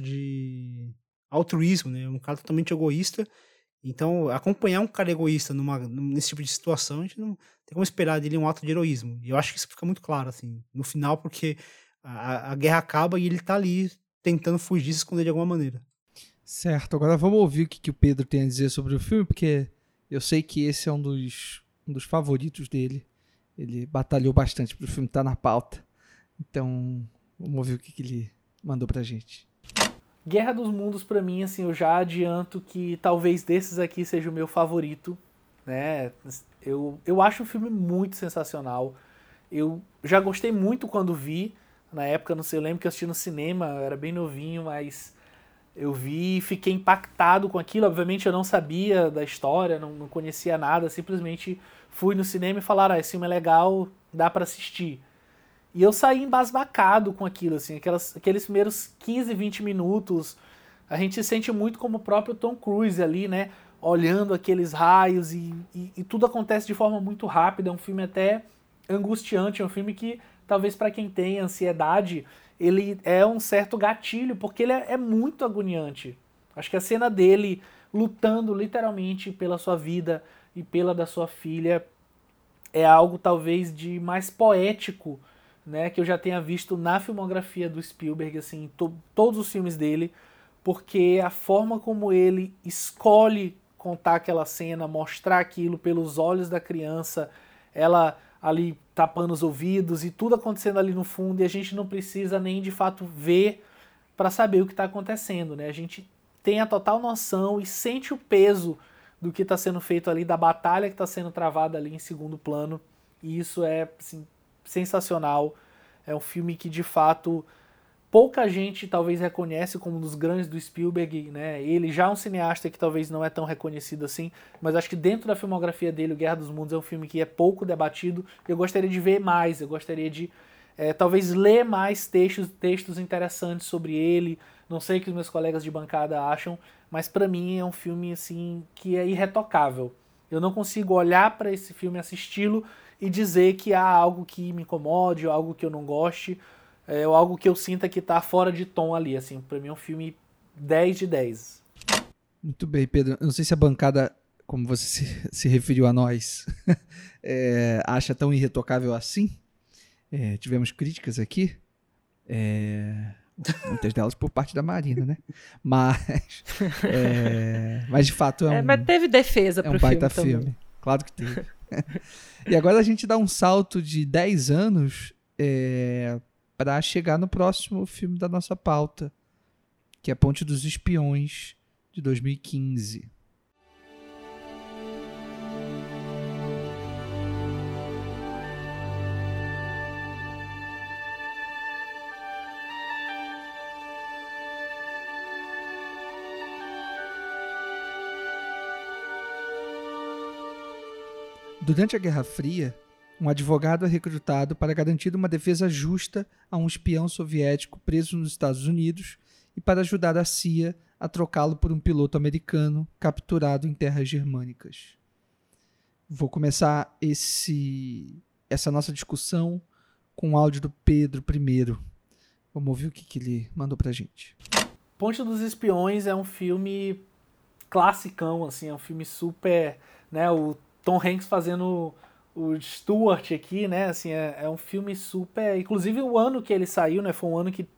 de altruísmo, né? É um cara totalmente egoísta. Então, acompanhar um cara egoísta nesse tipo de situação, a gente não tem como esperar dele um ato de heroísmo. E eu acho que isso fica muito claro, assim, no final, porque a guerra acaba e ele tá ali tentando fugir, se esconder de alguma maneira. Certo, agora vamos ouvir o que o Pedro tem a dizer sobre o filme, porque eu sei que esse é um dos favoritos dele. Ele batalhou bastante para o filme estar na pauta. Então, vamos ouvir o que ele mandou pra gente. Guerra dos Mundos, pra mim, assim, eu já adianto que talvez desses aqui seja o meu favorito, né? Eu acho o filme muito sensacional. Eu já gostei muito quando vi. Na época, não sei, eu lembro que eu assisti no cinema, eu era bem novinho, mas eu vi e fiquei impactado com aquilo. Obviamente eu não sabia da história, não conhecia nada, simplesmente fui no cinema e falaram, esse filme é legal, dá pra assistir. E eu saí embasbacado com aquilo, assim, aqueles primeiros 15, 20 minutos, a gente se sente muito como o próprio Tom Cruise ali, né, olhando aqueles raios e tudo acontece de forma muito rápida, é um filme até angustiante, é um filme que talvez para quem tem ansiedade, ele é um certo gatilho, porque ele é muito agoniante. Acho que a cena dele lutando literalmente pela sua vida e pela da sua filha é algo talvez de mais poético, né, que eu já tenha visto na filmografia do Spielberg, assim, todos os filmes dele, porque a forma como ele escolhe contar aquela cena, mostrar aquilo pelos olhos da criança, ela ali tapando os ouvidos e tudo acontecendo ali no fundo, e a gente não precisa nem de fato ver para saber o que está acontecendo, né? A gente tem a total noção e sente o peso do que está sendo feito ali, da batalha que está sendo travada ali em segundo plano, e isso é, assim, sensacional. É um filme que de fato pouca gente talvez reconhece como um dos grandes do Spielberg, né? Ele já é um cineasta que talvez não é tão reconhecido assim, mas acho que dentro da filmografia dele, o Guerra dos Mundos é um filme que é pouco debatido. Eu gostaria de ver mais, eu gostaria de talvez ler mais textos interessantes sobre ele. Não sei o que os meus colegas de bancada acham, mas para mim é um filme assim que é irretocável. Eu não consigo olhar para esse filme, assisti-lo e dizer que há algo que me incomode, ou algo que eu não goste, ou algo que eu sinta que tá fora de tom ali. Assim, para mim é um filme 10 de 10. Muito bem, Pedro. Eu não sei se a bancada, como você se referiu a nós, acha tão irretocável assim. Tivemos críticas aqui. Muitas delas por parte da Marina, né? Mas de fato mas teve defesa pro um baita filme filme. Claro que teve. E agora a gente dá um salto de 10 anos para chegar no próximo filme da nossa pauta, que é Ponte dos Espiões, de 2015. Durante a Guerra Fria, um advogado é recrutado para garantir uma defesa justa a um espião soviético preso nos Estados Unidos e para ajudar a CIA a trocá-lo por um piloto americano capturado em terras germânicas. Vou começar essa nossa discussão com o áudio do Pedro primeiro. Vamos ouvir o que ele mandou pra gente. Ponte dos Espiões é um filme classicão, assim, é um filme super, né, o Tom Hanks fazendo o Stuart aqui, né, assim, é um filme super, inclusive o ano que ele saiu, né, foi um ano que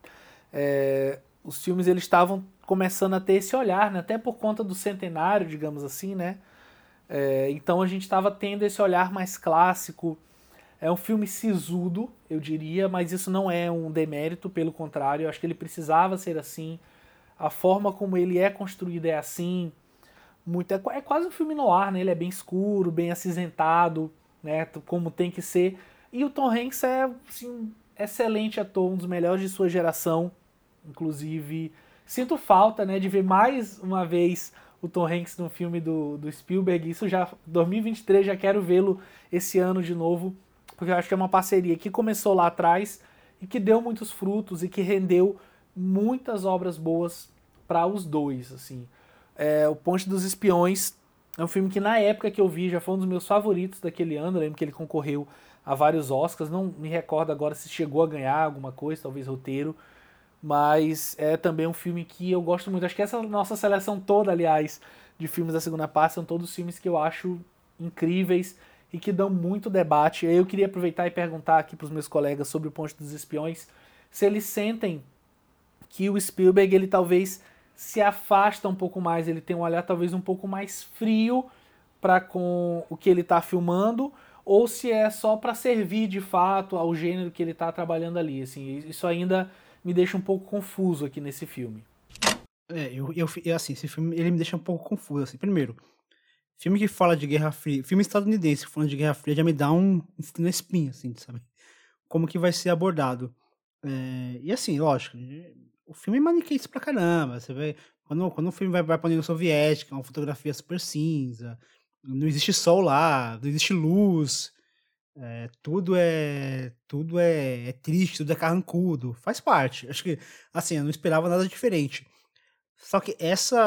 os filmes eles estavam começando a ter esse olhar, né, até por conta do centenário, digamos assim, né, então a gente estava tendo esse olhar mais clássico. É um filme sisudo, eu diria, mas isso não é um demérito, pelo contrário, eu acho que ele precisava ser assim, a forma como ele é construído é assim, é quase um filme noir, né? Ele é bem escuro, bem acinzentado, né? Como tem que ser, e o Tom Hanks é assim, excelente ator, um dos melhores de sua geração, inclusive sinto falta, né, de ver mais uma vez o Tom Hanks no filme do Spielberg, isso já 2023, já quero vê-lo esse ano de novo, porque eu acho que é uma parceria que começou lá atrás e que deu muitos frutos e que rendeu muitas obras boas para os dois, assim. O Ponte dos Espiões é um filme que na época que eu vi já foi um dos meus favoritos daquele ano, eu lembro que ele concorreu a vários Oscars, não me recordo agora se chegou a ganhar alguma coisa, talvez roteiro, mas é também um filme que eu gosto muito. Acho que essa nossa seleção toda, aliás, de filmes da segunda parte, são todos filmes que eu acho incríveis e que dão muito debate. Eu queria aproveitar e perguntar aqui para os meus colegas sobre o Ponte dos Espiões, se eles sentem que o Spielberg, ele talvez se afasta um pouco mais, ele tem um olhar talvez um pouco mais frio para com o que ele está filmando, ou se é só para servir de fato ao gênero que ele está trabalhando ali. Assim, isso ainda me deixa um pouco confuso aqui nesse filme. Assim, esse filme ele me deixa um pouco confuso. Assim. Primeiro, filme que fala de Guerra Fria, filme estadunidense falando de Guerra Fria já me dá um espinho, assim, sabe? Como que vai ser abordado. E assim, lógico, o filme é maniqueísta pra caramba. Você vê, quando o filme vai pra União Soviética, uma fotografia super cinza, não existe sol lá, não existe luz, tudo é triste, tudo é carrancudo. Faz parte. Acho que, assim, eu não esperava nada diferente. Só que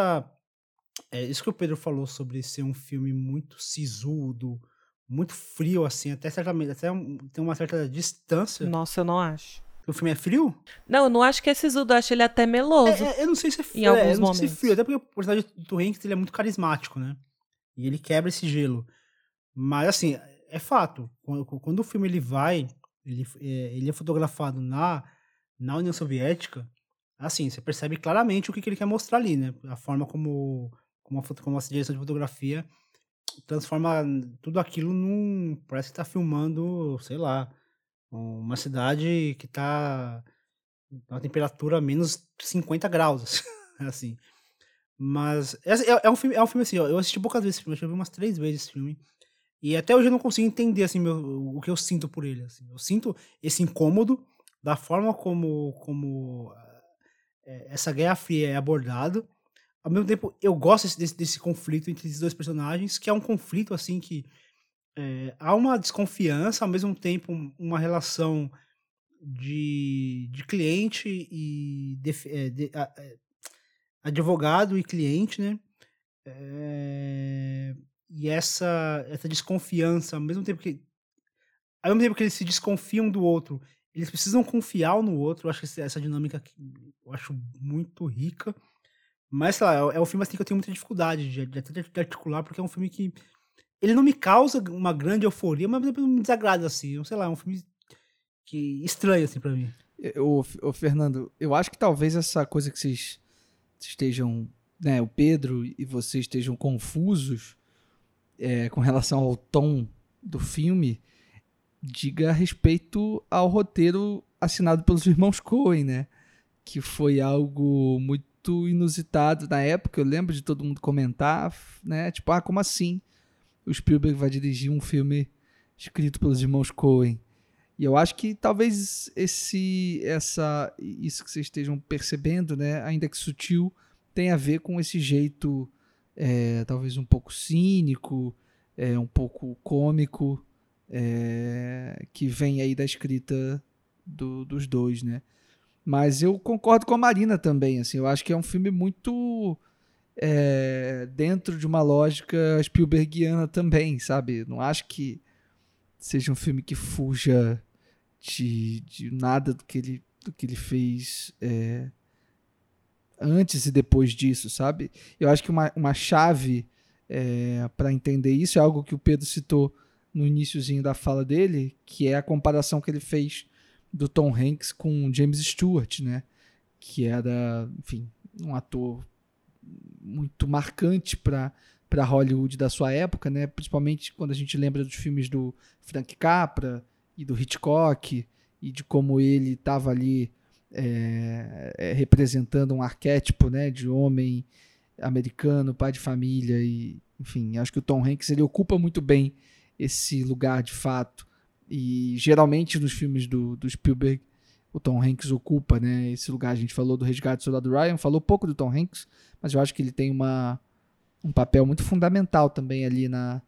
isso que o Pedro falou sobre ser um filme muito sisudo, muito frio, assim, tem uma certa distância. Nossa, eu não acho. O filme é frio? Não, eu não acho que é sisudo, eu acho ele até meloso. Eu não sei se é frio. Em alguns eu não momentos. sei se é frio, até porque o personagem do Hanks ele é muito carismático, né? E ele quebra esse gelo. Mas, assim, é fato. Quando o filme ele é fotografado na União Soviética, assim, você percebe claramente o que ele quer mostrar ali, né? A forma como a direção de fotografia transforma tudo aquilo parece que tá filmando, sei lá, uma cidade que tá na temperatura menos 50 graus, assim. Mas é um filme assim, ó, eu assisti poucas vezes esse filme, eu vi umas 3 vezes esse filme. E até hoje eu não consigo entender, assim, o que eu sinto por ele, assim. Eu sinto esse incômodo da forma como essa Guerra Fria é abordado. Ao mesmo tempo, eu gosto desse conflito entre esses dois personagens, que é um conflito, assim, que há uma desconfiança, ao mesmo tempo uma relação de cliente e advogado e cliente, né? E essa desconfiança, ao mesmo tempo que eles se desconfiam do outro, eles precisam confiar um no outro. Eu acho que essa dinâmica eu acho muito rica. Mas, sei lá, é um filme assim que eu tenho muita dificuldade de articular, porque é um filme que ele não me causa uma grande euforia, mas me desagrada, assim. Sei lá, é um filme que estranho, assim, pra mim. Ô, Fernando, eu acho que talvez essa coisa que vocês estejam, né, o Pedro e vocês estejam confusos com relação ao tom do filme, diga a respeito ao roteiro assinado pelos irmãos Coen, né? Que foi algo muito inusitado na época. Eu lembro de todo mundo comentar, né? Tipo, como assim? O Spielberg vai dirigir um filme escrito pelos irmãos Coen. E eu acho que talvez isso que vocês estejam percebendo, né, ainda que sutil, tem a ver com esse jeito talvez um pouco cínico, um pouco cômico, que vem aí da escrita dos dois, né? Mas eu concordo com a Marina também, assim, eu acho que é um filme muito dentro de uma lógica Spielbergiana também, sabe? Não acho que seja um filme que fuja de nada do que ele fez antes e depois disso, sabe? Eu acho que uma chave para entender isso é algo que o Pedro citou no iniciozinho da fala dele, que é a comparação que ele fez do Tom Hanks com James Stewart, né? Que era, enfim, um ator muito marcante para Hollywood da sua época, né? Principalmente quando a gente lembra dos filmes do Frank Capra e do Hitchcock, e de como ele estava ali representando um arquétipo, né, de homem americano, pai de família, e enfim, acho que o Tom Hanks ele ocupa muito bem esse lugar de fato, e geralmente nos filmes do Spielberg o Tom Hanks ocupa, né, esse lugar. A gente falou do Resgate do Soldado Ryan, falou pouco do Tom Hanks, mas eu acho que ele tem um papel muito fundamental também ali na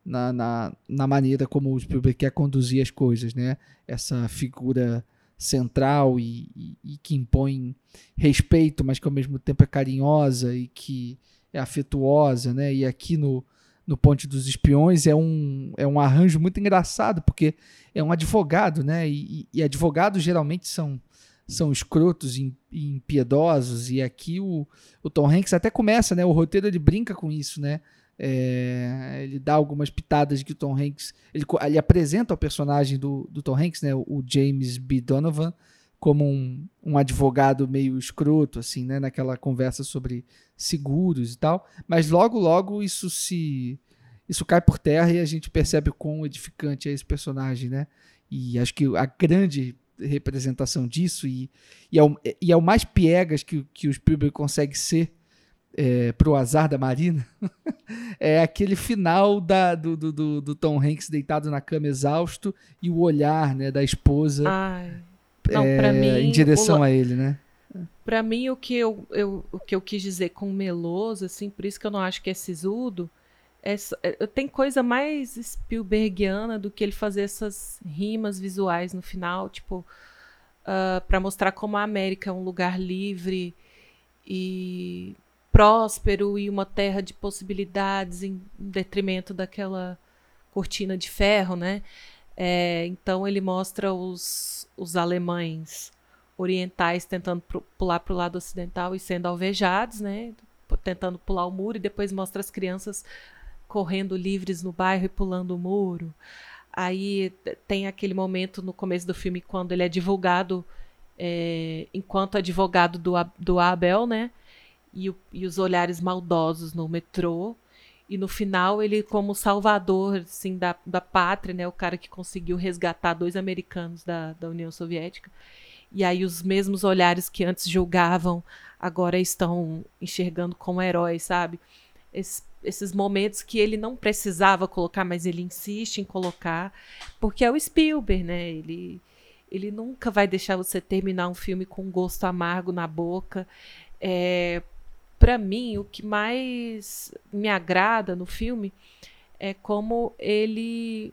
maneira como o Spielberg quer conduzir as coisas, né? Essa figura central e que impõe respeito, mas que ao mesmo tempo é carinhosa e que é afetuosa, né? E aqui no Ponte dos Espiões é um arranjo muito engraçado, porque é um advogado, né? E advogados geralmente são escrotos e impiedosos, e aqui o Tom Hanks até começa, né? O roteiro ele brinca com isso, né? Ele dá algumas pitadas de que o Tom Hanks ele apresenta o personagem do Tom Hanks, né, o James B. Donovan, como um advogado meio escroto, assim, né, naquela conversa sobre seguros e tal, mas logo isso cai por terra e a gente percebe o quão edificante é esse personagem, né? E acho que a grande representação disso e é o mais piegas que o Spielberg consegue ser pro azar da Marina, é aquele final do Tom Hanks deitado na cama exausto e o olhar, né, da esposa pra mim, em direção a ele, né? Pra mim, o que eu quis dizer com meloso, assim, por isso que eu não acho que é sisudo, tem coisa mais Spielbergiana do que ele fazer essas rimas visuais no final, tipo, pra mostrar como a América é um lugar livre e próspero e uma terra de possibilidades em detrimento daquela cortina de ferro, né? Então ele mostra os alemães orientais tentando pular para o lado ocidental e sendo alvejados, né? Tentando pular o muro, e depois mostra as crianças correndo livres no bairro e pulando o muro. Aí tem aquele momento no começo do filme quando ele é divulgado enquanto advogado do Abel, né? E os olhares maldosos no metrô, e no final ele como salvador, assim, da pátria, né, o cara que conseguiu resgatar 2 americanos da União Soviética, e aí os mesmos olhares que antes julgavam agora estão enxergando como heróis, sabe? Esses momentos que ele não precisava colocar, mas ele insiste em colocar, porque é o Spielberg, né? Ele nunca vai deixar você terminar um filme com um gosto amargo na boca. Para mim, o que mais me agrada no filme é como ele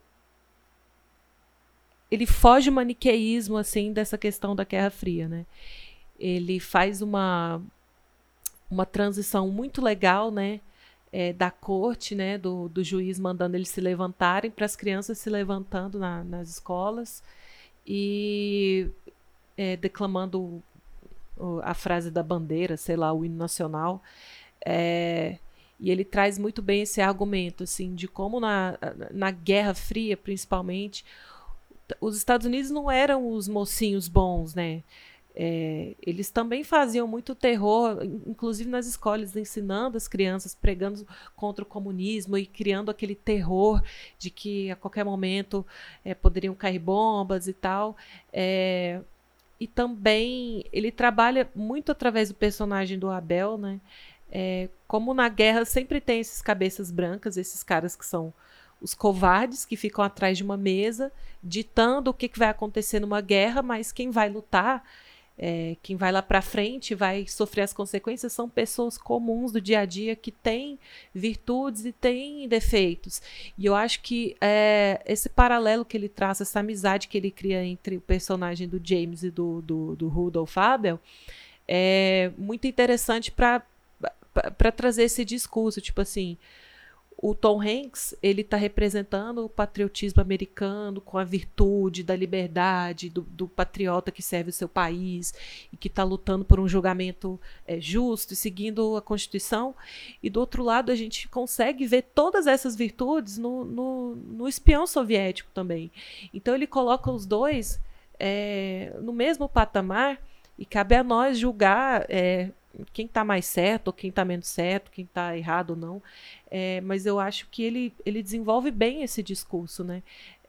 foge do maniqueísmo, assim, dessa questão da Guerra Fria, né? Ele faz uma transição muito legal, né? Da corte, né? Do juiz mandando eles se levantarem, para as crianças se levantando nas escolas e declamando a frase da bandeira, sei lá, o hino nacional, e ele traz muito bem esse argumento, assim, de como na Guerra Fria, principalmente, os Estados Unidos não eram os mocinhos bons, né? Eles também faziam muito terror, inclusive nas escolas, ensinando as crianças, pregando contra o comunismo e criando aquele terror de que a qualquer momento poderiam cair bombas e tal. E também ele trabalha muito através do personagem do Abel, né? Como na guerra sempre tem esses cabeças brancas, esses caras que são os covardes, que ficam atrás de uma mesa, ditando o que vai acontecer numa guerra, mas quem vai lutar quem vai lá para frente vai sofrer as consequências são pessoas comuns do dia a dia que têm virtudes e têm defeitos. E eu acho que esse paralelo que ele traça, essa amizade que ele cria entre o personagem do James e do Rudolph Abel é muito interessante para trazer esse discurso, tipo assim, o Tom Hanks, ele está representando o patriotismo americano com a virtude da liberdade, do patriota que serve o seu país e que está lutando por um julgamento justo e seguindo a Constituição. E do outro lado, a gente consegue ver todas essas virtudes no espião soviético também. Então ele coloca os dois no mesmo patamar e cabe a nós julgar quem está mais certo ou quem está menos certo, quem está errado ou não. Mas eu acho que ele desenvolve bem esse discurso, né?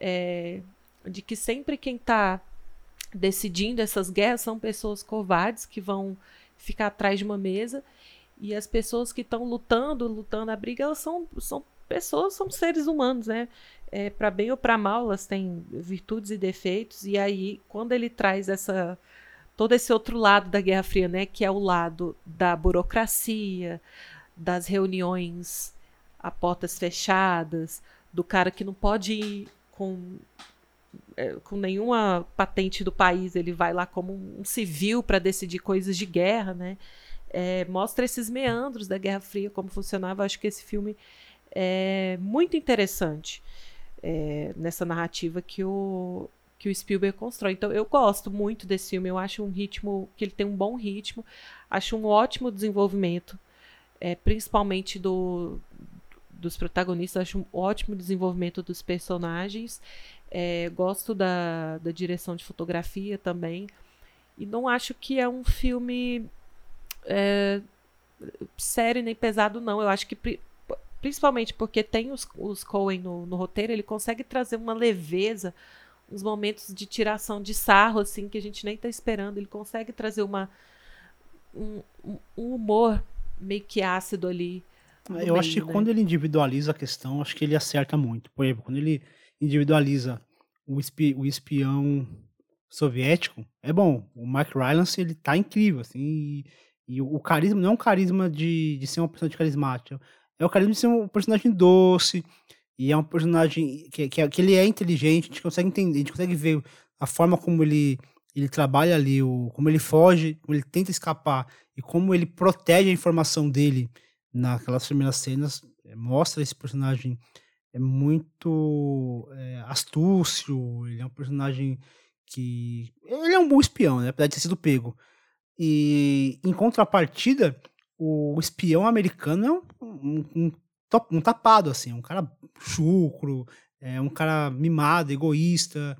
De que sempre quem está decidindo essas guerras são pessoas covardes que vão ficar atrás de uma mesa, e as pessoas que estão lutando a briga, elas são pessoas, são seres humanos, né? Para bem ou para mal, elas têm virtudes e defeitos, e aí quando ele traz todo esse outro lado da Guerra Fria, né, que é o lado da burocracia, das reuniões a portas fechadas, do cara que não pode ir com nenhuma patente do país, ele vai lá como um civil para decidir coisas de guerra, né? Mostra esses meandros da Guerra Fria, como funcionava. Acho que esse filme é muito interessante nessa narrativa que o Spielberg constrói. Então eu gosto muito desse filme, eu acho que ele tem um bom ritmo, acho um ótimo desenvolvimento, principalmente dos protagonistas, acho um ótimo desenvolvimento dos personagens, gosto da direção de fotografia também, e não acho que é um filme sério nem pesado, não. Eu acho que principalmente porque tem os Coen no roteiro, ele consegue trazer uma leveza, uns momentos de tiração de sarro, assim, que a gente nem está esperando. Ele consegue trazer um humor meio que ácido ali. Eu acho que quando ele individualiza a questão, acho que ele acerta muito. Por exemplo, quando ele individualiza o espião soviético, é bom. O Mark Rylance, ele tá incrível, assim, e o carisma não é um carisma de ser uma personagem carismática, é o carisma de ser um personagem doce. E é um personagem que ele é inteligente, a gente consegue entender, a gente consegue ver a forma como ele trabalha ali, como ele foge, como ele tenta escapar e como ele protege a informação dele naquelas primeiras cenas. Mostra esse personagem muito astúcio, ele é um personagem que... Ele é um bom espião, né? Apesar de ter sido pego. E, em contrapartida, o espião americano é um tapado, assim, um cara chucro, um cara mimado, egoísta,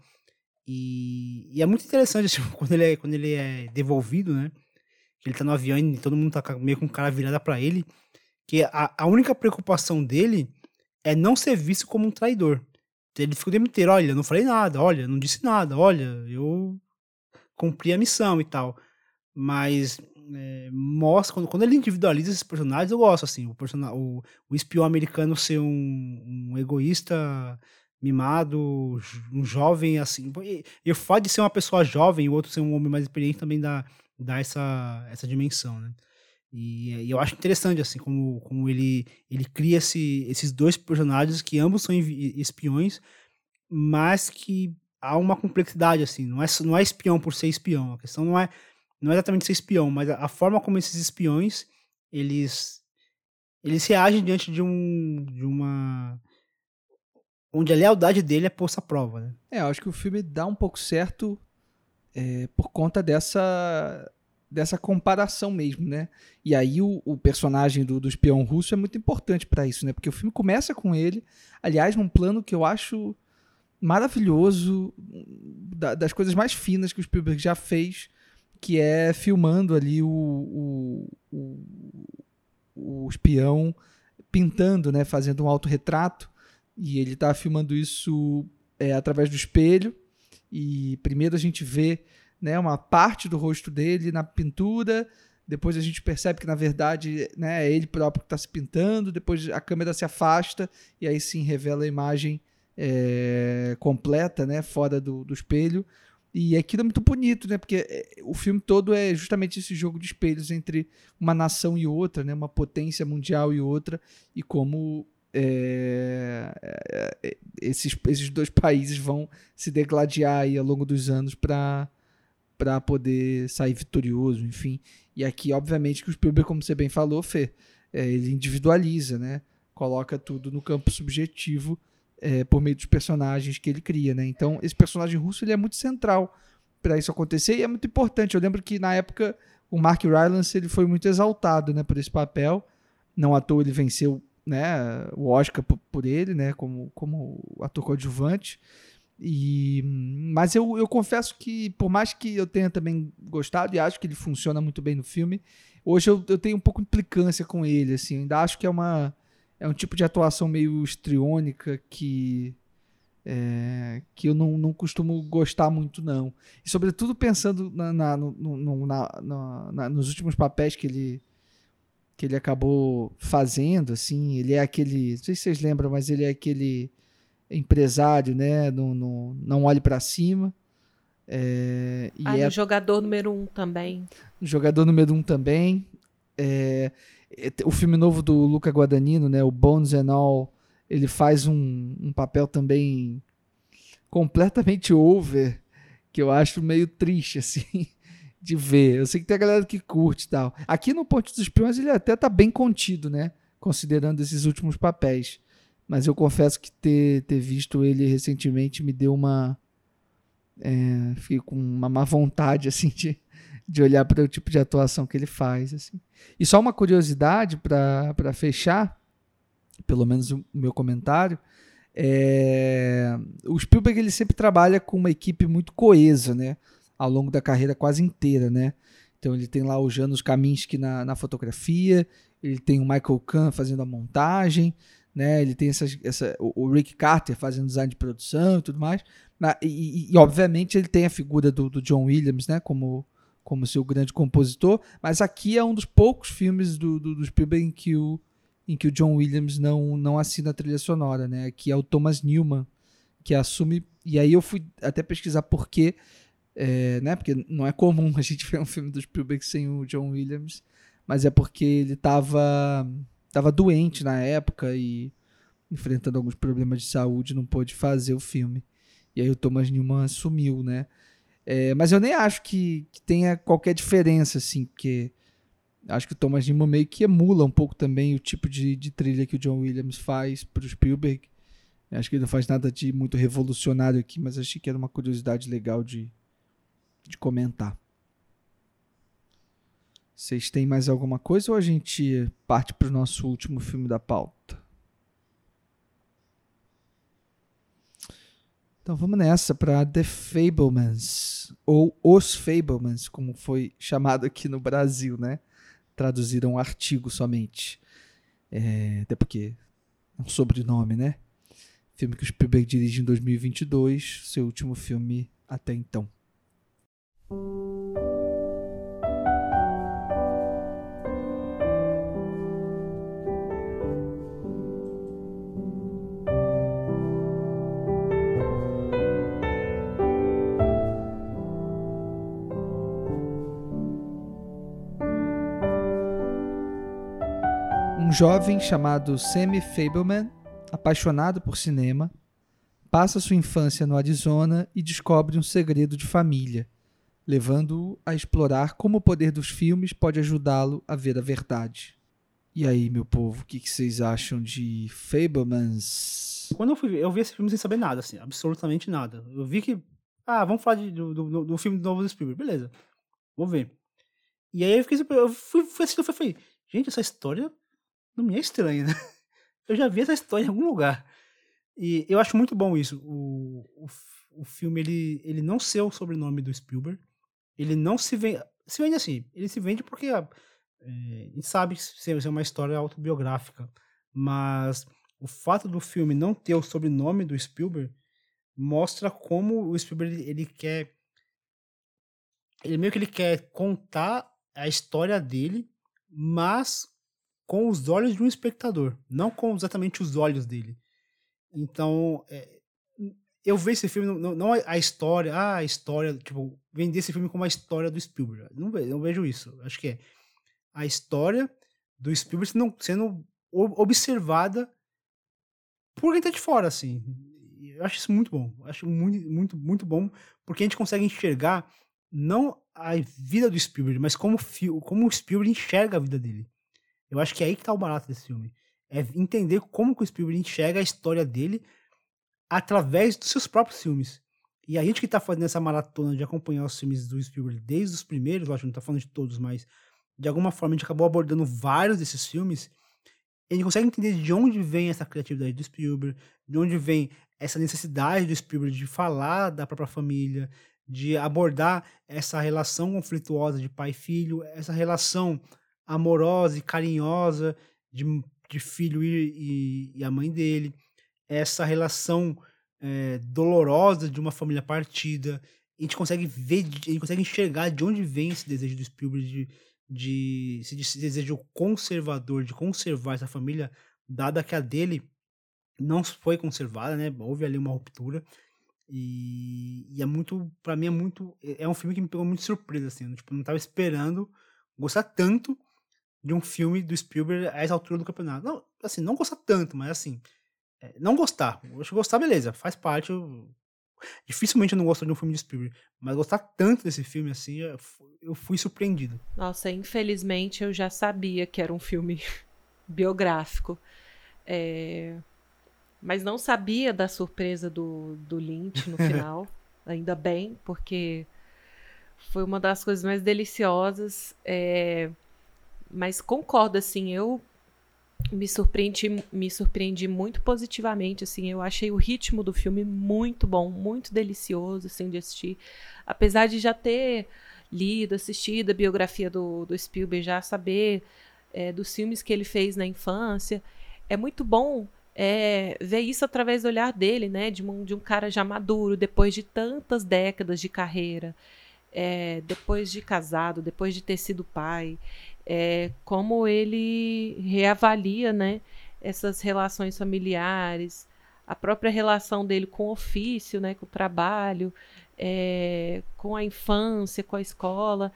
e é muito interessante, assim, quando ele é devolvido, né, que ele tá no avião e todo mundo tá meio com cara virada pra ele, que a única preocupação dele é não ser visto como um traidor. Ele fica o tempo inteiro, olha, eu não falei nada, olha, não disse nada, olha, eu cumpri a missão e tal, mas... mostra, quando ele individualiza esses personagens, eu gosto, assim, o espião americano ser um egoísta, mimado, um jovem, assim, e o fato de ser uma pessoa jovem e o outro ser um homem mais experiente também dá essa dimensão, né, e eu acho interessante, assim, como ele cria esses dois personagens que ambos são espiões, mas que há uma complexidade, assim, não é espião por ser espião, a questão não é exatamente ser espião, mas a forma como esses espiões, eles reagem diante de uma... onde a lealdade dele é posta à prova, né? Eu acho que o filme dá um pouco certo por conta dessa comparação mesmo, né? E aí o personagem do espião russo é muito importante para isso, né? Porque o filme começa com ele, aliás, num plano que eu acho maravilhoso, das coisas mais finas que o Spielberg já fez, que é filmando ali o espião pintando, né, fazendo um autorretrato, e ele tá filmando isso através do espelho, e primeiro a gente vê, né, uma parte do rosto dele na pintura, depois a gente percebe que na verdade, né, é ele próprio que está se pintando, depois a câmera se afasta e aí sim revela a imagem completa, né, fora do espelho. E aquilo é muito bonito, né? Porque o filme todo é justamente esse jogo de espelhos entre uma nação e outra, né? Uma potência mundial e outra, e como esses dois países vão se degladiar aí ao longo dos anos para poder sair vitorioso, enfim. E aqui, obviamente, que o Spielberg, como você bem falou, Fê, ele individualiza, né? Coloca tudo no campo subjetivo por meio dos personagens que ele cria, né? Então, esse personagem russo ele é muito central para isso acontecer e é muito importante. Eu lembro que, na época, o Mark Rylance ele foi muito exaltado, né, por esse papel. Não à toa ele venceu, né, o Oscar por ele, né, como ator coadjuvante. Mas eu confesso que, por mais que eu tenha também gostado e acho que ele funciona muito bem no filme, hoje eu tenho um pouco de implicância com ele, assim. Eu ainda acho que é um tipo de atuação meio histriônica que eu não costumo gostar muito, não. E sobretudo pensando nos últimos papéis que ele acabou fazendo, assim. Ele é aquele, não sei se vocês lembram, mas ele é aquele empresário, né? Não olhe para cima. No jogador número 1 também. Jogador número 1 também. O filme novo do Luca Guadagnino, né? O Bones and All, ele faz um papel também completamente over, que eu acho meio triste, assim, de ver. Eu sei que tem a galera que curte e tal. Aqui no Ponte dos Espiões ele até tá bem contido, né? Considerando esses últimos papéis. Mas eu confesso que ter visto ele recentemente me deu fiquei com uma má vontade, assim, de olhar para o tipo de atuação que ele faz, assim. E só uma curiosidade para fechar, pelo menos o meu comentário, o Spielberg ele sempre trabalha com uma equipe muito coesa, né? Ao longo da carreira quase inteira, né? Então ele tem lá o Janusz Kaminski na fotografia, ele tem o Michael Kahn fazendo a montagem, né? Ele tem o Rick Carter fazendo design de produção e tudo mais. E obviamente ele tem a figura do John Williams, né? Como seu grande compositor, mas aqui é um dos poucos filmes do Spielberg em que o John Williams não assina a trilha sonora, né? Que é o Thomas Newman que assume. E aí eu fui até pesquisar por quê, né? Porque não é comum a gente ver um filme do Spielberg sem o John Williams, mas é porque ele estava doente na época e enfrentando alguns problemas de saúde, não pôde fazer o filme. E aí o Thomas Newman assumiu, né? Mas eu nem acho que tenha qualquer diferença, assim, porque acho que o Thomas Newman meio que emula um pouco também o tipo de trilha que o John Williams faz para o Spielberg. Eu acho que ele não faz nada de muito revolucionário aqui, mas achei que era uma curiosidade legal de comentar. Vocês têm mais alguma coisa ou a gente parte para o nosso último filme da pauta? Então vamos nessa para The Fabelmans, ou Os Fabelmans, como foi chamado aqui no Brasil, né? Traduziram um artigo somente. Até porque é um sobrenome, né? Filme que o Spielberg dirige em 2022, seu último filme até então. Um jovem chamado Sammy Fabelman, apaixonado por cinema, passa sua infância no Arizona e descobre um segredo de família, levando-o a explorar como o poder dos filmes pode ajudá-lo a ver a verdade. E aí, meu povo, o que vocês acham de Fabelmans? Quando eu vi esse filme sem saber nada, assim, absolutamente nada. Eu vi que, vamos falar do filme novo do Spielberg, beleza, vou ver. E aí eu fui assistir, eu falei, gente, essa história não me é estranha, né? Eu já vi essa história em algum lugar. E eu acho muito bom isso. O filme, ele não ser o sobrenome do Spielberg. Ele não se vende assim. Ele se vende porque a gente sabe ser uma história autobiográfica. Mas o fato do filme não ter o sobrenome do Spielberg mostra como o Spielberg ele quer contar a história dele, mas com os olhos de um espectador, não com exatamente os olhos dele. Então, eu vejo esse filme, não a história, tipo, vender esse filme como a história do Spielberg. Não vejo isso. Acho que é a história do Spielberg sendo observada por quem tá de fora, assim. Eu acho isso muito bom. Acho muito, muito, muito bom, porque a gente consegue enxergar não a vida do Spielberg, mas como o Spielberg enxerga a vida dele. Eu acho que é aí que tá o barato desse filme. É entender como que o Spielberg enxerga a história dele através dos seus próprios filmes. E a gente que tá fazendo essa maratona de acompanhar os filmes do Spielberg desde os primeiros, lógico, não tá falando de todos, mas de alguma forma a gente acabou abordando vários desses filmes, a gente consegue entender de onde vem essa criatividade do Spielberg, de onde vem essa necessidade do Spielberg de falar da própria família, de abordar essa relação conflituosa de pai e filho, essa relação amorosa e carinhosa de filho e a mãe dele, essa relação dolorosa de uma família partida. A gente consegue ver, a gente consegue enxergar de onde vem esse desejo do Spielberg esse desejo conservador de conservar essa família, dada que a dele não foi conservada, né? Houve ali uma ruptura. E é muito, pra mim é um filme que me pegou muito surpresa, assim. Eu, tipo, não tava esperando gostar tanto de um filme do Spielberg a essa altura do campeonato. Não, assim, não gostar tanto, mas assim, não gostar. Eu acho que gostar, beleza, faz parte. Dificilmente eu não gosto de um filme de Spielberg, mas gostar tanto desse filme, assim, eu fui surpreendido. Nossa, infelizmente eu já sabia que era um filme biográfico. Mas não sabia da surpresa do Lynch no final. Ainda bem, porque foi uma das coisas mais deliciosas. Mas concordo, assim, eu me surpreendi muito positivamente, assim. Eu achei o ritmo do filme muito bom, muito delicioso, assim, de assistir. Apesar de já ter lido, assistido a biografia do Spielberg, já saber dos filmes que ele fez na infância, é muito bom ver isso através do olhar dele, né? De um cara já maduro, depois de tantas décadas de carreira, depois de casado, depois de ter sido pai, como ele reavalia, né, essas relações familiares, a própria relação dele com o ofício, né, com o trabalho, com a infância, com a escola,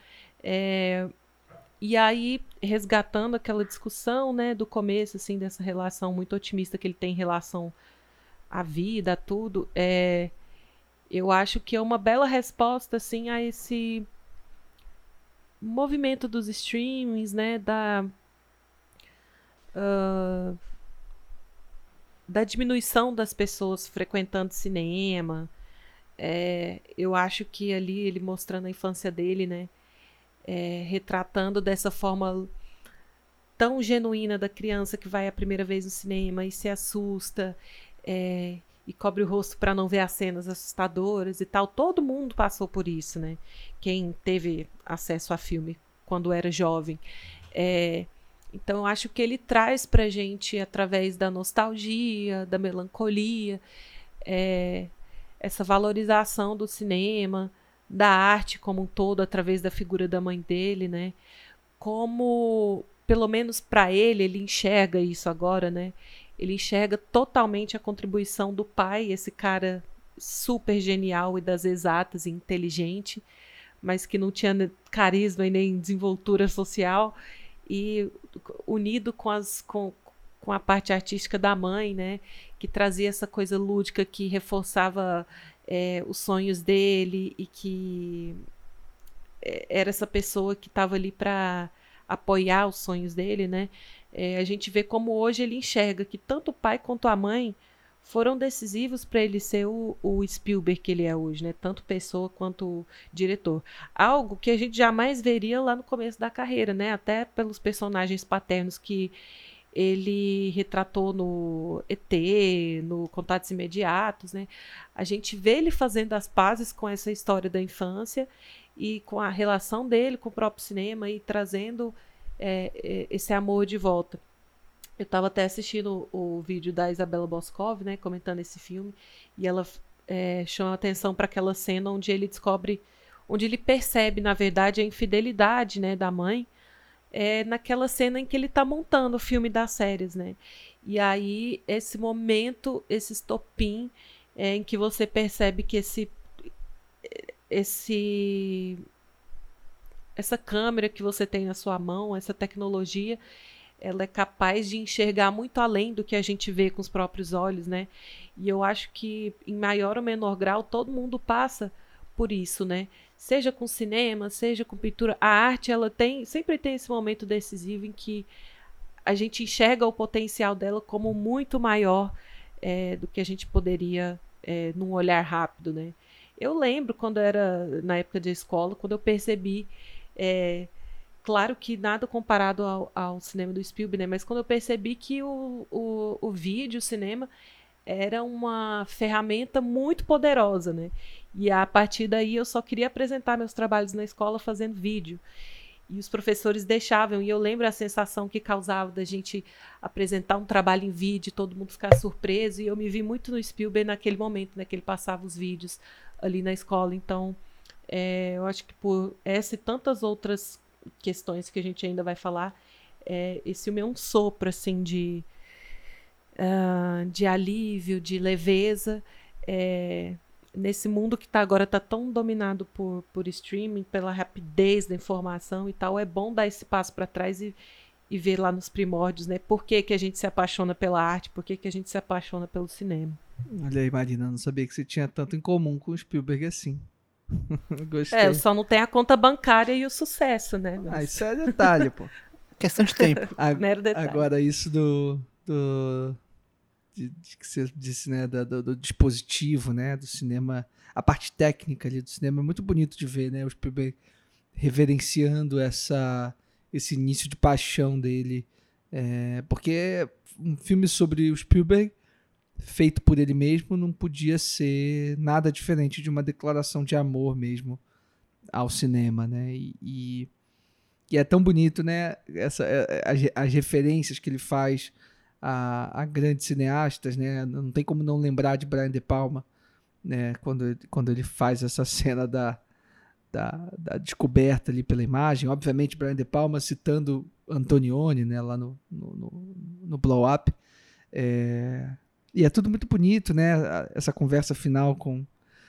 e aí resgatando aquela discussão, né, do começo, assim, dessa relação muito otimista que ele tem em relação à vida, a tudo, eu acho que é uma bela resposta, assim, a esse movimento dos streamings, né, da diminuição das pessoas frequentando cinema. Eu acho que ali ele mostrando a infância dele, né, retratando dessa forma tão genuína da criança que vai a primeira vez no cinema e se assusta, e cobre o rosto para não ver as cenas assustadoras e tal. Todo mundo passou por isso, né? Quem teve acesso a filme quando era jovem. Então, eu acho que ele traz pra gente, através da nostalgia, da melancolia, essa valorização do cinema, da arte como um todo, através da figura da mãe dele, né? Como, pelo menos para ele enxerga isso agora, né? Ele enxerga totalmente a contribuição do pai, esse cara super genial e das exatas e inteligente, mas que não tinha carisma e nem desenvoltura social, e unido com a parte artística da mãe, né, que trazia essa coisa lúdica que reforçava os sonhos dele e que era essa pessoa que estava ali para apoiar os sonhos dele, né? A gente vê como hoje ele enxerga que tanto o pai quanto a mãe foram decisivos para ele ser o Spielberg que ele é hoje, né? Tanto pessoa quanto diretor. Algo que a gente jamais veria lá no começo da carreira, né? Até pelos personagens paternos que ele retratou no ET, no Contatos Imediatos, né? A gente vê ele fazendo as pazes com essa história da infância e com a relação dele com o próprio cinema e trazendo esse amor de volta. Eu estava até assistindo o vídeo da Isabela Boscov, né, comentando esse filme, e ela chama atenção para aquela cena onde ele percebe, na verdade, a infidelidade, né, da mãe, naquela cena em que ele está montando o filme das séries, né? E aí, esse momento, esse estopim, em que você percebe que essa câmera que você tem na sua mão, essa tecnologia, ela é capaz de enxergar muito além do que a gente vê com os próprios olhos, né? E eu acho que, em maior ou menor grau, todo mundo passa por isso, né? Seja com cinema, seja com pintura. A arte, ela sempre tem esse momento decisivo em que a gente enxerga o potencial dela como muito maior do que a gente poderia num olhar rápido, né? Eu lembro quando era na época de escola, quando eu percebi, claro que nada comparado ao cinema do Spielberg, né? Mas quando eu percebi que o vídeo, o cinema, era uma ferramenta muito poderosa, né? E a partir daí eu só queria apresentar meus trabalhos na escola fazendo vídeo. E os professores deixavam, e eu lembro a sensação que causava da gente apresentar um trabalho em vídeo, todo mundo ficar surpreso, e eu me vi muito no Spielberg naquele momento, né, que ele passava os vídeos ali na escola. Então, eu acho que por essa e tantas outras questões que a gente ainda vai falar, esse filme é um sopro, assim, de alívio, de leveza, nesse mundo que agora está tão dominado por streaming, pela rapidez da informação e tal. É bom dar esse passo para trás e ver lá nos primórdios, né? Por que a gente se apaixona pela arte, por que a gente se apaixona pelo cinema. Olha aí, Marina, não sabia que você tinha tanto em comum com o Spielberg assim. Gostei. Eu só não tenho a conta bancária e o sucesso, né? Isso é detalhe, pô. Questão de tempo. Mero detalhe. Agora, isso que você disse, né, do dispositivo, né, do cinema, a parte técnica ali do cinema é muito bonito de ver, né, o Spielberg reverenciando esse início de paixão dele, porque um filme sobre o Spielberg feito por ele mesmo não podia ser nada diferente de uma declaração de amor mesmo ao cinema, né, e é tão bonito, né, as referências que ele faz a grandes cineastas, né? Não tem como não lembrar de Brian De Palma, né? Quando ele faz essa cena da descoberta ali pela imagem. Obviamente, Brian De Palma citando Antonioni, né? Lá no Blow Up. E é tudo muito bonito, né? Essa conversa final com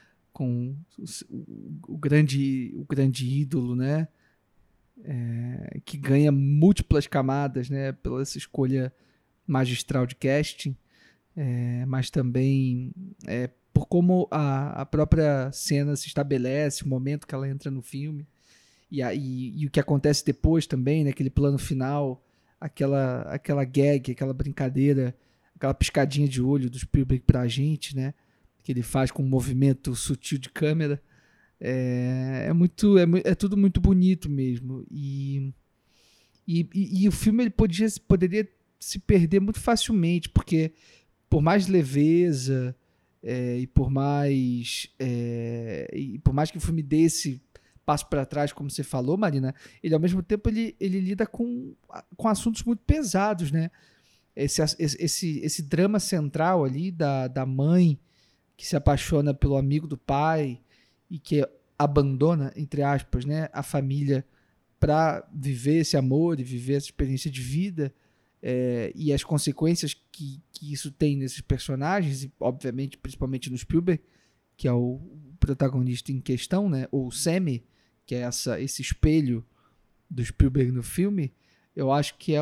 o grande ídolo, né? Que ganha múltiplas camadas, né? Pela essa escolha magistral de casting, mas também por como a própria cena se estabelece, o momento que ela entra no filme, e o que acontece depois também, né, aquele plano final, aquela gag, aquela brincadeira, aquela piscadinha de olho do Spielberg pra gente, né, que ele faz com um movimento sutil de câmera, é tudo muito bonito mesmo, e o filme ele poderia se perder muito facilmente, porque por mais leveza e por mais que o filme dê esse passo para trás, como você falou, Marina, ele ao mesmo tempo ele lida com assuntos muito pesados, né? Esse drama central ali da mãe que se apaixona pelo amigo do pai e que abandona, entre aspas, né, a família para viver esse amor e viver essa experiência de vida, e as consequências que isso tem nesses personagens, e obviamente principalmente no Spielberg, que é o protagonista em questão, né, ou o Sammy, que é esse espelho do Spielberg no filme. Eu acho que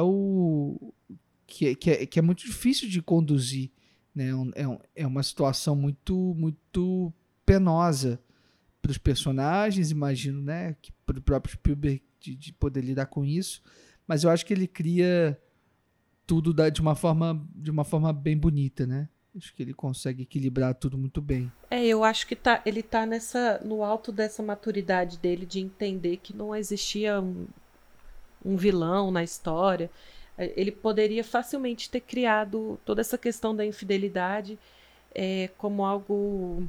que é muito difícil de conduzir, né? É uma situação muito, muito penosa para os personagens, imagino, né, que para o próprio Spielberg de poder lidar com isso, mas eu acho que ele cria tudo de uma forma bem bonita, né? Acho que ele consegue equilibrar tudo muito bem. Eu acho que ele tá no alto dessa maturidade dele de entender que não existia um vilão na história. Ele poderia facilmente ter criado toda essa questão da infidelidade como algo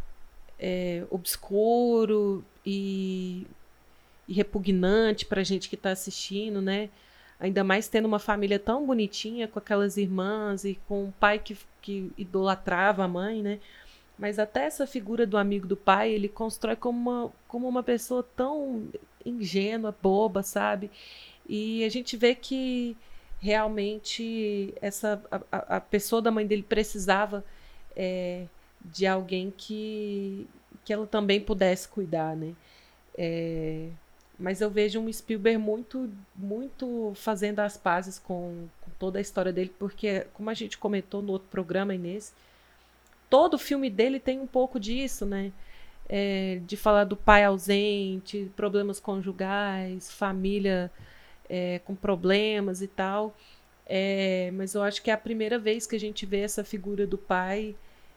obscuro e repugnante pra gente que tá assistindo, né? Ainda mais tendo uma família tão bonitinha, com aquelas irmãs e com um pai que idolatrava a mãe, né? Mas até essa figura do amigo do pai, ele constrói como uma pessoa tão ingênua, boba, sabe? E a gente vê que realmente a pessoa da mãe dele precisava de alguém que ela também pudesse cuidar, né? Mas eu vejo um Spielberg muito, muito fazendo as pazes com toda a história dele, porque, como a gente comentou no outro programa, Inês, todo filme dele tem um pouco disso, né? De falar do pai ausente, problemas conjugais, família com problemas e tal. Mas eu acho que é a primeira vez que a gente vê essa figura do pai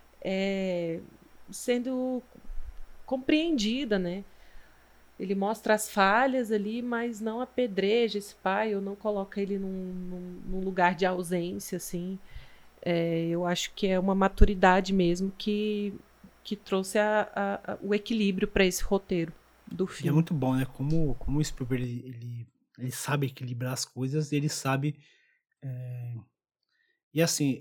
sendo compreendida, né? Ele mostra as falhas ali, mas não apedreja esse pai, ou não coloca ele num lugar de ausência, assim. Eu acho que é uma maturidade mesmo que trouxe o equilíbrio para esse roteiro do filme. E é muito bom, né? Como o Spielberg ele sabe equilibrar as coisas, ele sabe. E assim,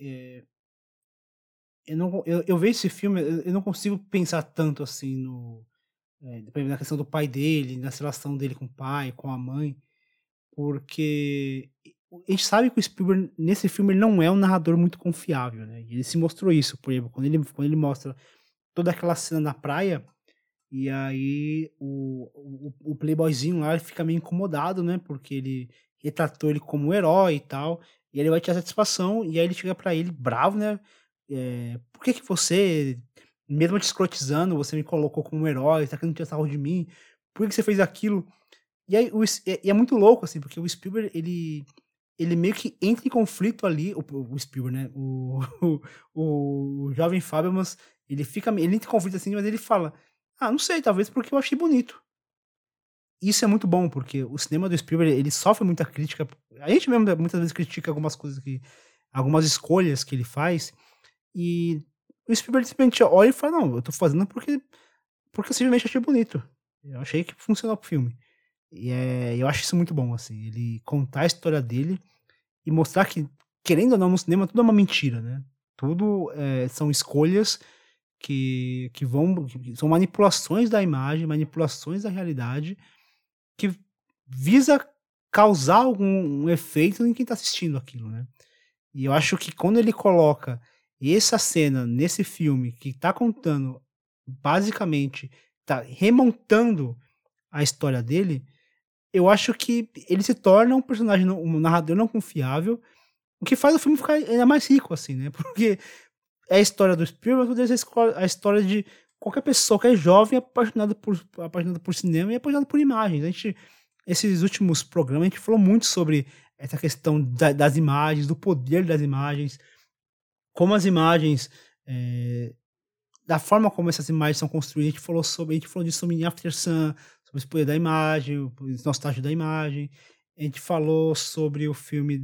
eu vejo esse filme, eu não consigo pensar tanto assim na questão do pai dele, na relação dele com o pai, com a mãe, porque a gente sabe que o Spielberg, nesse filme, ele não é um narrador muito confiável, né? E ele se mostrou isso, por exemplo, quando ele mostra toda aquela cena na praia, e aí o playboyzinho lá ele fica meio incomodado, né? Porque ele retratou ele como um herói e tal, e ele vai ter a satisfação, e aí ele chega pra ele bravo, né? Por que você, mesmo te escrotizando, você me colocou como um herói, tá querendo tirar sarro de mim? Por que você fez aquilo? E aí é muito louco, assim, porque o Spielberg, ele meio que entra em conflito ali, o Spielberg, né? O jovem Fabelmans, ele entra em conflito assim, mas ele fala, não sei, talvez porque eu achei bonito. Isso é muito bom, porque o cinema do Spielberg, ele sofre muita crítica. A gente mesmo muitas vezes critica algumas coisas algumas escolhas que ele faz, e o Spielberg simplesmente olha e fala, não, eu tô fazendo porque eu simplesmente achei bonito. Eu achei que funcionou pro filme. E eu acho isso muito bom, assim, ele contar a história dele e mostrar que, querendo ou não, no cinema tudo é uma mentira, né? Tudo são escolhas que são manipulações da imagem, manipulações da realidade, que visa causar algum efeito em quem tá assistindo aquilo, né? E eu acho que quando ele coloca essa cena nesse filme, que tá contando, basicamente, tá remontando a história dele, eu acho que ele se torna um personagem, um narrador não confiável, o que faz o filme ficar ainda mais rico, assim, né? Porque é a história do Spielberg, mas poderia ser a história de qualquer pessoa que é jovem, apaixonada por cinema e apaixonada por imagens. Esses últimos programas, a gente falou muito sobre essa questão das imagens, do poder das imagens, como as imagens, da forma como essas imagens são construídas. A gente falou disso sobre After Sun, sobre o poder da imagem, o nostalgia da imagem. A gente falou sobre o filme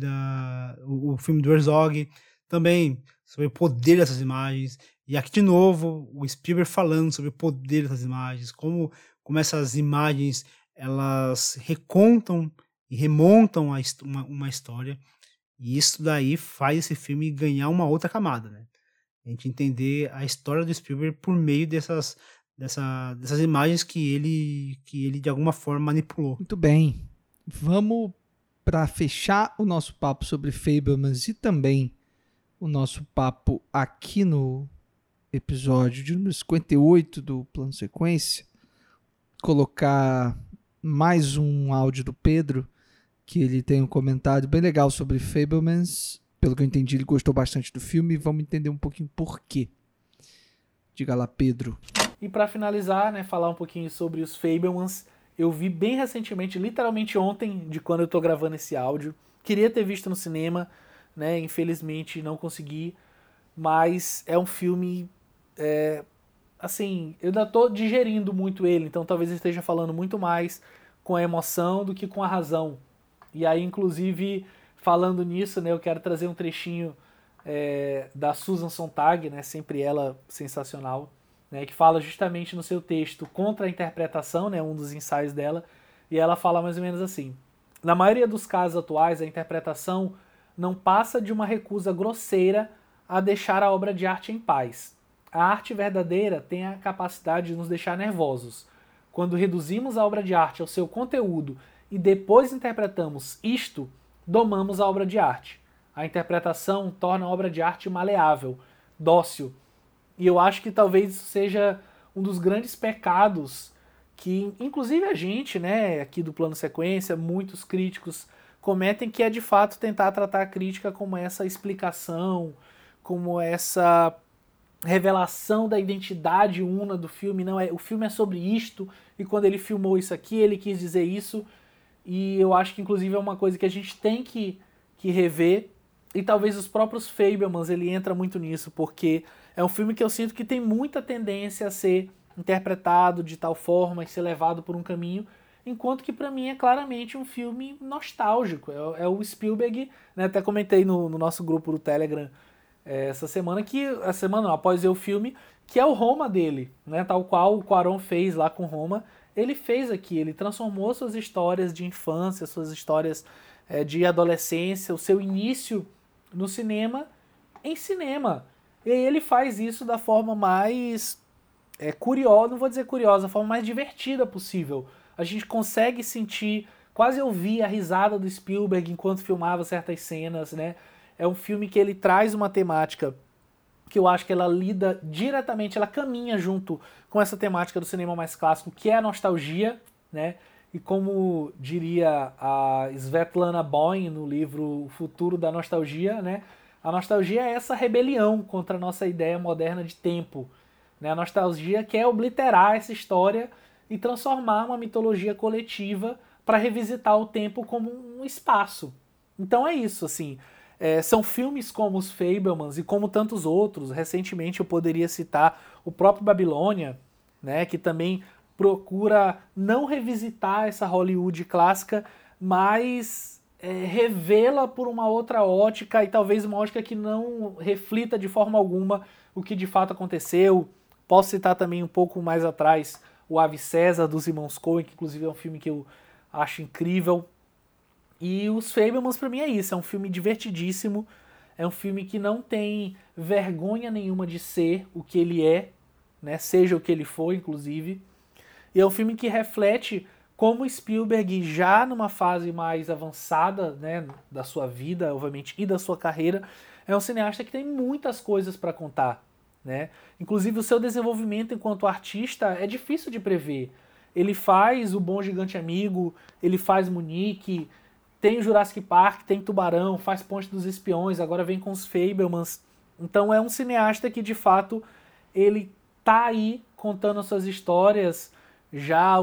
do Herzog, também sobre o poder dessas imagens. E aqui, de novo, o Spielberg falando sobre o poder dessas imagens, como essas imagens, elas recontam e remontam uma história. E isso daí faz esse filme ganhar uma outra camada, né? A gente entender a história do Spielberg por meio dessas imagens que ele de alguma forma manipulou. Muito bem. Vamos para fechar o nosso papo sobre Fabelmans e também o nosso papo aqui no episódio de número 58 do Plano Sequência, colocar mais um áudio do Pedro, que ele tem um comentário bem legal sobre Fabelmans. Pelo que eu entendi, ele gostou bastante do filme e vamos entender um pouquinho por quê. Diga lá, Pedro. E para finalizar, né, falar um pouquinho sobre os Fabelmans, eu vi bem recentemente, literalmente ontem, de quando eu tô gravando esse áudio. Queria ter visto no cinema, né, infelizmente não consegui, mas é um filme, assim, eu ainda tô digerindo muito ele, então talvez eu esteja falando muito mais com a emoção do que com a razão. E aí, inclusive, falando nisso, né, eu quero trazer um trechinho da Susan Sontag, né, sempre ela sensacional, né, que fala justamente no seu texto contra a interpretação, né, um dos ensaios dela, e ela fala mais ou menos assim: na maioria dos casos atuais, a interpretação não passa de uma recusa grosseira a deixar a obra de arte em paz. A arte verdadeira tem a capacidade de nos deixar nervosos. Quando reduzimos a obra de arte ao seu conteúdo e depois interpretamos isto, domamos a obra de arte. A interpretação torna a obra de arte maleável, dócil, E eu acho que talvez isso seja um dos grandes pecados que, inclusive a gente, né, aqui do Plano Sequência, muitos críticos cometem, que é de fato tentar tratar a crítica como essa explicação, como essa revelação da identidade una do filme. Não, o filme é sobre isto, e quando ele filmou isso aqui, ele quis dizer isso. E eu acho que inclusive é uma coisa que a gente tem que rever, e talvez os próprios Fabelmans, ele entra muito nisso, porque é um filme que eu sinto que tem muita tendência a ser interpretado de tal forma e ser levado por um caminho, enquanto que para mim é claramente um filme nostálgico. É o Spielberg, né, até comentei no nosso grupo do Telegram essa semana, após ver o filme, que é o Roma dele, né, tal qual o Cuarón fez lá com Roma, ele fez aqui, ele transformou suas histórias de infância, suas histórias de adolescência, o seu início no cinema, em cinema. E aí ele faz isso da forma mais curiosa, não vou dizer curiosa, a forma mais divertida possível. A gente consegue sentir, quase ouvir a risada do Spielberg enquanto filmava certas cenas, né? É um filme que ele traz uma temática que eu acho que ela lida diretamente, ela caminha junto com essa temática do cinema mais clássico, que é a nostalgia, né? E como diria a Svetlana Boym no livro O Futuro da Nostalgia, né? A nostalgia é essa rebelião contra a nossa ideia moderna de tempo, né? A nostalgia quer obliterar essa história e transformar uma mitologia coletiva para revisitar o tempo como um espaço. Então é isso, assim. São filmes como os Fabelmans e como tantos outros. Recentemente eu poderia citar o próprio Babilônia, né, que também procura não revisitar essa Hollywood clássica, mas revê-la por uma outra ótica, e talvez uma ótica que não reflita de forma alguma o que de fato aconteceu. Posso citar também um pouco mais atrás o Ave César, dos irmãos Coen, que inclusive é um filme que eu acho incrível. E os Fabelmans para mim é isso, é um filme divertidíssimo, é um filme que não tem vergonha nenhuma de ser o que ele é, né, seja o que ele for, inclusive. E é um filme que reflete como Spielberg, já numa fase mais avançada, né, da sua vida, obviamente, e da sua carreira, é um cineasta que tem muitas coisas para contar, né? Inclusive o seu desenvolvimento enquanto artista é difícil de prever. Ele faz O Bom Gigante Amigo, ele faz Munique, tem o Jurassic Park, tem Tubarão, faz Ponte dos Espiões, agora vem com os Fabelmans. Então é um cineasta que de fato ele tá aí contando as suas histórias já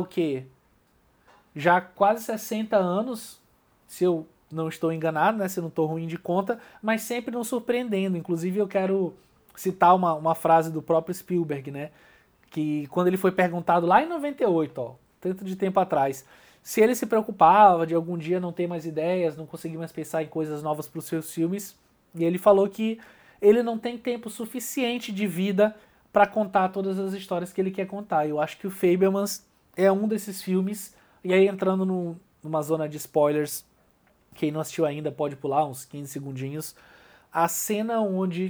já quase 60 anos, se eu não estou enganado, né, se eu não estou ruim de conta, mas sempre nos surpreendendo. Inclusive eu quero citar uma frase do próprio Spielberg, né, que quando ele foi perguntado lá em 98, tanto de tempo atrás, se ele se preocupava de algum dia não ter mais ideias, não conseguir mais pensar em coisas novas para os seus filmes, e ele falou que ele não tem tempo suficiente de vida para contar todas as histórias que ele quer contar. Eu acho que o Fabelmans é um desses filmes, e aí entrando numa zona de spoilers, quem não assistiu ainda pode pular uns 15 segundinhos, a cena onde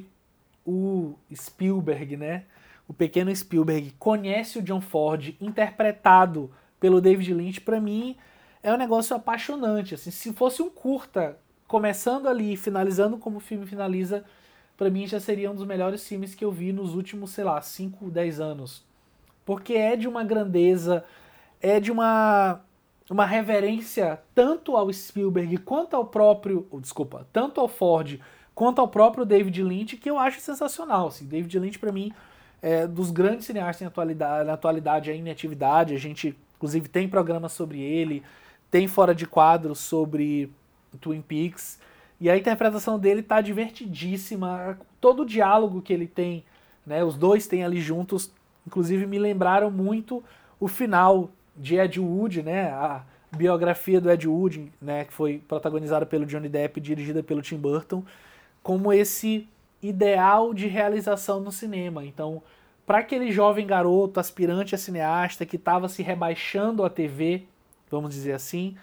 o Spielberg, né, o pequeno Spielberg, conhece o John Ford, interpretado pelo David Lynch, para mim é um negócio apaixonante. Assim, se fosse um curta, começando ali e finalizando como o filme finaliza, para mim já seria um dos melhores filmes que eu vi nos últimos, 5, 10 anos. Porque é de uma grandeza, é de uma reverência tanto ao Spielberg quanto ao próprio, tanto ao Ford quanto ao próprio David Lynch, que eu acho sensacional. Assim, David Lynch para mim é dos grandes cineastas na atualidade, em atividade. A gente inclusive tem programas sobre ele, tem Fora de Quadro sobre Twin Peaks, e a interpretação dele tá divertidíssima. Todo o diálogo que ele tem, né, os dois têm ali juntos, inclusive me lembraram muito o final de Ed Wood, né, a biografia do Ed Wood, né, que foi protagonizada pelo Johnny Depp e dirigida pelo Tim Burton, como esse ideal de realização no cinema. Então, para aquele jovem garoto, aspirante a cineasta, que estava se rebaixando à TV, vamos dizer assim,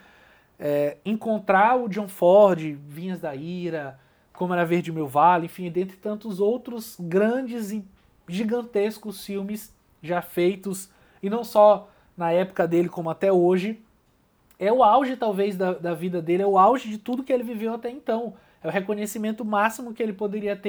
encontrar o John Ford, Vinhas da Ira, Como Era Verde o Meu Vale, enfim, dentre tantos outros grandes e gigantescos filmes já feitos, e não só na época dele, como até hoje, é o auge, talvez, da vida dele, é o auge de tudo que ele viveu até então. É o reconhecimento máximo que ele poderia ter,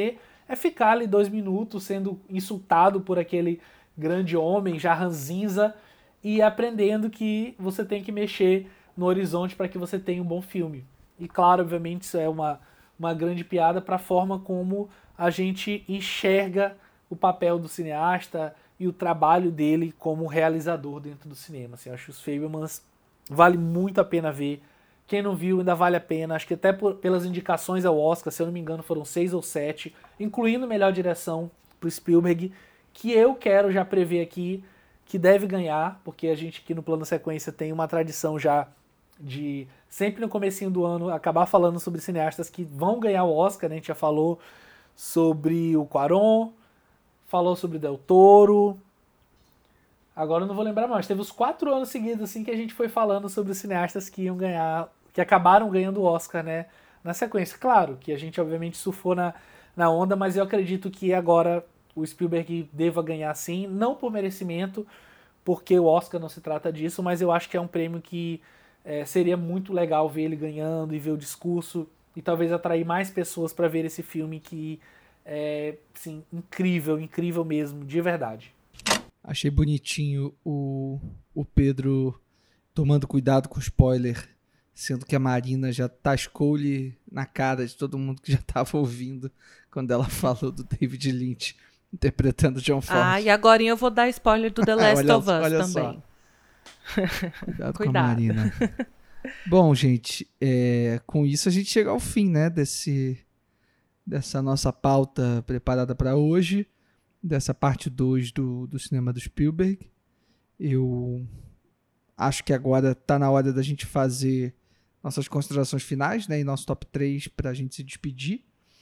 é ficar ali 2 minutos sendo insultado por aquele grande homem já ranzinza e aprendendo que você tem que mexer no horizonte para que você tenha um bom filme. E claro, obviamente isso é uma grande piada para a forma como a gente enxerga o papel do cineasta e o trabalho dele como realizador dentro do cinema. Assim, eu acho que os Fabelmans vale muito a pena ver. Quem não viu ainda vale a pena. Acho que até pelas indicações ao Oscar, se eu não me engano, foram 6 ou 7, incluindo melhor direção pro Spielberg, que eu quero já prever aqui que deve ganhar, porque a gente aqui no Plano Sequência tem uma tradição já de sempre no comecinho do ano acabar falando sobre cineastas que vão ganhar o Oscar, né? A gente já falou sobre o Cuarón, falou sobre Del Toro. Agora eu não vou lembrar mais. Teve os 4 anos seguidos assim que a gente foi falando sobre os cineastas que iam ganhar, que acabaram ganhando o Oscar, né? Na sequência. Claro que a gente obviamente surfou na onda, mas eu acredito que agora o Spielberg deva ganhar sim, não por merecimento, porque o Oscar não se trata disso, mas eu acho que é um prêmio que seria muito legal ver ele ganhando e ver o discurso e talvez atrair mais pessoas para ver esse filme que é, sim, incrível, incrível mesmo, de verdade. Achei bonitinho o Pedro tomando cuidado com o spoiler, sendo que a Marina já tascou-lhe na cara de todo mundo que já estava ouvindo quando ela falou do David Lynch interpretando John Ford. E agora eu vou dar spoiler do The Last of Us olha também. Cuidado com a Marina. Bom, gente, com isso a gente chega ao fim, né, dessa nossa pauta preparada para hoje, dessa parte 2 do cinema do Spielberg. Eu acho que agora está na hora da gente fazer nossas considerações finais, né, e nosso top 3 para a gente se despedir.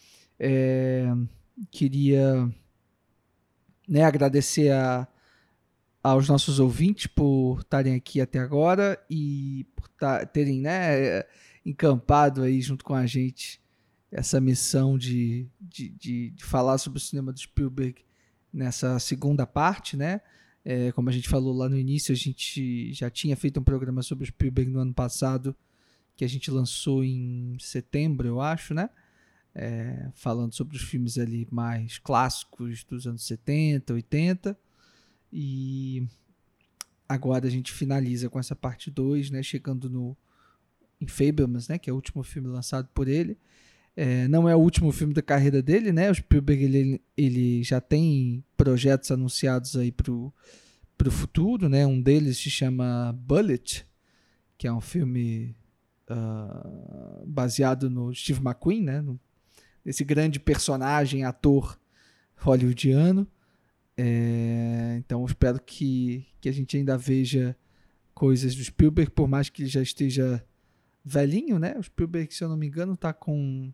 Queria, né, agradecer aos nossos ouvintes por estarem aqui até agora e por terem, né, encampado aí junto com a gente essa missão de falar sobre o cinema do Spielberg nessa segunda parte, né? Como a gente falou lá no início, a gente já tinha feito um programa sobre o Spielberg no ano passado, que a gente lançou em setembro, eu acho, né? Falando sobre os filmes ali mais clássicos dos anos 70, 80. E agora a gente finaliza com essa parte 2, né? Chegando em Fabelmans, né? Que é o último filme lançado por ele. Não é o último filme da carreira dele, né? O Spielberg ele já tem projetos anunciados aí pro futuro, né? Um deles se chama Bullitt, que é um filme baseado no Steve McQueen, né? Esse grande personagem, ator hollywoodiano. Então eu espero que a gente ainda veja coisas do Spielberg, por mais que ele já esteja velhinho, né? O Spielberg, se eu não me engano, está com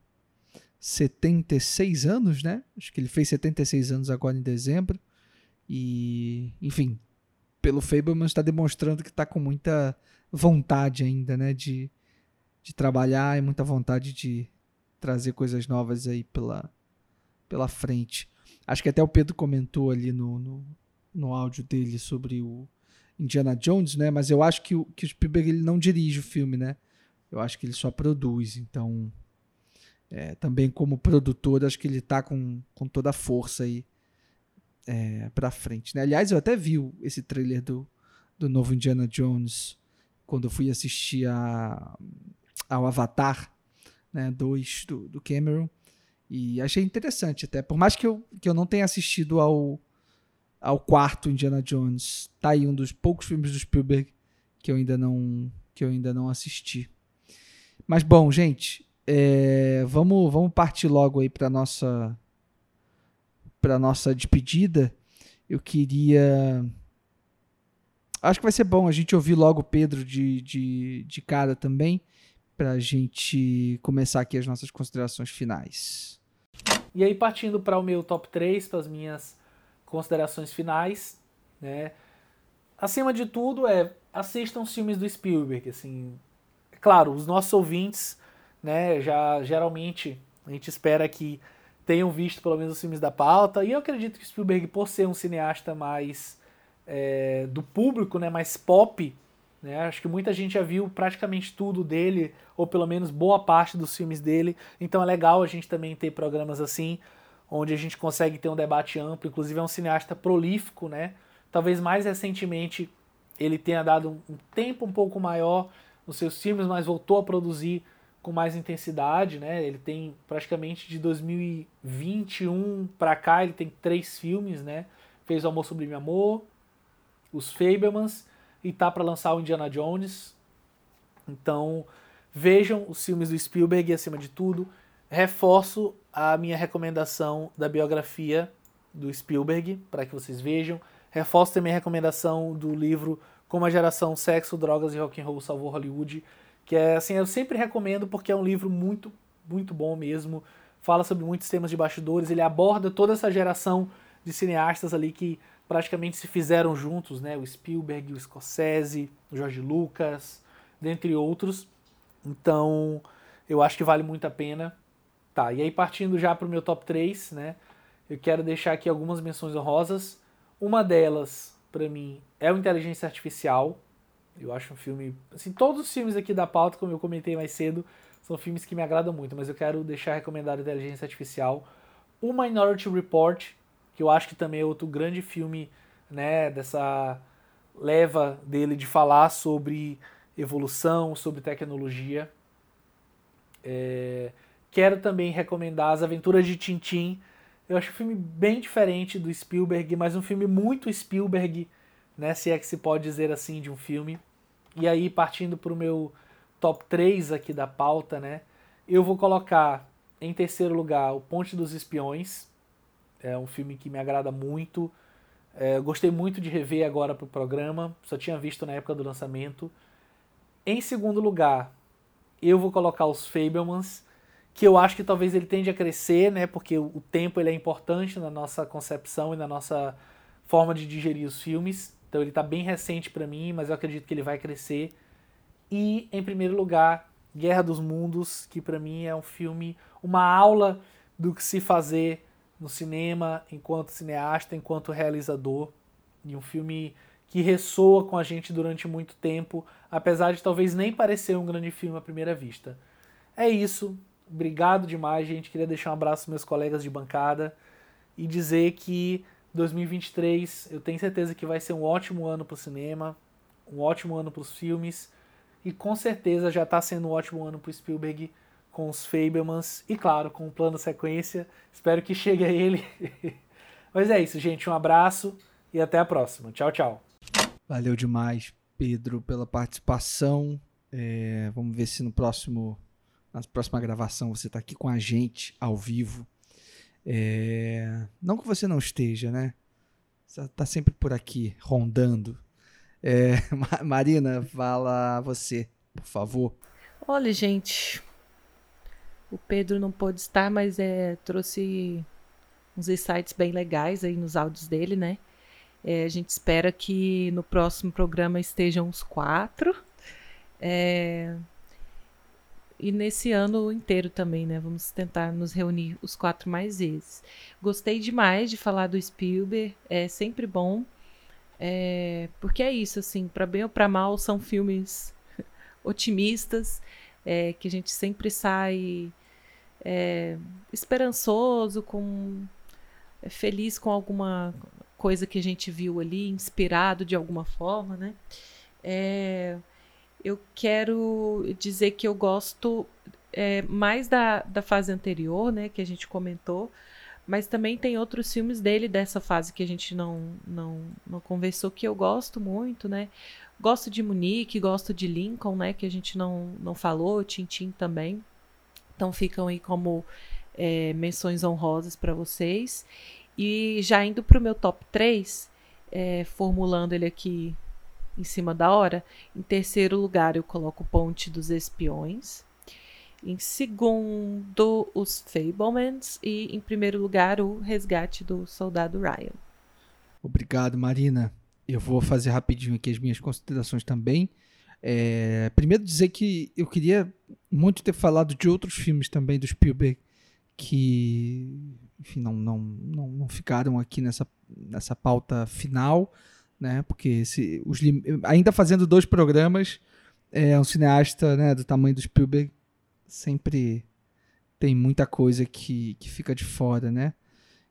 76 anos, né? Acho que ele fez 76 anos agora em dezembro. E, enfim, pelo Fabelmans está demonstrando que está com muita vontade ainda, né? De trabalhar e muita vontade de trazer coisas novas aí pela frente. Acho que até o Pedro comentou ali no áudio dele sobre o Indiana Jones, né? Mas eu acho que o Spielberg ele não dirige o filme, né? Eu acho que ele só produz. Então, também como produtor, acho que ele tá com toda a força aí pra frente, né? Aliás, eu até vi esse trailer do novo Indiana Jones quando eu fui assistir ao Avatar, né? 2 do Cameron. E achei interessante até. Por mais que eu não tenha assistido ao quarto Indiana Jones, tá aí um dos poucos filmes do Spielberg que eu ainda não assisti. Mas bom, gente, vamos partir logo aí para nossa despedida. Eu queria... Acho que vai ser bom a gente ouvir logo o Pedro de cara também, para a gente começar aqui as nossas considerações finais. E aí, partindo para o meu top 3, para as minhas considerações finais, né? Acima de tudo, assistam os filmes do Spielberg, assim. Claro, os nossos ouvintes, né, já geralmente a gente espera que tenham visto pelo menos os filmes da pauta, e eu acredito que o Spielberg, por ser um cineasta mais do público, né, mais pop, né, acho que muita gente já viu praticamente tudo dele, ou pelo menos boa parte dos filmes dele, então é legal a gente também ter programas assim, onde a gente consegue ter um debate amplo. Inclusive é um cineasta prolífico, né? Talvez mais recentemente ele tenha dado um tempo um pouco maior nos seus filmes, mas voltou a produzir com mais intensidade, né? Ele tem praticamente de 2021 para cá, ele tem 3 filmes, né? Fez O Amor Sublime Amor, Os Fabelmans e tá para lançar o Indiana Jones. Então, vejam os filmes do Spielberg e, acima de tudo, reforço a minha recomendação da biografia do Spielberg, para que vocês vejam. Reforço também a recomendação do livro Como a Geração Sexo, Drogas e Rock'n'Roll Salvou Hollywood, que é, assim, eu sempre recomendo porque é um livro muito, muito bom mesmo. Fala sobre muitos temas de bastidores, ele aborda toda essa geração de cineastas ali que praticamente se fizeram juntos, né? O Spielberg, o Scorsese, o George Lucas, dentre outros. Então, eu acho que vale muito a pena. Tá, e aí partindo já para o meu top 3, né? Eu quero deixar aqui algumas menções honrosas. Uma delas, para mim, é o Inteligência Artificial. Eu acho um filme... Assim, todos os filmes aqui da pauta, como eu comentei mais cedo, são filmes que me agradam muito, mas eu quero deixar recomendado Inteligência Artificial. O Minority Report, que eu acho que também é outro grande filme, né, dessa leva dele de falar sobre evolução, sobre tecnologia. Quero também recomendar As Aventuras de Tintin. Eu acho um filme bem diferente do Spielberg, mas um filme muito Spielberg, né, se é que se pode dizer assim, de um filme. E aí, partindo para o meu top 3 aqui da pauta, né, eu vou colocar em terceiro lugar O Ponte dos Espiões. É um filme que me agrada muito. Gostei muito de rever agora para o programa. Só tinha visto na época do lançamento. Em segundo lugar, eu vou colocar Os Fabelmans, que eu acho que talvez ele tende a crescer, né? Porque o tempo ele é importante na nossa concepção e na nossa forma de digerir os filmes. Então ele está bem recente para mim, mas eu acredito que ele vai crescer. E, em primeiro lugar, Guerra dos Mundos, que para mim é um filme, uma aula do que se fazer no cinema, enquanto cineasta, enquanto realizador. E um filme que ressoa com a gente durante muito tempo, apesar de talvez nem parecer um grande filme à primeira vista. É isso. Obrigado demais, gente. Queria deixar um abraço aos meus colegas de bancada e dizer que 2023 eu tenho certeza que vai ser um ótimo ano para o cinema, um ótimo ano para os filmes e com certeza já está sendo um ótimo ano para o Spielberg com Os Fabelmans e, claro, com o plano sequência. Espero que chegue a ele. Mas é isso, gente. Um abraço e até a próxima. Tchau, tchau. Valeu demais, Pedro, pela participação. Vamos ver se na próxima gravação você está aqui com a gente, ao vivo. Não que você não esteja, né? Você está sempre por aqui, rondando. Marina, fala você, por favor. Olha, gente, o Pedro não pôde estar, mas trouxe uns insights bem legais aí nos áudios dele, né? A gente espera que no próximo programa estejam os 4. E nesse ano inteiro também, né? Vamos tentar nos reunir os 4 mais vezes. Gostei demais de falar do Spielberg. É sempre bom. Porque é isso, assim, para bem ou para mal, são filmes otimistas, que a gente sempre sai esperançoso, feliz com alguma coisa que a gente viu ali, inspirado de alguma forma, né? Eu quero dizer que eu gosto mais da fase anterior, né, que a gente comentou, mas também tem outros filmes dele dessa fase que a gente não conversou, que eu gosto muito, né? Gosto de Munique, gosto de Lincoln, né, que a gente não falou, Tintin também. Então ficam aí como menções honrosas para vocês. E já indo para o meu top 3, formulando ele aqui em cima da hora, em terceiro lugar eu coloco Ponte dos Espiões, em segundo Os Fabelmans e em primeiro lugar o Resgate do Soldado Ryan. Obrigado, Marina. Eu vou fazer rapidinho aqui as minhas considerações também. Primeiro dizer que eu queria muito ter falado de outros filmes também do Spielberg que, enfim, não ficaram aqui nessa pauta final, né? Porque ainda fazendo 2 programas, um cineasta, né, do tamanho do Spielberg sempre tem muita coisa que fica de fora, né?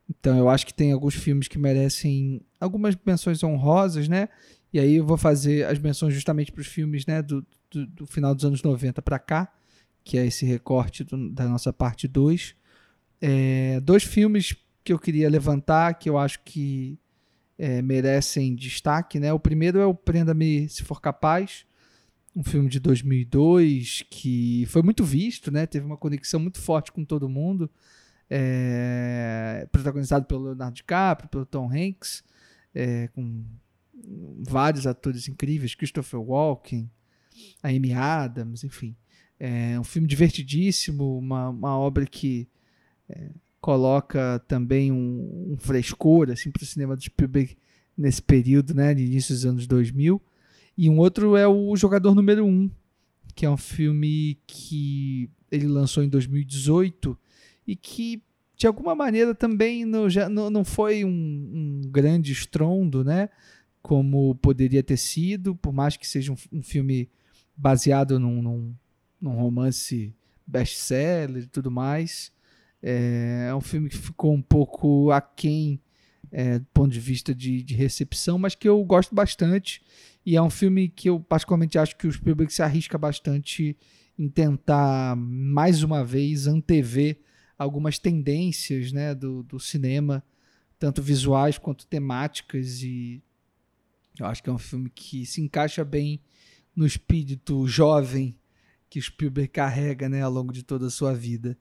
Então eu acho que tem alguns filmes que merecem algumas menções honrosas, né? E aí eu vou fazer as menções justamente para os filmes, né, do final dos anos 90 para cá, que é esse recorte da nossa parte 2. Dois filmes que eu queria levantar, que eu acho que merecem destaque, né? O primeiro é o Prenda-me Se For Capaz, um filme de 2002 que foi muito visto, né? Teve uma conexão muito forte com todo mundo, protagonizado pelo Leonardo DiCaprio, pelo Tom Hanks, com vários atores incríveis, Christopher Walken, a Amy Adams, enfim. É um filme divertidíssimo, uma obra que coloca também um frescor assim, para o cinema do Spielberg nesse período, né, de início dos anos 2000. E um outro é o Jogador Número 1, que é um filme que ele lançou em 2018 e que, de alguma maneira, também não foi um grande estrondo, né, como poderia ter sido, por mais que seja um filme baseado num romance best-seller e tudo mais. É um filme que ficou um pouco aquém do ponto de vista de recepção, mas que eu gosto bastante. E é um filme que eu particularmente acho que o Spielberg se arrisca bastante em tentar, mais uma vez, antever algumas tendências, né, do cinema, tanto visuais quanto temáticas. E eu acho que é um filme que se encaixa bem no espírito jovem que o Spielberg carrega, né, ao longo de toda a sua vida.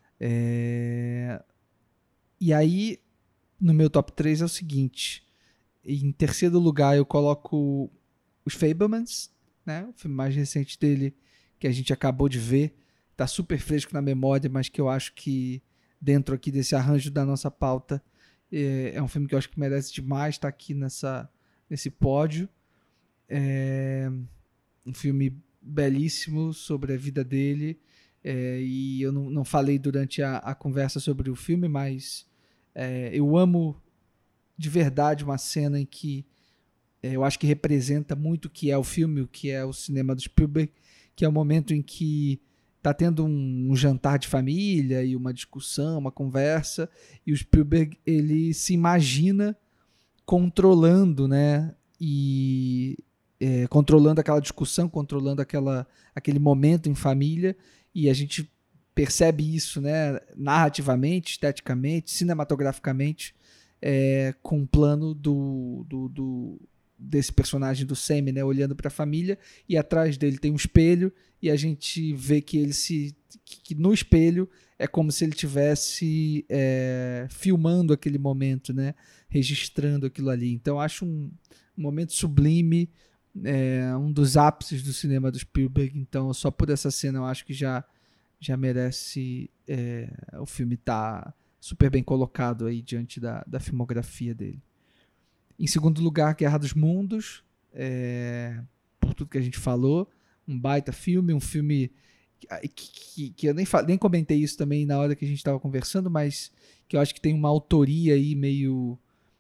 E aí, no meu top 3 é o seguinte: em terceiro lugar eu coloco Os Fabelmans, né, o filme mais recente dele que a gente acabou de ver, tá super fresco na memória, mas que eu acho que dentro aqui desse arranjo da nossa pauta é um filme que eu acho que merece demais estar aqui nesse pódio. Um filme belíssimo sobre a vida dele, e eu não falei durante a conversa sobre o filme, mas eu amo de verdade uma cena em que eu acho que representa muito o que é o filme, o que é o cinema do Spielberg, que é o momento em que está tendo um jantar de família e uma discussão, uma conversa, e o Spielberg ele se imagina controlando, né, e controlando aquela discussão, controlando aquele momento em família, e a gente percebe isso, né, narrativamente, esteticamente, cinematograficamente, com um plano desse personagem do Sammy, né, olhando para a família, e atrás dele tem um espelho, e a gente vê que ele que no espelho é como se ele estivesse filmando aquele momento, né, registrando aquilo ali. Então acho um momento sublime, um dos ápices do cinema do Spielberg. Então só por essa cena eu acho que já merece o filme estar super bem colocado aí diante da filmografia dele. Em segundo lugar, Guerra dos Mundos, por tudo que a gente falou, um baita filme, um filme que eu nem comentei isso também na hora que a gente estava conversando, mas que eu acho que tem uma autoria aí meio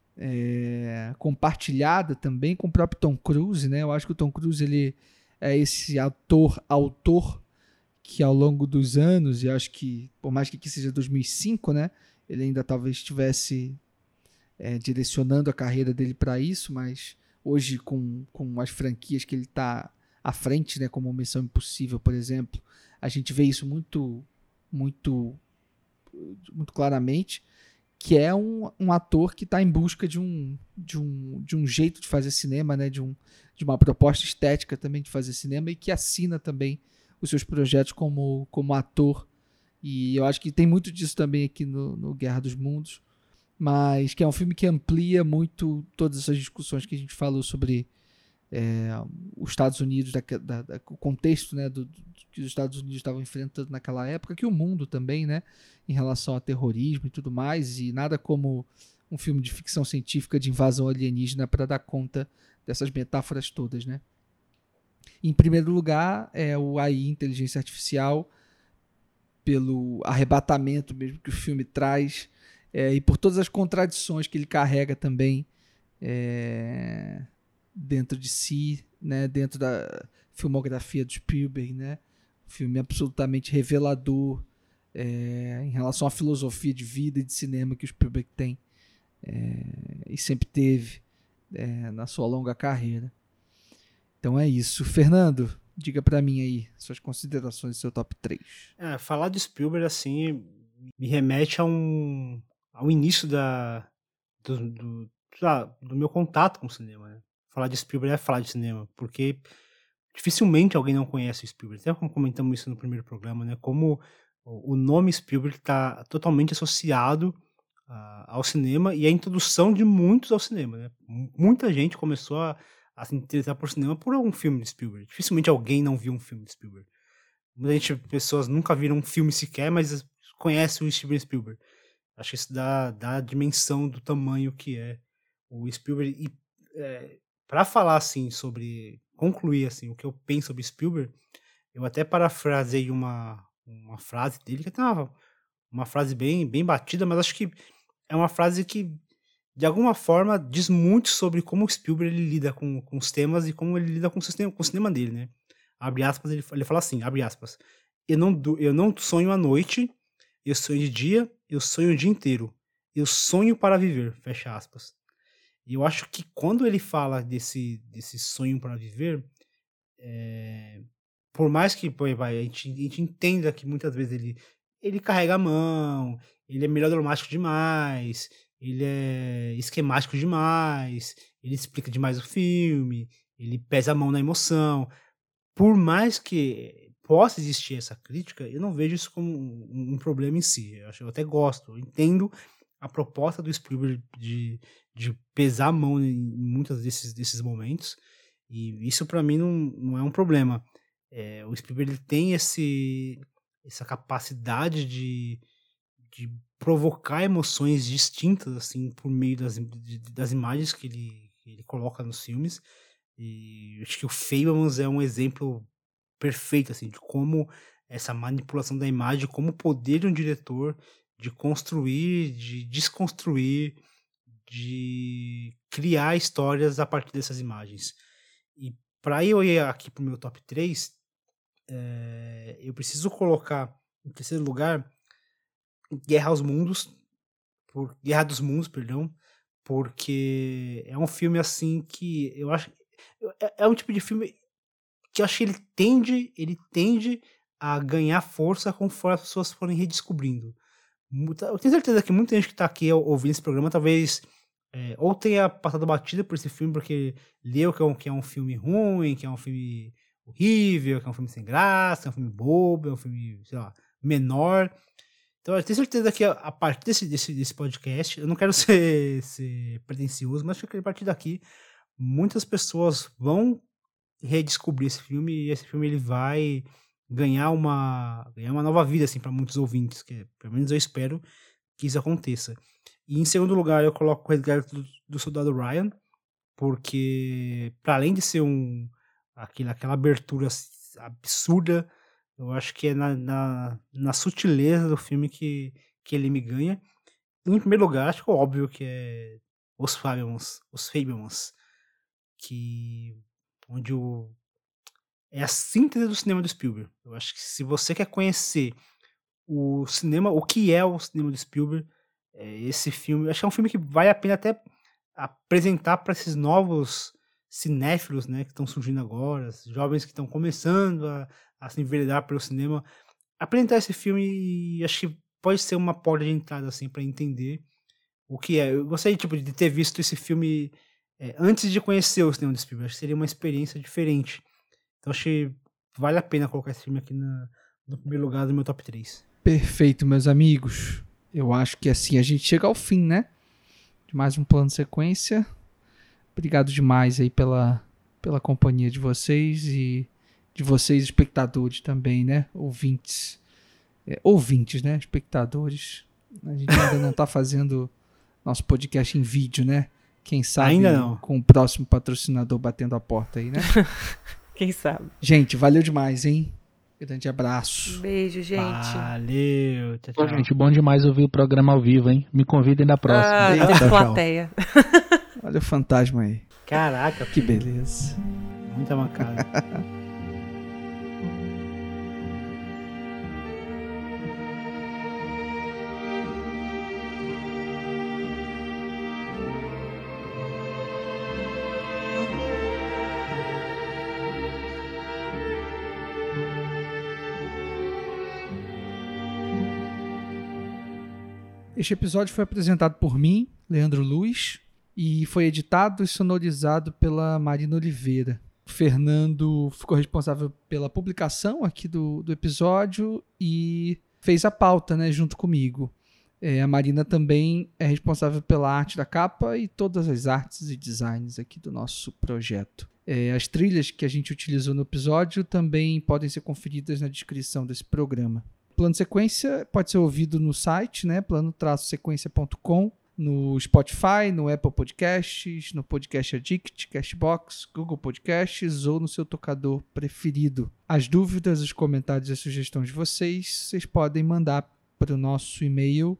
compartilhada também com o próprio Tom Cruise, né? Eu acho que o Tom Cruise ele é esse autor que ao longo dos anos, e acho que por mais que aqui seja 2005, né? Ele ainda talvez estivesse direcionando a carreira dele para isso, mas hoje com as franquias que ele está à frente, né, como Missão Impossível, por exemplo, a gente vê isso muito, muito, muito claramente, que é um ator que está em busca de um jeito de fazer cinema, né, de uma proposta estética também de fazer cinema, e que assina também os seus projetos como ator. E eu acho que tem muito disso também aqui no Guerra dos Mundos, mas que é um filme que amplia muito todas essas discussões que a gente falou sobre os Estados Unidos, o contexto, né, que os Estados Unidos estavam enfrentando naquela época, que o mundo também, né, em relação a terrorismo e tudo mais, e nada como um filme de ficção científica de invasão alienígena para dar conta dessas metáforas todas, né. Em primeiro lugar, o AI, Inteligência Artificial, pelo arrebatamento mesmo que o filme traz, e por todas as contradições que ele carrega também dentro de si, né, dentro da filmografia do Spielberg, né, um filme absolutamente revelador em relação à filosofia de vida e de cinema que o Spielberg tem e sempre teve na sua longa carreira. Então é isso. Fernando, diga pra mim aí suas considerações do seu top 3. Falar de Spielberg, assim, me remete ao início do meu contato com o cinema, né? Falar de Spielberg é falar de cinema, porque dificilmente alguém não conhece o Spielberg. Até como comentamos isso no primeiro programa, né? Como o nome Spielberg está totalmente associado ao cinema e à introdução de muitos ao cinema, né? Muita gente começou a se interessar por cinema por algum filme de Spielberg. Dificilmente alguém não viu um filme de Spielberg. Muitas pessoas nunca viram um filme sequer, mas conhecem o Steven Spielberg. Acho que isso dá a dimensão do tamanho que é o Spielberg. E para falar assim concluir assim o que eu penso sobre Spielberg, eu até parafrasei uma frase dele que é uma frase bem batida, mas acho que é uma frase que de alguma forma diz muito sobre como o Spielberg ele lida com os temas e como ele lida com o cinema dele, né? Abre aspas, ele fala assim, abre aspas, eu não sonho à noite, eu sonho de dia, eu sonho o dia inteiro, eu sonho para viver, fecha aspas. E eu acho que quando ele fala desse sonho para viver, por mais que a gente entenda que muitas vezes ele carrega a mão, ele é melodramático demais, ele é esquemático demais, ele explica demais o filme, ele pesa a mão na emoção. Por mais que possa existir essa crítica, eu não vejo isso como um problema em si. Eu até gosto, eu entendo a proposta do Spielberg de pesar a mão em muitos desses momentos, e isso para mim não é um problema. O Spielberg ele tem essa capacidade de provocar emoções distintas assim por meio das imagens que ele coloca nos filmes. E acho que o Fabelmans é um exemplo perfeito assim de como essa manipulação da imagem, como o poder de um diretor de construir, de desconstruir, de criar histórias a partir dessas imagens. E para eu ir aqui pro meu top 3, eu preciso colocar em terceiro lugar Guerra dos Mundos, perdão, porque é um filme assim que eu acho é um tipo de filme que eu acho que ele tende a ganhar força conforme as pessoas forem redescobrindo. Eu tenho certeza que muita gente que tá aqui ouvindo esse programa talvez ou tenha passado batida por esse filme porque leu que é um filme ruim, que é um filme horrível, que é um filme sem graça, que é um filme bobo, é um filme, sei lá, menor. Então eu tenho certeza que a partir desse podcast, eu não quero ser pretencioso, mas acho que a partir daqui muitas pessoas vão redescobrir esse filme e esse filme ele vai ganhar uma nova vida assim para muitos ouvintes, que pelo menos eu espero que isso aconteça. E em segundo lugar eu coloco o Resgate do Soldado Ryan, porque para além de ser aquela abertura absurda, eu acho que é na sutileza do filme que ele me ganha. E, em primeiro lugar, acho que é óbvio que é Os Fabelmans, onde é a síntese do cinema do Spielberg. Eu acho que se você quer conhecer o cinema, o que é o cinema do Spielberg, esse filme, eu acho que é um filme que vale a pena até apresentar para esses novos cinéfilos, né, que estão surgindo agora, jovens que estão começando a se enveredar pelo cinema, apresentar esse filme e acho que pode ser uma porta de entrada assim para entender o que é. Eu gostaria de ter visto esse filme antes de conhecer o cinema do Spielberg. Acho que seria uma experiência diferente. Então acho que vale a pena colocar esse filme aqui no primeiro lugar do meu top 3. Perfeito, meus amigos. Eu acho que assim a gente chega ao fim, né? De mais um plano sequência. Obrigado demais aí pela companhia de vocês e de vocês, espectadores também, né? Ouvintes, né? Espectadores. A gente ainda não tá fazendo nosso podcast em vídeo, né? Quem sabe ainda não. Com o próximo patrocinador batendo a porta aí, né? Quem sabe. Gente, valeu demais, hein? Grande abraço. Beijo, gente. Valeu. Tchau, Pô, gente, bom demais ouvir o programa ao vivo, hein? Me convidem na próxima. Tem plateia. Olha o fantasma aí. Caraca. Que beleza. Muita mancada. Este episódio foi apresentado por mim, Leandro Luiz, e foi editado e sonorizado pela Marina Oliveira. O Fernando ficou responsável pela publicação aqui do episódio e fez a pauta, né, junto comigo. A Marina também é responsável pela arte da capa e todas as artes e designs aqui do nosso projeto. As trilhas que a gente utilizou no episódio também podem ser conferidas na descrição desse programa. Plano Sequência pode ser ouvido no site, né, plano-sequência.com, no Spotify, no Apple Podcasts, no Podcast Addict, Castbox, Google Podcasts ou no seu tocador preferido. As dúvidas, os comentários e as sugestões de vocês podem mandar para o nosso e-mail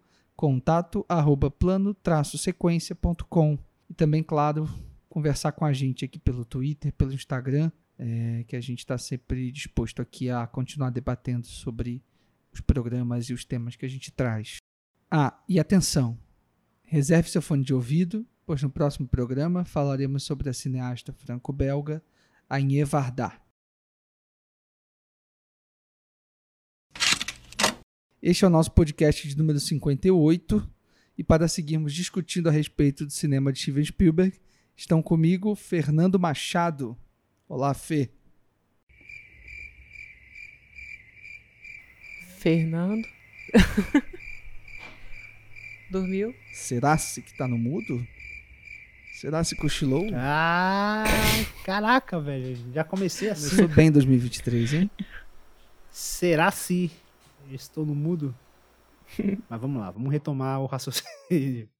contato@plano-sequência.com e também, claro, conversar com a gente aqui pelo Twitter, pelo Instagram, que a gente está sempre disposto aqui a continuar debatendo sobre os programas e os temas que a gente traz. E atenção! Reserve seu fone de ouvido, pois no próximo programa falaremos sobre a cineasta franco-belga Agnieszka Varda. Este é o nosso podcast de número 58 e para seguirmos discutindo a respeito do cinema de Steven Spielberg, estão comigo Fernando Machado. Olá, Fê. Fernando. Dormiu? Será-se que tá no mudo? Será-se cochilou? Caraca, velho. Já comecei assim. Começou bem 2023, hein? Será se estou no mudo? Mas vamos lá, vamos retomar o raciocínio.